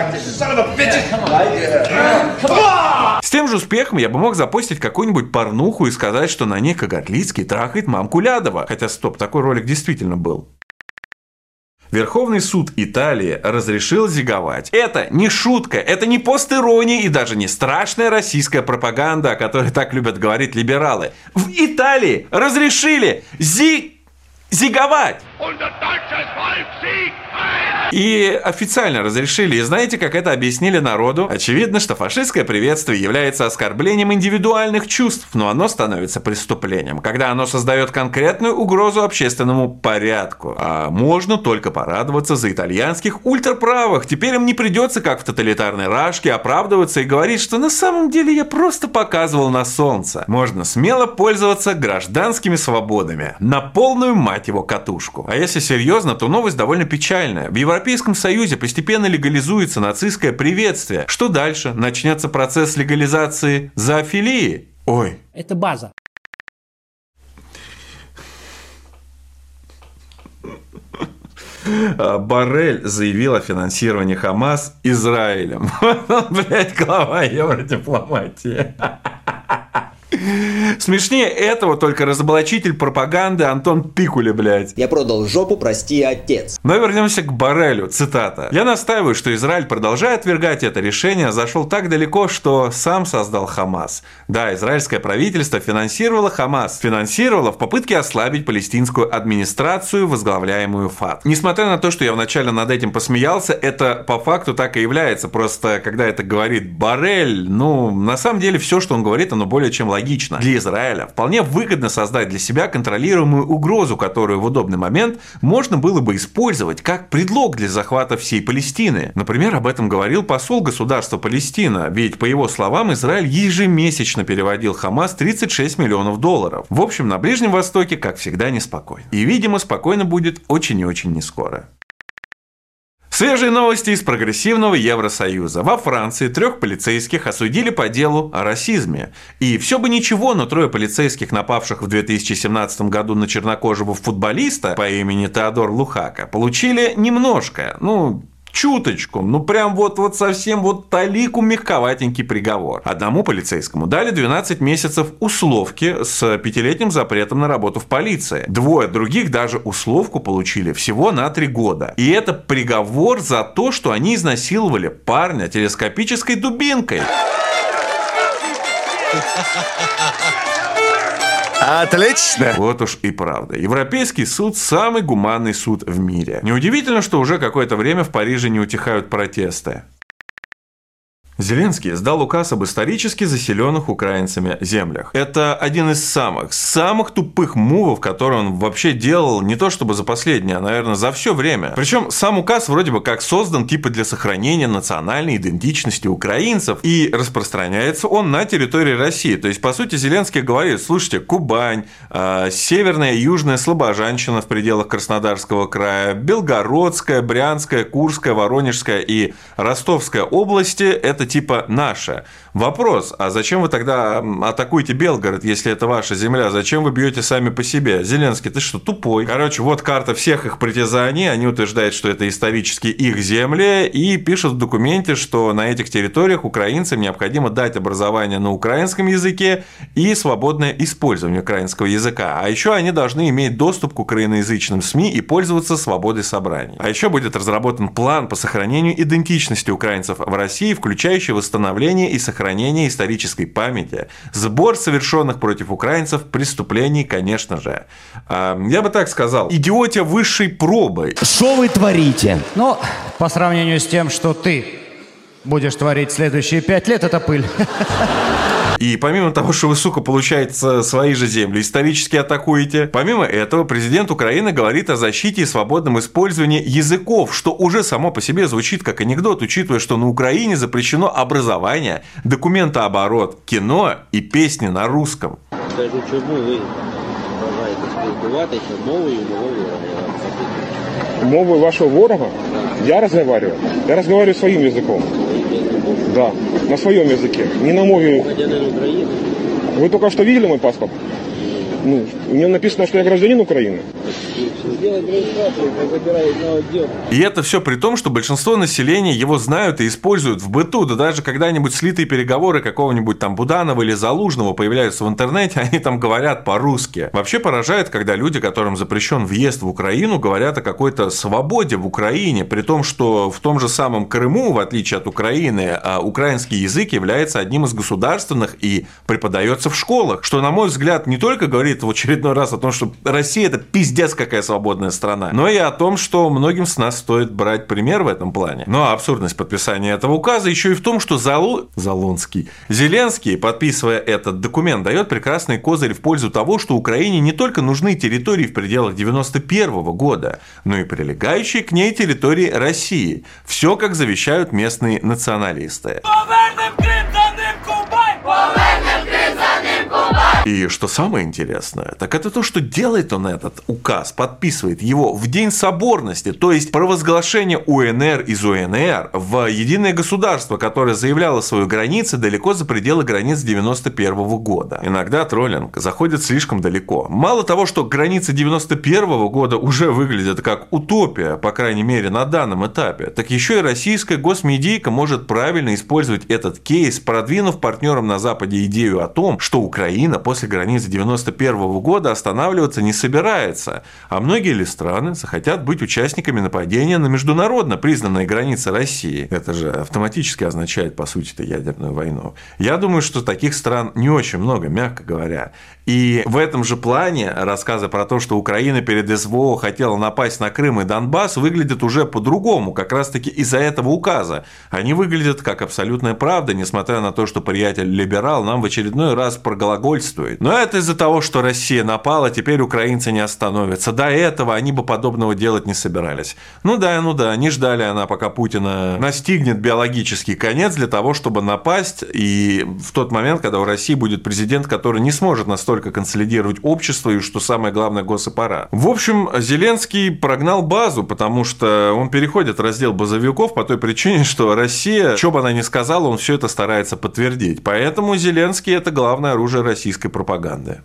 С тем же успехом я бы мог запостить какую-нибудь порнуху и сказать, что на ней Кагарлицкий трахает мамку Лядова. Хотя стоп, такой ролик действительно был. Верховный суд Италии разрешил зиговать. Это не шутка, это не постирония и даже не страшная российская пропаганда, о которой так любят говорить либералы. В Италии разрешили зиговать! И официально разрешили. И знаете, как это объяснили народу? Очевидно, что фашистское приветствие является оскорблением индивидуальных чувств, но оно становится преступлением, когда оно создает конкретную угрозу общественному порядку. А можно только порадоваться за итальянских ультраправых. Теперь им не придется, как в тоталитарной Рашке, оправдываться и говорить, что на самом деле я просто показывал на солнце. Можно смело пользоваться гражданскими свободами. На полную, мать его, катушку. А если серьезно, то новость довольно печальная. В Европейском Союзе постепенно легализуется нацистское приветствие. Что дальше? Начнется процесс легализации зоофилии? Ой. Это база. Боррель заявил о финансировании Хамас Израилем. Блять, глава евродипломатии. Смешнее этого только разоблачитель пропаганды Антон Пикуля, блядь. Я продал жопу, прости, отец. Но вернемся к Боррелю, цитата. Я настаиваю, что Израиль, продолжая отвергать это решение, зашел так далеко, что сам создал Хамас. Да, израильское правительство финансировало Хамас. Финансировало в попытке ослабить палестинскую администрацию, возглавляемую ФАТ. Несмотря на то, что я вначале над этим посмеялся, это по факту так и является. Просто, когда это говорит Боррель, на самом деле все, что он говорит, оно более чем логично. Для Израиля вполне выгодно создать для себя контролируемую угрозу, которую в удобный момент можно было бы использовать как предлог для захвата всей Палестины. Например, об этом говорил посол государства Палестина, ведь, по его словам, Израиль ежемесячно переводил Хамас $36 миллионов. В общем, на Ближнем Востоке, как всегда, неспокойно. И, видимо, спокойно будет очень и очень нескоро. Свежие новости из прогрессивного Евросоюза. Во Франции 3 полицейских осудили по делу о расизме. И все бы ничего, но 3 полицейских, напавших в 2017 году на чернокожего футболиста по имени Теодор Лухака, получили немножко, чуточку, прям вот совсем талику мягковатенький приговор. Одному полицейскому дали 12 месяцев условки с 5-летним запретом на работу в полиции. 2 других даже условку получили всего на 3 года. И это приговор за то, что они изнасиловали парня телескопической дубинкой. Отлично! Вот уж и правда. Европейский суд – самый гуманный суд в мире. Неудивительно, что уже какое-то время в Париже не утихают протесты. Зеленский сдал указ об исторически заселенных украинцами землях. Это один из самых тупых мувов, которые он вообще делал не то чтобы за последнее, а, наверное, за все время. Причем сам указ вроде бы как создан типа для сохранения национальной идентичности украинцев, и распространяется он на территории России. То есть, по сути, Зеленский говорит: слушайте, Кубань, Северная и Южная Слобожанщина в пределах Краснодарского края, Белгородская, Брянская, Курская, Воронежская и Ростовская области – это типа наше. Вопрос: а зачем вы тогда атакуете Белгород, если это ваша земля? Зачем вы бьете сами по себе? Зеленский, ты что, тупой? Короче, вот карта всех их притязаний. Они утверждают, что это исторически их земли, и пишут в документе, что на этих территориях украинцам необходимо дать образование на украинском языке и свободное использование украинского языка. А еще они должны иметь доступ к украиноязычным СМИ и пользоваться свободой собраний. А еще будет разработан план по сохранению идентичности украинцев в России, включающий означающее восстановление и сохранение исторической памяти, сбор совершенных против украинцев преступлений, конечно же. Я бы так сказал, идиотия высшей пробы. Что вы творите? Ну, по сравнению с тем, что ты будешь творить следующие 5 лет, это пыль. И помимо того, что вы, сука, получается, свои же земли исторически атакуете, помимо этого президент Украины говорит о защите и свободном использовании языков, что уже само по себе звучит как анекдот, учитывая, что на Украине запрещено образование, документооборот, кино и песни на русском. Скажу, чому ви бажаєте спілкуватися мовою Мовою вашего ворога? Я разговариваю. Я разговариваю своим языком. Да, на своем языке. Не на мове. Вы только что видели мой паспорт? Ну, в нем написано, что я гражданин Украины. И это все при том, что большинство населения его знают и используют в быту. Да даже когда-нибудь слитые переговоры какого-нибудь там Буданова или Залужного появляются в интернете, они там говорят по-русски. Вообще поражает, когда люди, которым запрещен въезд в Украину, говорят о какой-то свободе в Украине, при том, что в том же самом Крыму, в отличие от Украины, украинский язык является одним из государственных и преподается в школах, что, на мой взгляд, не только говорит в очередной раз о том, что Россия – это пиздец какая свободная страна, но и о том, что многим с нас стоит брать пример в этом плане. Ну а абсурдность подписания этого указа еще и в том, что Зеленский, подписывая этот документ, дает прекрасный козырь в пользу того, что Украине не только нужны территории в пределах 91 года, но и прилегающие к ней территории России. Все, как завещают местные националисты. И что самое интересное, так это то, что делает он этот указ, подписывает его в день соборности, то есть провозглашение УНР из УНР в единое государство, которое заявляло свои границы далеко за пределы границ 91 года. Иногда троллинг заходит слишком далеко. Мало того, что границы 91 года уже выглядят как утопия, по крайней мере на данном этапе, так еще и российская госмедийка может правильно использовать этот кейс, продвинув партнерам на Западе идею о том, что Украина после границ 91 года останавливаться не собирается, а многие ли страны захотят быть участниками нападения на международно признанные границы России. Это же автоматически означает, по сути-то, ядерную войну. Я думаю, что таких стран не очень много, мягко говоря. И в этом же плане рассказы про то, что Украина перед СВО хотела напасть на Крым и Донбасс, выглядят уже по-другому, как раз-таки из-за этого указа. Они выглядят как абсолютная правда, несмотря на то, что приятель-либерал нам в очередной раз прогологольствует. Но это из-за того, что Россия напала, теперь украинцы не остановятся. До этого они бы подобного делать не собирались. Ну да, не ждали она, пока Путина настигнет биологический конец для того, чтобы напасть. И в тот момент, когда у России будет президент, который не сможет настолько консолидировать общество и, что самое главное, госаппарат. В общем, Зеленский прогнал базу, потому что он переходит в раздел базовиков по той причине, что Россия, что бы она ни сказала, он все это старается подтвердить. Поэтому Зеленский – это главное оружие российской пропаганды.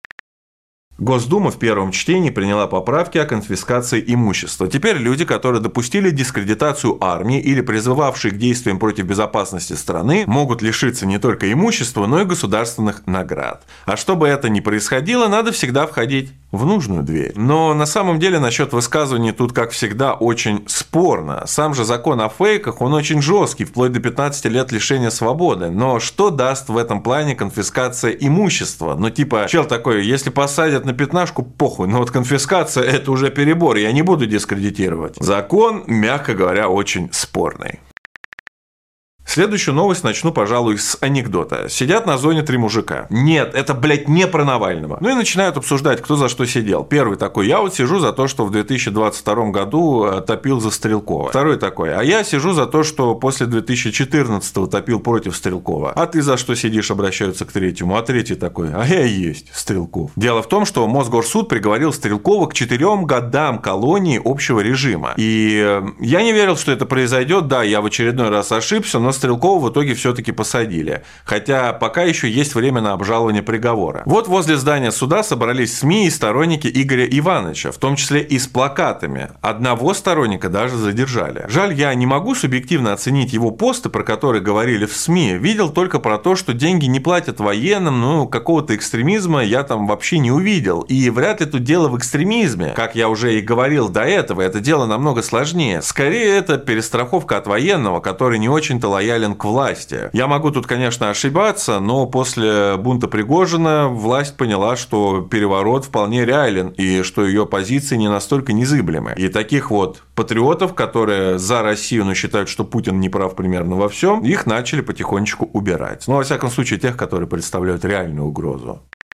Госдума в первом чтении приняла поправки о конфискации имущества. Теперь люди, которые допустили дискредитацию армии или призывавшие к действиям против безопасности страны, могут лишиться не только имущества, но и государственных наград. А чтобы это не происходило, надо всегда входить в нужную дверь. Но на самом деле насчет высказываний тут, как всегда, очень спорно. Сам же закон о фейках, он очень жесткий, вплоть до 15 лет лишения свободы. Но что даст в этом плане конфискация имущества? Ну типа, чел такой, если посадят на пятнашку, похуй, но вот конфискация – это уже перебор, я не буду дискредитировать. Закон, мягко говоря, очень спорный. Следующую новость начну, пожалуй, с анекдота. Сидят на зоне 3 мужика. Нет, это, блядь, не про Навального. Ну и начинают обсуждать, кто за что сидел. Первый такой: я вот сижу за то, что в 2022 году топил за Стрелкова. Второй такой: а я сижу за то, что после 2014 топил против Стрелкова. А ты за что сидишь, обращаются к третьему. А третий такой: а я и есть Стрелков. Дело в том, что Мосгорсуд приговорил Стрелкова к 4 годам колонии общего режима. И я не верил, что это произойдет. Да, я в очередной раз ошибся, но Стрелкова в итоге все-таки посадили. Хотя пока еще есть время на обжалование приговора. Вот возле здания суда собрались СМИ и сторонники Игоря Ивановича, в том числе и с плакатами. Одного сторонника даже задержали. Жаль, я не могу субъективно оценить его посты, про которые говорили в СМИ. Видел только про то, что деньги не платят военным, но какого-то экстремизма я там вообще не увидел. И вряд ли тут дело в экстремизме. Как я уже и говорил до этого, это дело намного сложнее. Скорее, это перестраховка от военного, который не очень-то лояльный лоялен к власти. Я могу тут, конечно, ошибаться, но после бунта Пригожина власть поняла, что переворот вполне реален и что ее позиции не настолько незыблемы. И таких вот патриотов, которые за Россию, но считают, что Путин не прав примерно во всем, их начали потихонечку убирать. Ну, во всяком случае, тех, которые представляют реальную угрозу.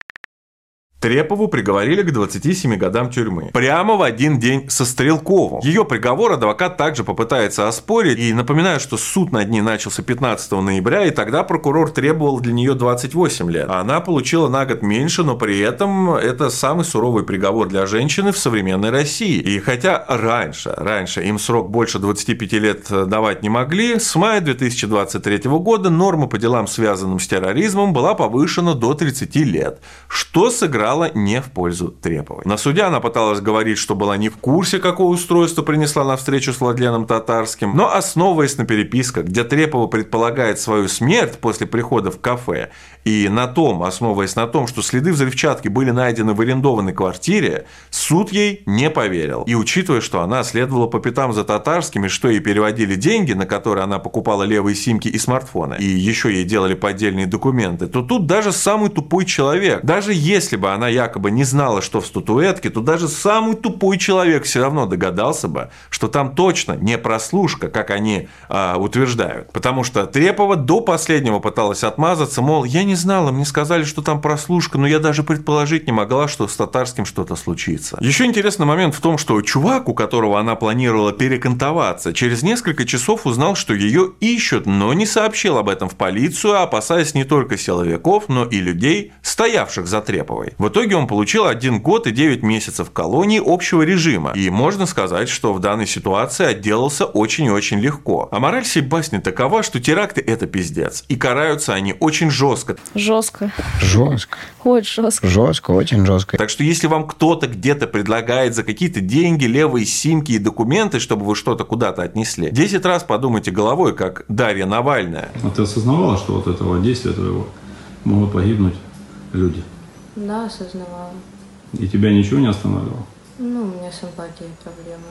Трепову приговорили к 27 годам тюрьмы. Прямо в один день со Стрелковым. Ее приговор адвокат также попытается оспорить. И напоминаю, что суд над ней начался 15 ноября, и тогда прокурор требовал для нее 28 лет. А она получила на год меньше, но при этом это самый суровый приговор для женщины в современной России. И хотя раньше им срок больше 25 лет давать не могли, с мая 2023 года норма по делам, связанным с терроризмом, была повышена до 30 лет, что сыграло не в пользу Треповой. На суде она пыталась говорить, что была не в курсе, какое устройство принесла на встречу с Владленом Татарским, но, основываясь на переписках, где Трепова предполагает свою смерть после прихода в кафе, и основываясь на том, что следы взрывчатки были найдены в арендованной квартире, суд ей не поверил. И учитывая, что она следовала по пятам за Татарским, и что ей переводили деньги, на которые она покупала левые симки и смартфоны, и еще ей делали поддельные документы, то тут даже самый тупой человек, даже если бы она якобы не знала, что в статуэтке, то даже самый тупой человек все равно догадался бы, что там точно не прослушка, как они утверждают. Потому что Трепова до последнего пыталась отмазаться, мол, я не знала, мне сказали, что там прослушка, но я даже предположить не могла, что с Татарским что-то случится. Еще интересный момент в том, что чувак, у которого она планировала перекантоваться, через несколько часов узнал, что ее ищут, но не сообщил об этом в полицию, опасаясь не только силовиков, но и людей, стоявших за Треповой. В итоге он получил 1 год и 9 месяцев колонии общего режима. И можно сказать, что в данной ситуации отделался очень и очень легко. А мораль всей басни такова, что теракты – это пиздец. И караются они очень жестко. Жестко. Жестко. Очень жестко. Жестко, очень жестко. Так что если вам кто-то где-то предлагает за какие-то деньги, левые симки и документы, чтобы вы что-то куда-то отнесли, 10 раз подумайте головой, как Дарья Навальная. А ты осознавала, что от этого действия твоего могут погибнуть люди? Да, осознавала. И тебя ничего не останавливало? Ну, у меня с эмпатией проблема.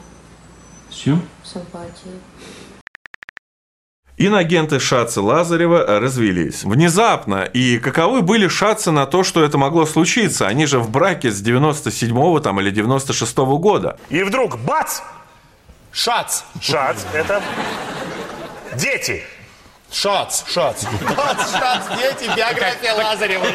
С чем? С эмпатией. Иноагенты Шац и Лазарева развелись. Внезапно. И каковы были шансы на то, что это могло случиться? Они же в браке с 97-го там, или 96-го года. И вдруг бац! Шац. Шац – это дети. Шац. Бац, шац, дети, биография Лазарева.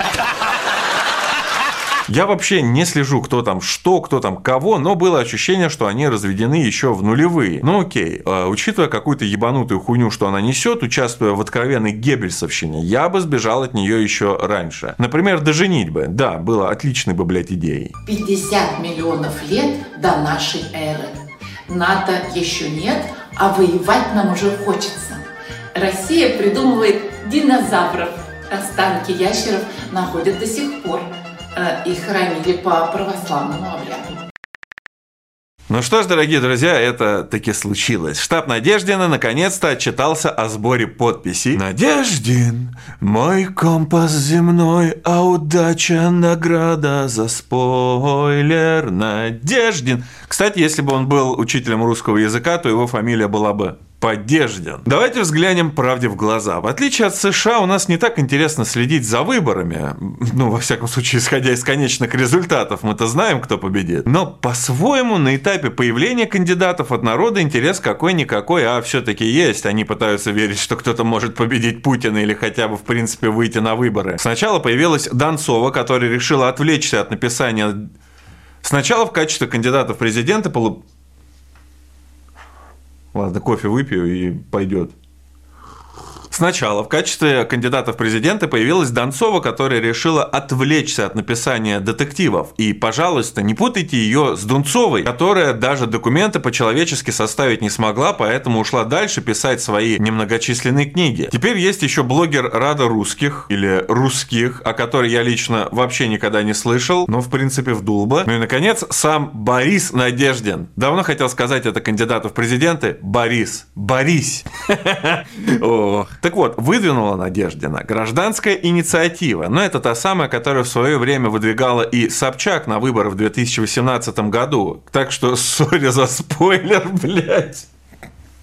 Я вообще не слежу, кто там что, кто там кого, но было ощущение, что они разведены еще в нулевые. Ну окей, учитывая какую-то ебанутую хуйню, что она несет, участвуя в откровенной геббельсовщине, я бы сбежал от нее еще раньше. Например, до женитьбы. Да, было отличной бы, блядь, идеей. 50 миллионов лет до нашей эры. НАТО еще нет, а воевать нам уже хочется. Россия придумывает динозавров. Останки ящеров находят до сих пор. Их хоронили по православному обряду. Ну что ж, дорогие друзья, это таки случилось. Штаб Надеждина наконец-то отчитался о сборе подписей. Надеждин, мой компас земной, а удача награда за спойлер. Надеждин. Кстати, если бы он был учителем русского языка, то его фамилия была бы Подежден. Давайте взглянем правде в глаза. В отличие от США, у нас не так интересно следить за выборами. Ну, во всяком случае, исходя из конечных результатов, мы-то знаем, кто победит. Но по-своему на этапе появления кандидатов от народа интерес какой-никакой, а все-таки есть. Они пытаются верить, что кто-то может победить Путина или хотя бы, в принципе, выйти на выборы. Сначала появилась Донцова, которая решила отвлечься от написания... Сначала в качестве кандидата в президенты Ладно, кофе выпью и пойдет. Сначала в качестве кандидата в президенты появилась Донцова, которая решила отвлечься от написания детективов. И, пожалуйста, не путайте ее с Дунцовой, которая даже документы по-человечески составить не смогла, поэтому ушла дальше писать свои немногочисленные книги. Теперь есть еще блогер Рада Русских, или Русских, о которой я лично вообще никогда не слышал, но в принципе вдул бы. Ну и, наконец, сам Борис Надеждин. Давно хотел сказать это кандидату в президенты. Борис. Так вот, выдвинула Надеждина гражданская инициатива. Но это та самая, которая в свое время выдвигала и Собчак на выборы в 2018 году. Так что, сори за спойлер, блядь.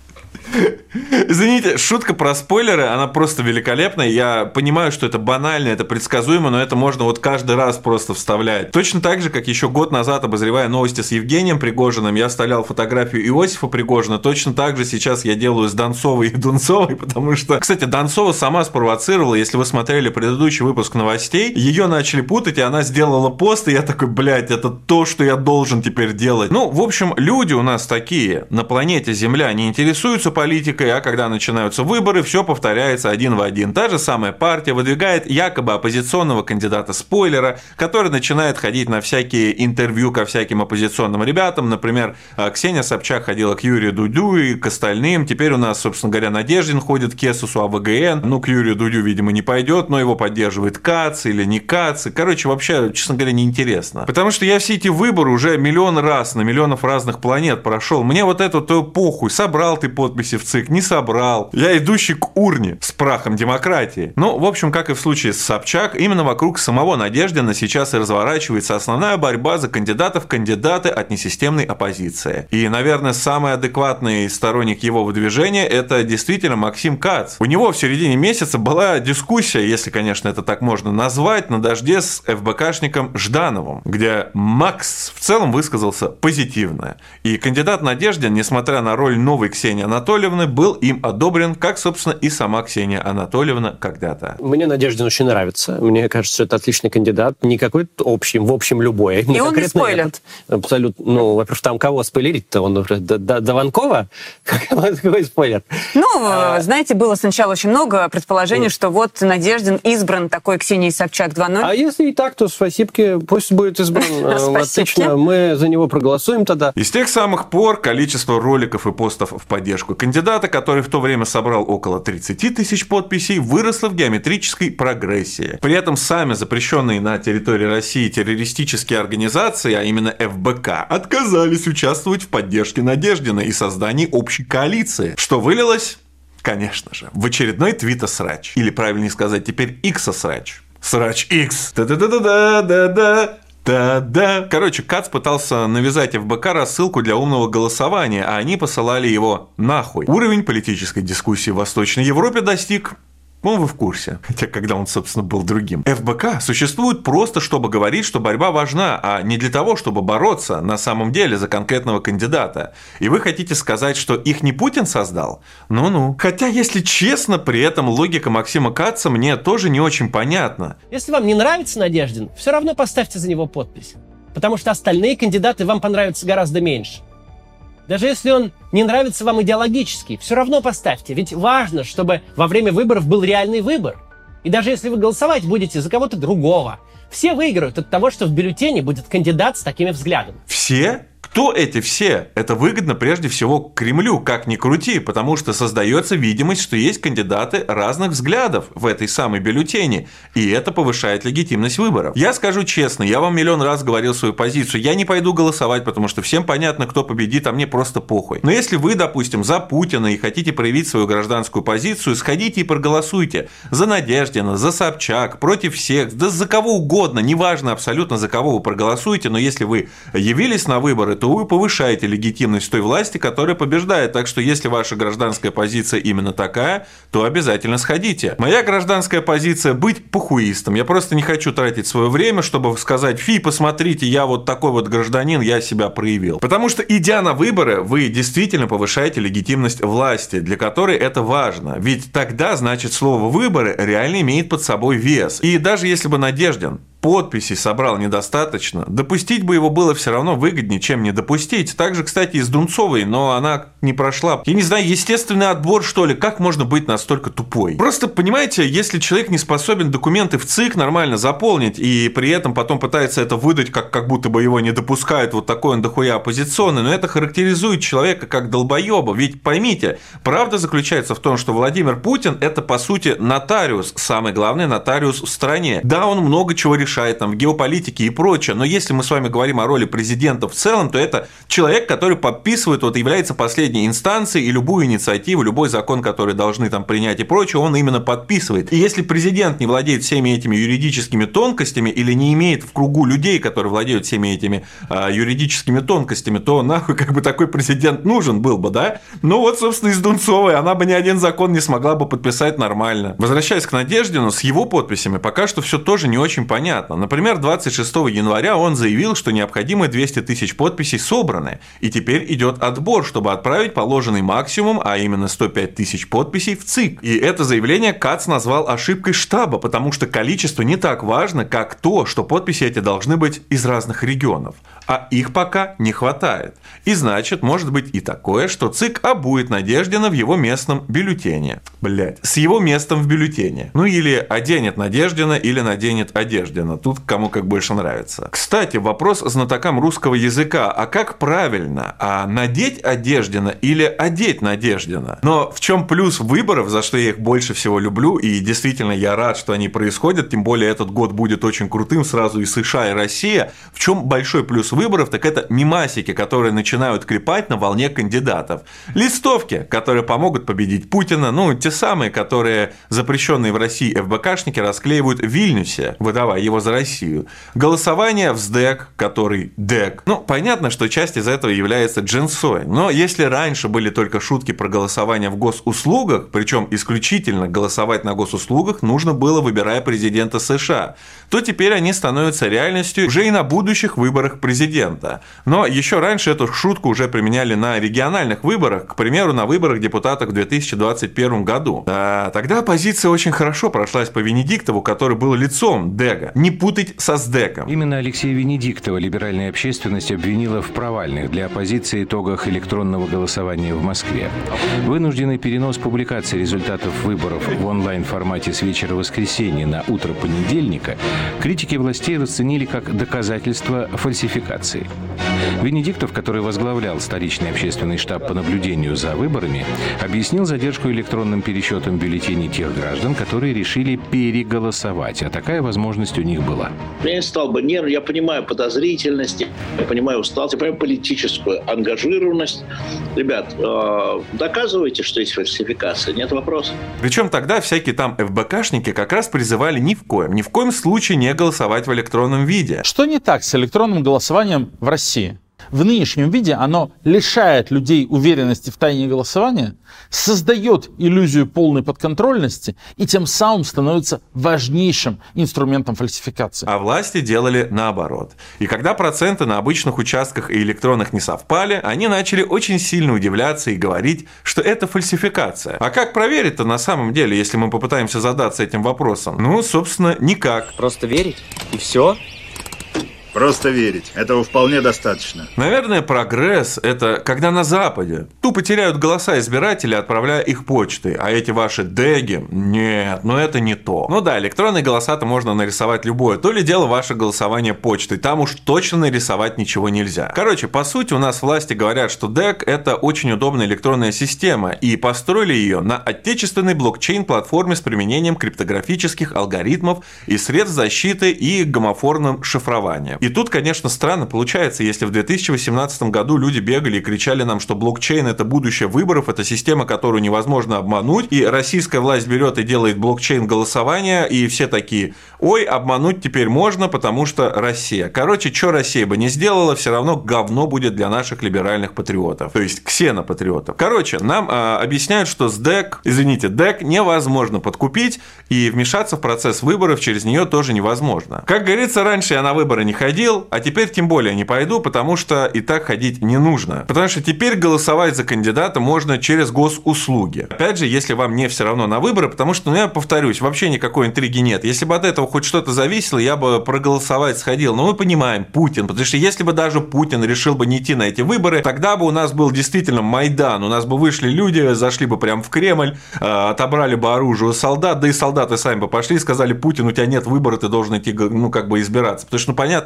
Извините, шутка про спойлеры, она просто великолепная. Я понимаю, что это банально, это предсказуемо, но это можно вот каждый раз просто вставлять. Точно так же, как еще год назад, обозревая новости с Евгением Пригожиным, я вставлял фотографию Иосифа Пригожина. Точно так же сейчас я делаю с Донцовой и Дунцовой, потому что, кстати, Донцова сама спровоцировала, если вы смотрели предыдущий выпуск новостей, ее начали путать, и она сделала пост, и я такой, блядь, это то, что я должен теперь делать. Ну, в общем, люди у нас такие, на планете Земля не интересуются политикой, а когда начинаются выборы, все повторяется один в один. Та же самая партия выдвигает якобы оппозиционного кандидата-спойлера, который начинает ходить на всякие интервью ко всяким оппозиционным ребятам. Например, Ксения Собчак ходила к Юрию Дудю и к остальным. Теперь у нас, собственно говоря, Надеждин ходит к Кесусу АВГН. Ну, к Юрию Дудю, видимо, не пойдет, но его поддерживает Кац или не Кац. Короче, вообще, честно говоря, неинтересно. Потому что я все эти выборы уже миллион раз на миллионов разных планет прошел. Мне вот это то похуй. Собрал ты подписи в ЦИК, не собрал. Я идущий к урне с прахом демократии. Ну, в общем, как и в случае с Собчак, именно вокруг самого Надеждина сейчас и разворачивается основная борьба за кандидатов в кандидаты от несистемной оппозиции. И, наверное, самый адекватный сторонник его выдвижения – это действительно Максим Кац. У него в середине месяца была дискуссия, если, конечно, это так можно назвать, на дожде с ФБКшником Ждановым, где Макс в целом высказался позитивно. И кандидат Надеждин, несмотря на роль новой Ксении Анатольевны, был им одобрен, как, собственно, и сама Ксения Анатольевна когда-то. Мне Надеждин очень нравится. Мне кажется, что это отличный кандидат. Не какой-то общий, в общем, любой. И он не спойлерит. Абсолютно. Ну, во-первых, там кого спойлерить-то? Он до Ванкова? Какой спойлер? Ну, знаете, было сначала очень много предположений, что вот Надеждин избран такой Ксенией Собчак 2.0. А если и так, то спасибки, пусть будет избран. Отлично, мы за него проголосуем тогда. И с тех самых пор количество роликов и постов в поддержку кандидата, который в то время собрал около 30 тысяч подписей, выросло в геометрической прогрессии. При этом сами запрещенные на территории России террористические организации, а именно ФБК, отказались участвовать в поддержке Надеждина и создании общей коалиции, что вылилось, конечно же, в очередной твита-срач. Или, правильнее сказать, теперь икса-срач. Срач X. Да-да-да-да-да-да. Да-да. Короче, Кац пытался навязать ФБК рассылку для умного голосования, а они посылали его нахуй. Уровень политической дискуссии в Восточной Европе достиг... Ну, вы в курсе. Хотя, когда он, собственно, был другим. ФБК существует просто, чтобы говорить, что борьба важна, а не для того, чтобы бороться на самом деле за конкретного кандидата. И вы хотите сказать, что их не Путин создал? Ну-ну. Хотя, если честно, при этом логика Максима Каца мне тоже не очень понятна. Если вам не нравится Надеждин, все равно поставьте за него подпись. Потому что остальные кандидаты вам понравятся гораздо меньше. Даже если он не нравится вам идеологически, все равно поставьте. Ведь важно, чтобы во время выборов был реальный выбор. И даже если вы голосовать будете за кого-то другого, все выиграют от того, что в бюллетене будет кандидат с такими взглядами. Все? Кто эти все? Это выгодно прежде всего Кремлю, как ни крути, потому что создается видимость, что есть кандидаты разных взглядов в этой самой бюллетене, и это повышает легитимность выборов. Я скажу честно, я вам миллион раз говорил свою позицию, я не пойду голосовать, потому что всем понятно, кто победит, а мне просто похуй. Но если вы, допустим, за Путина и хотите проявить свою гражданскую позицию, сходите и проголосуйте за Надеждина, за Собчак, против всех, да за кого угодно, неважно абсолютно за кого вы проголосуете, но если вы явились на выборы, то вы повышаете легитимность той власти, которая побеждает. Так что, если ваша гражданская позиция именно такая, то обязательно сходите. Моя гражданская позиция – быть похуистом. Я просто не хочу тратить свое время, чтобы сказать: фи, посмотрите, я вот такой вот гражданин, я себя проявил. Потому что, идя на выборы, вы действительно повышаете легитимность власти, для которой это важно. Ведь тогда, значит, слово «выборы» реально имеет под собой вес. И даже если бы Надеждин подписей собрал недостаточно, допустить бы его было все равно выгоднее, чем не допустить. Так же, кстати, и с Дунцовой, но она не прошла. Я не знаю, естественный отбор, что ли? Как можно быть настолько тупой? Просто, понимаете, если человек не способен документы в ЦИК нормально заполнить, и при этом потом пытается это выдать, как будто бы его не допускают, вот такой он дохуя оппозиционный, но это характеризует человека как долбоеба. Ведь поймите, правда заключается в том, что Владимир Путин – это, по сути, нотариус, самый главный нотариус в стране. Да, он много чего решает решает там в геополитике и прочее, но если мы с вами говорим о роли президента в целом, то это человек, который подписывает, вот является последней инстанцией, и любую инициативу, любой закон, который должны там принять и прочее, он именно подписывает. И если президент не владеет всеми этими юридическими тонкостями или не имеет в кругу людей, которые владеют всеми этими юридическими тонкостями, то нахуй как бы такой президент нужен был бы, да? Ну вот, собственно, из Дунцовой она бы ни один закон не смогла бы подписать нормально. Возвращаясь к Надеждину, с его подписями пока что все тоже не очень понятно. Например, 26 января он заявил, что необходимые 200 тысяч подписей собраны, и теперь идет отбор, чтобы отправить положенный максимум, а именно 105 тысяч подписей в ЦИК. И это заявление Кац назвал ошибкой штаба, потому что количество не так важно, как то, что подписи эти должны быть из разных регионов. А их пока не хватает. И значит, может быть и такое, что ЦИК обует Надеждина в его местном бюллетене. Блять, с его местом в бюллетене. Ну или оденет Надеждина, или наденет Одеждина. Тут кому как больше нравится. Кстати, вопрос знатокам русского языка. А как правильно? А надеть Одеждина или одеть Надеждина? Но в чем плюс выборов, за что я их больше всего люблю, и действительно я рад, что они происходят, тем более этот год будет очень крутым, сразу и США, и Россия. В чем большой плюс выборов, так это мемасики, которые начинают клепать на волне кандидатов. Листовки, которые помогут победить Путина, ну, те самые, которые запрещенные в России ФБКшники расклеивают в Вильнюсе, выдавая его за Россию. Голосование в СДЭК, который ДЭК. Ну, понятно, что часть из этого является джинсой, но если раньше были только шутки про голосование в госуслугах, причем исключительно голосовать на госуслугах нужно было, выбирая президента США, то теперь они становятся реальностью уже и на будущих выборах президента. Но еще раньше эту шутку уже применяли на региональных выборах, к примеру, на выборах депутатов в 2021 году. Да, тогда оппозиция очень хорошо прошлась по Венедиктову, который был лицом ДЭГа. Не путать со СДЭКом. Именно Алексея Венедиктова либеральная общественность обвинила в провальных для оппозиции итогах электронного голосования в Москве. Вынужденный перенос публикации результатов выборов в онлайн-формате с вечера воскресенья на утро понедельника критики властей расценили как доказательство фальсификации. Венедиктов, который возглавлял столичный общественный штаб по наблюдению за выборами, объяснил задержку электронным пересчетом бюллетеней тех граждан, которые решили переголосовать, а такая возможность у них была. Я не стал бы нервным, я понимаю подозрительность, я понимаю усталость, я понимаю политическую ангажированность. Ребят, доказывайте, что есть фальсификация, нет вопросов. Причем тогда всякие там ФБКшники как раз призывали ни в коем случае не голосовать в электронном виде. Что не так с электронным голосованием в России? В нынешнем виде оно лишает людей уверенности в тайне голосования, создает иллюзию полной подконтрольности и тем самым становится важнейшим инструментом фальсификации. А власти делали наоборот. И когда проценты на обычных участках и электронных не совпали, они начали очень сильно удивляться и говорить, что это фальсификация. А как проверить-то на самом деле, если мы попытаемся задаться этим вопросом? Ну, собственно, никак. Просто верить, и все. Просто верить. Этого вполне достаточно. Наверное, прогресс – это когда на Западе тупо теряют голоса избирателей, отправляя их почтой. А эти ваши дэги – нет, но это не то. Ну да, электронные голоса-то можно нарисовать любое. То ли дело ваше голосование почтой. Там уж точно нарисовать ничего нельзя. Короче, по сути, у нас власти говорят, что ДЭК – это очень удобная электронная система. И построили ее на отечественной блокчейн-платформе с применением криптографических алгоритмов и средств защиты и гомофорным шифрованием. И тут, конечно, странно получается, если в 2018 году люди бегали и кричали нам, что блокчейн – это будущее выборов, это система, которую невозможно обмануть, и российская власть берет и делает блокчейн голосования, и все такие: ой, обмануть теперь можно, потому что Россия. Короче, что Россия бы не сделала, все равно говно будет для наших либеральных патриотов, то есть ксенопатриотов. Короче, нам объясняют, что с ДЭК невозможно подкупить, и вмешаться в процесс выборов через нее тоже невозможно. Как говорится, раньше я на выборы не ходил, а теперь тем более не пойду, потому что и так ходить не нужно. Потому что теперь голосовать за кандидата можно через госуслуги. Опять же, если вам не все равно на выборы, потому что, ну, я повторюсь, вообще никакой интриги нет. Если бы от этого хоть что-то зависело, я бы проголосовать сходил. Но мы понимаем, Путин, потому что если бы даже Путин решил бы не идти на эти выборы, тогда бы у нас был действительно Майдан, у нас бы вышли люди, зашли бы прямо в Кремль, отобрали бы оружие у солдат, да и солдаты сами бы пошли и сказали: Путин, у тебя нет выбора, ты должен идти, ну, как бы избираться. Потому что, ну, понятно,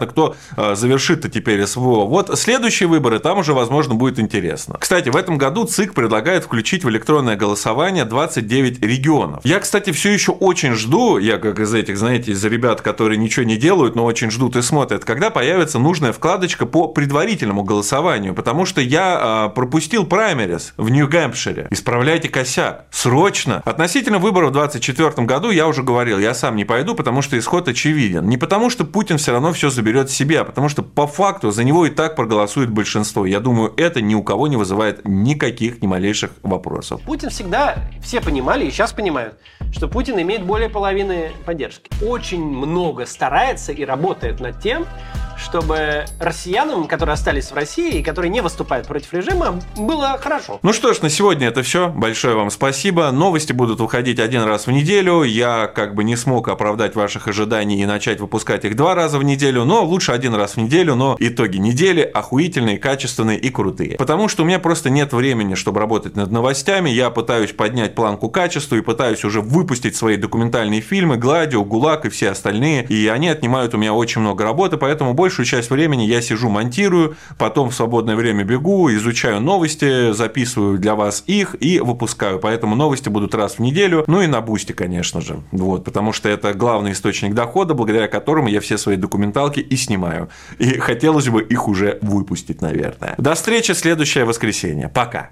кто завершит-то теперь СВО. Вот следующие выборы, там уже, возможно, будет интересно. Кстати, в этом году ЦИК предлагает включить в электронное голосование 29 регионов. Я, кстати, все еще очень жду, я как из этих, знаете, из ребят, которые ничего не делают, но очень ждут и смотрят, когда появится нужная вкладочка по предварительному голосованию, потому что я пропустил праймерис в Нью-Гэмпшире. Исправляйте косяк. Срочно. Относительно выборов в 2024 году я уже говорил, я сам не пойду, потому что исход очевиден. Не потому что Путин все равно все заберет себе, а потому что по факту за него и так проголосует большинство. Я думаю, это ни у кого не вызывает никаких, ни малейших вопросов. Путин всегда, все понимали и сейчас понимают, что Путин имеет более половины поддержки. Очень много старается и работает над тем, чтобы россиянам, которые остались в России и которые не выступают против режима, было хорошо. Ну что ж, на сегодня это все. Большое вам спасибо. Новости будут выходить один раз в неделю. Я как бы не смог оправдать ваших ожиданий и начать выпускать их 2 раза в неделю, но лучше 1 раз в неделю, но итоги недели охуительные, качественные и крутые. Потому что у меня просто нет времени, чтобы работать над новостями. Я пытаюсь поднять планку качества и пытаюсь уже выпустить свои документальные фильмы «Гладио», «ГУЛАГ» и все остальные. И они отнимают у меня очень много работы, поэтому большую часть времени я сижу, монтирую, потом в свободное время бегу, изучаю новости, записываю для вас их и выпускаю. Поэтому новости будут раз в неделю, ну и на Бусти, конечно же. Вот, потому что это главный источник дохода, благодаря которому я все свои документалки и снимаю. И хотелось бы их уже выпустить, наверное. До встречи в следующее воскресенье. Пока.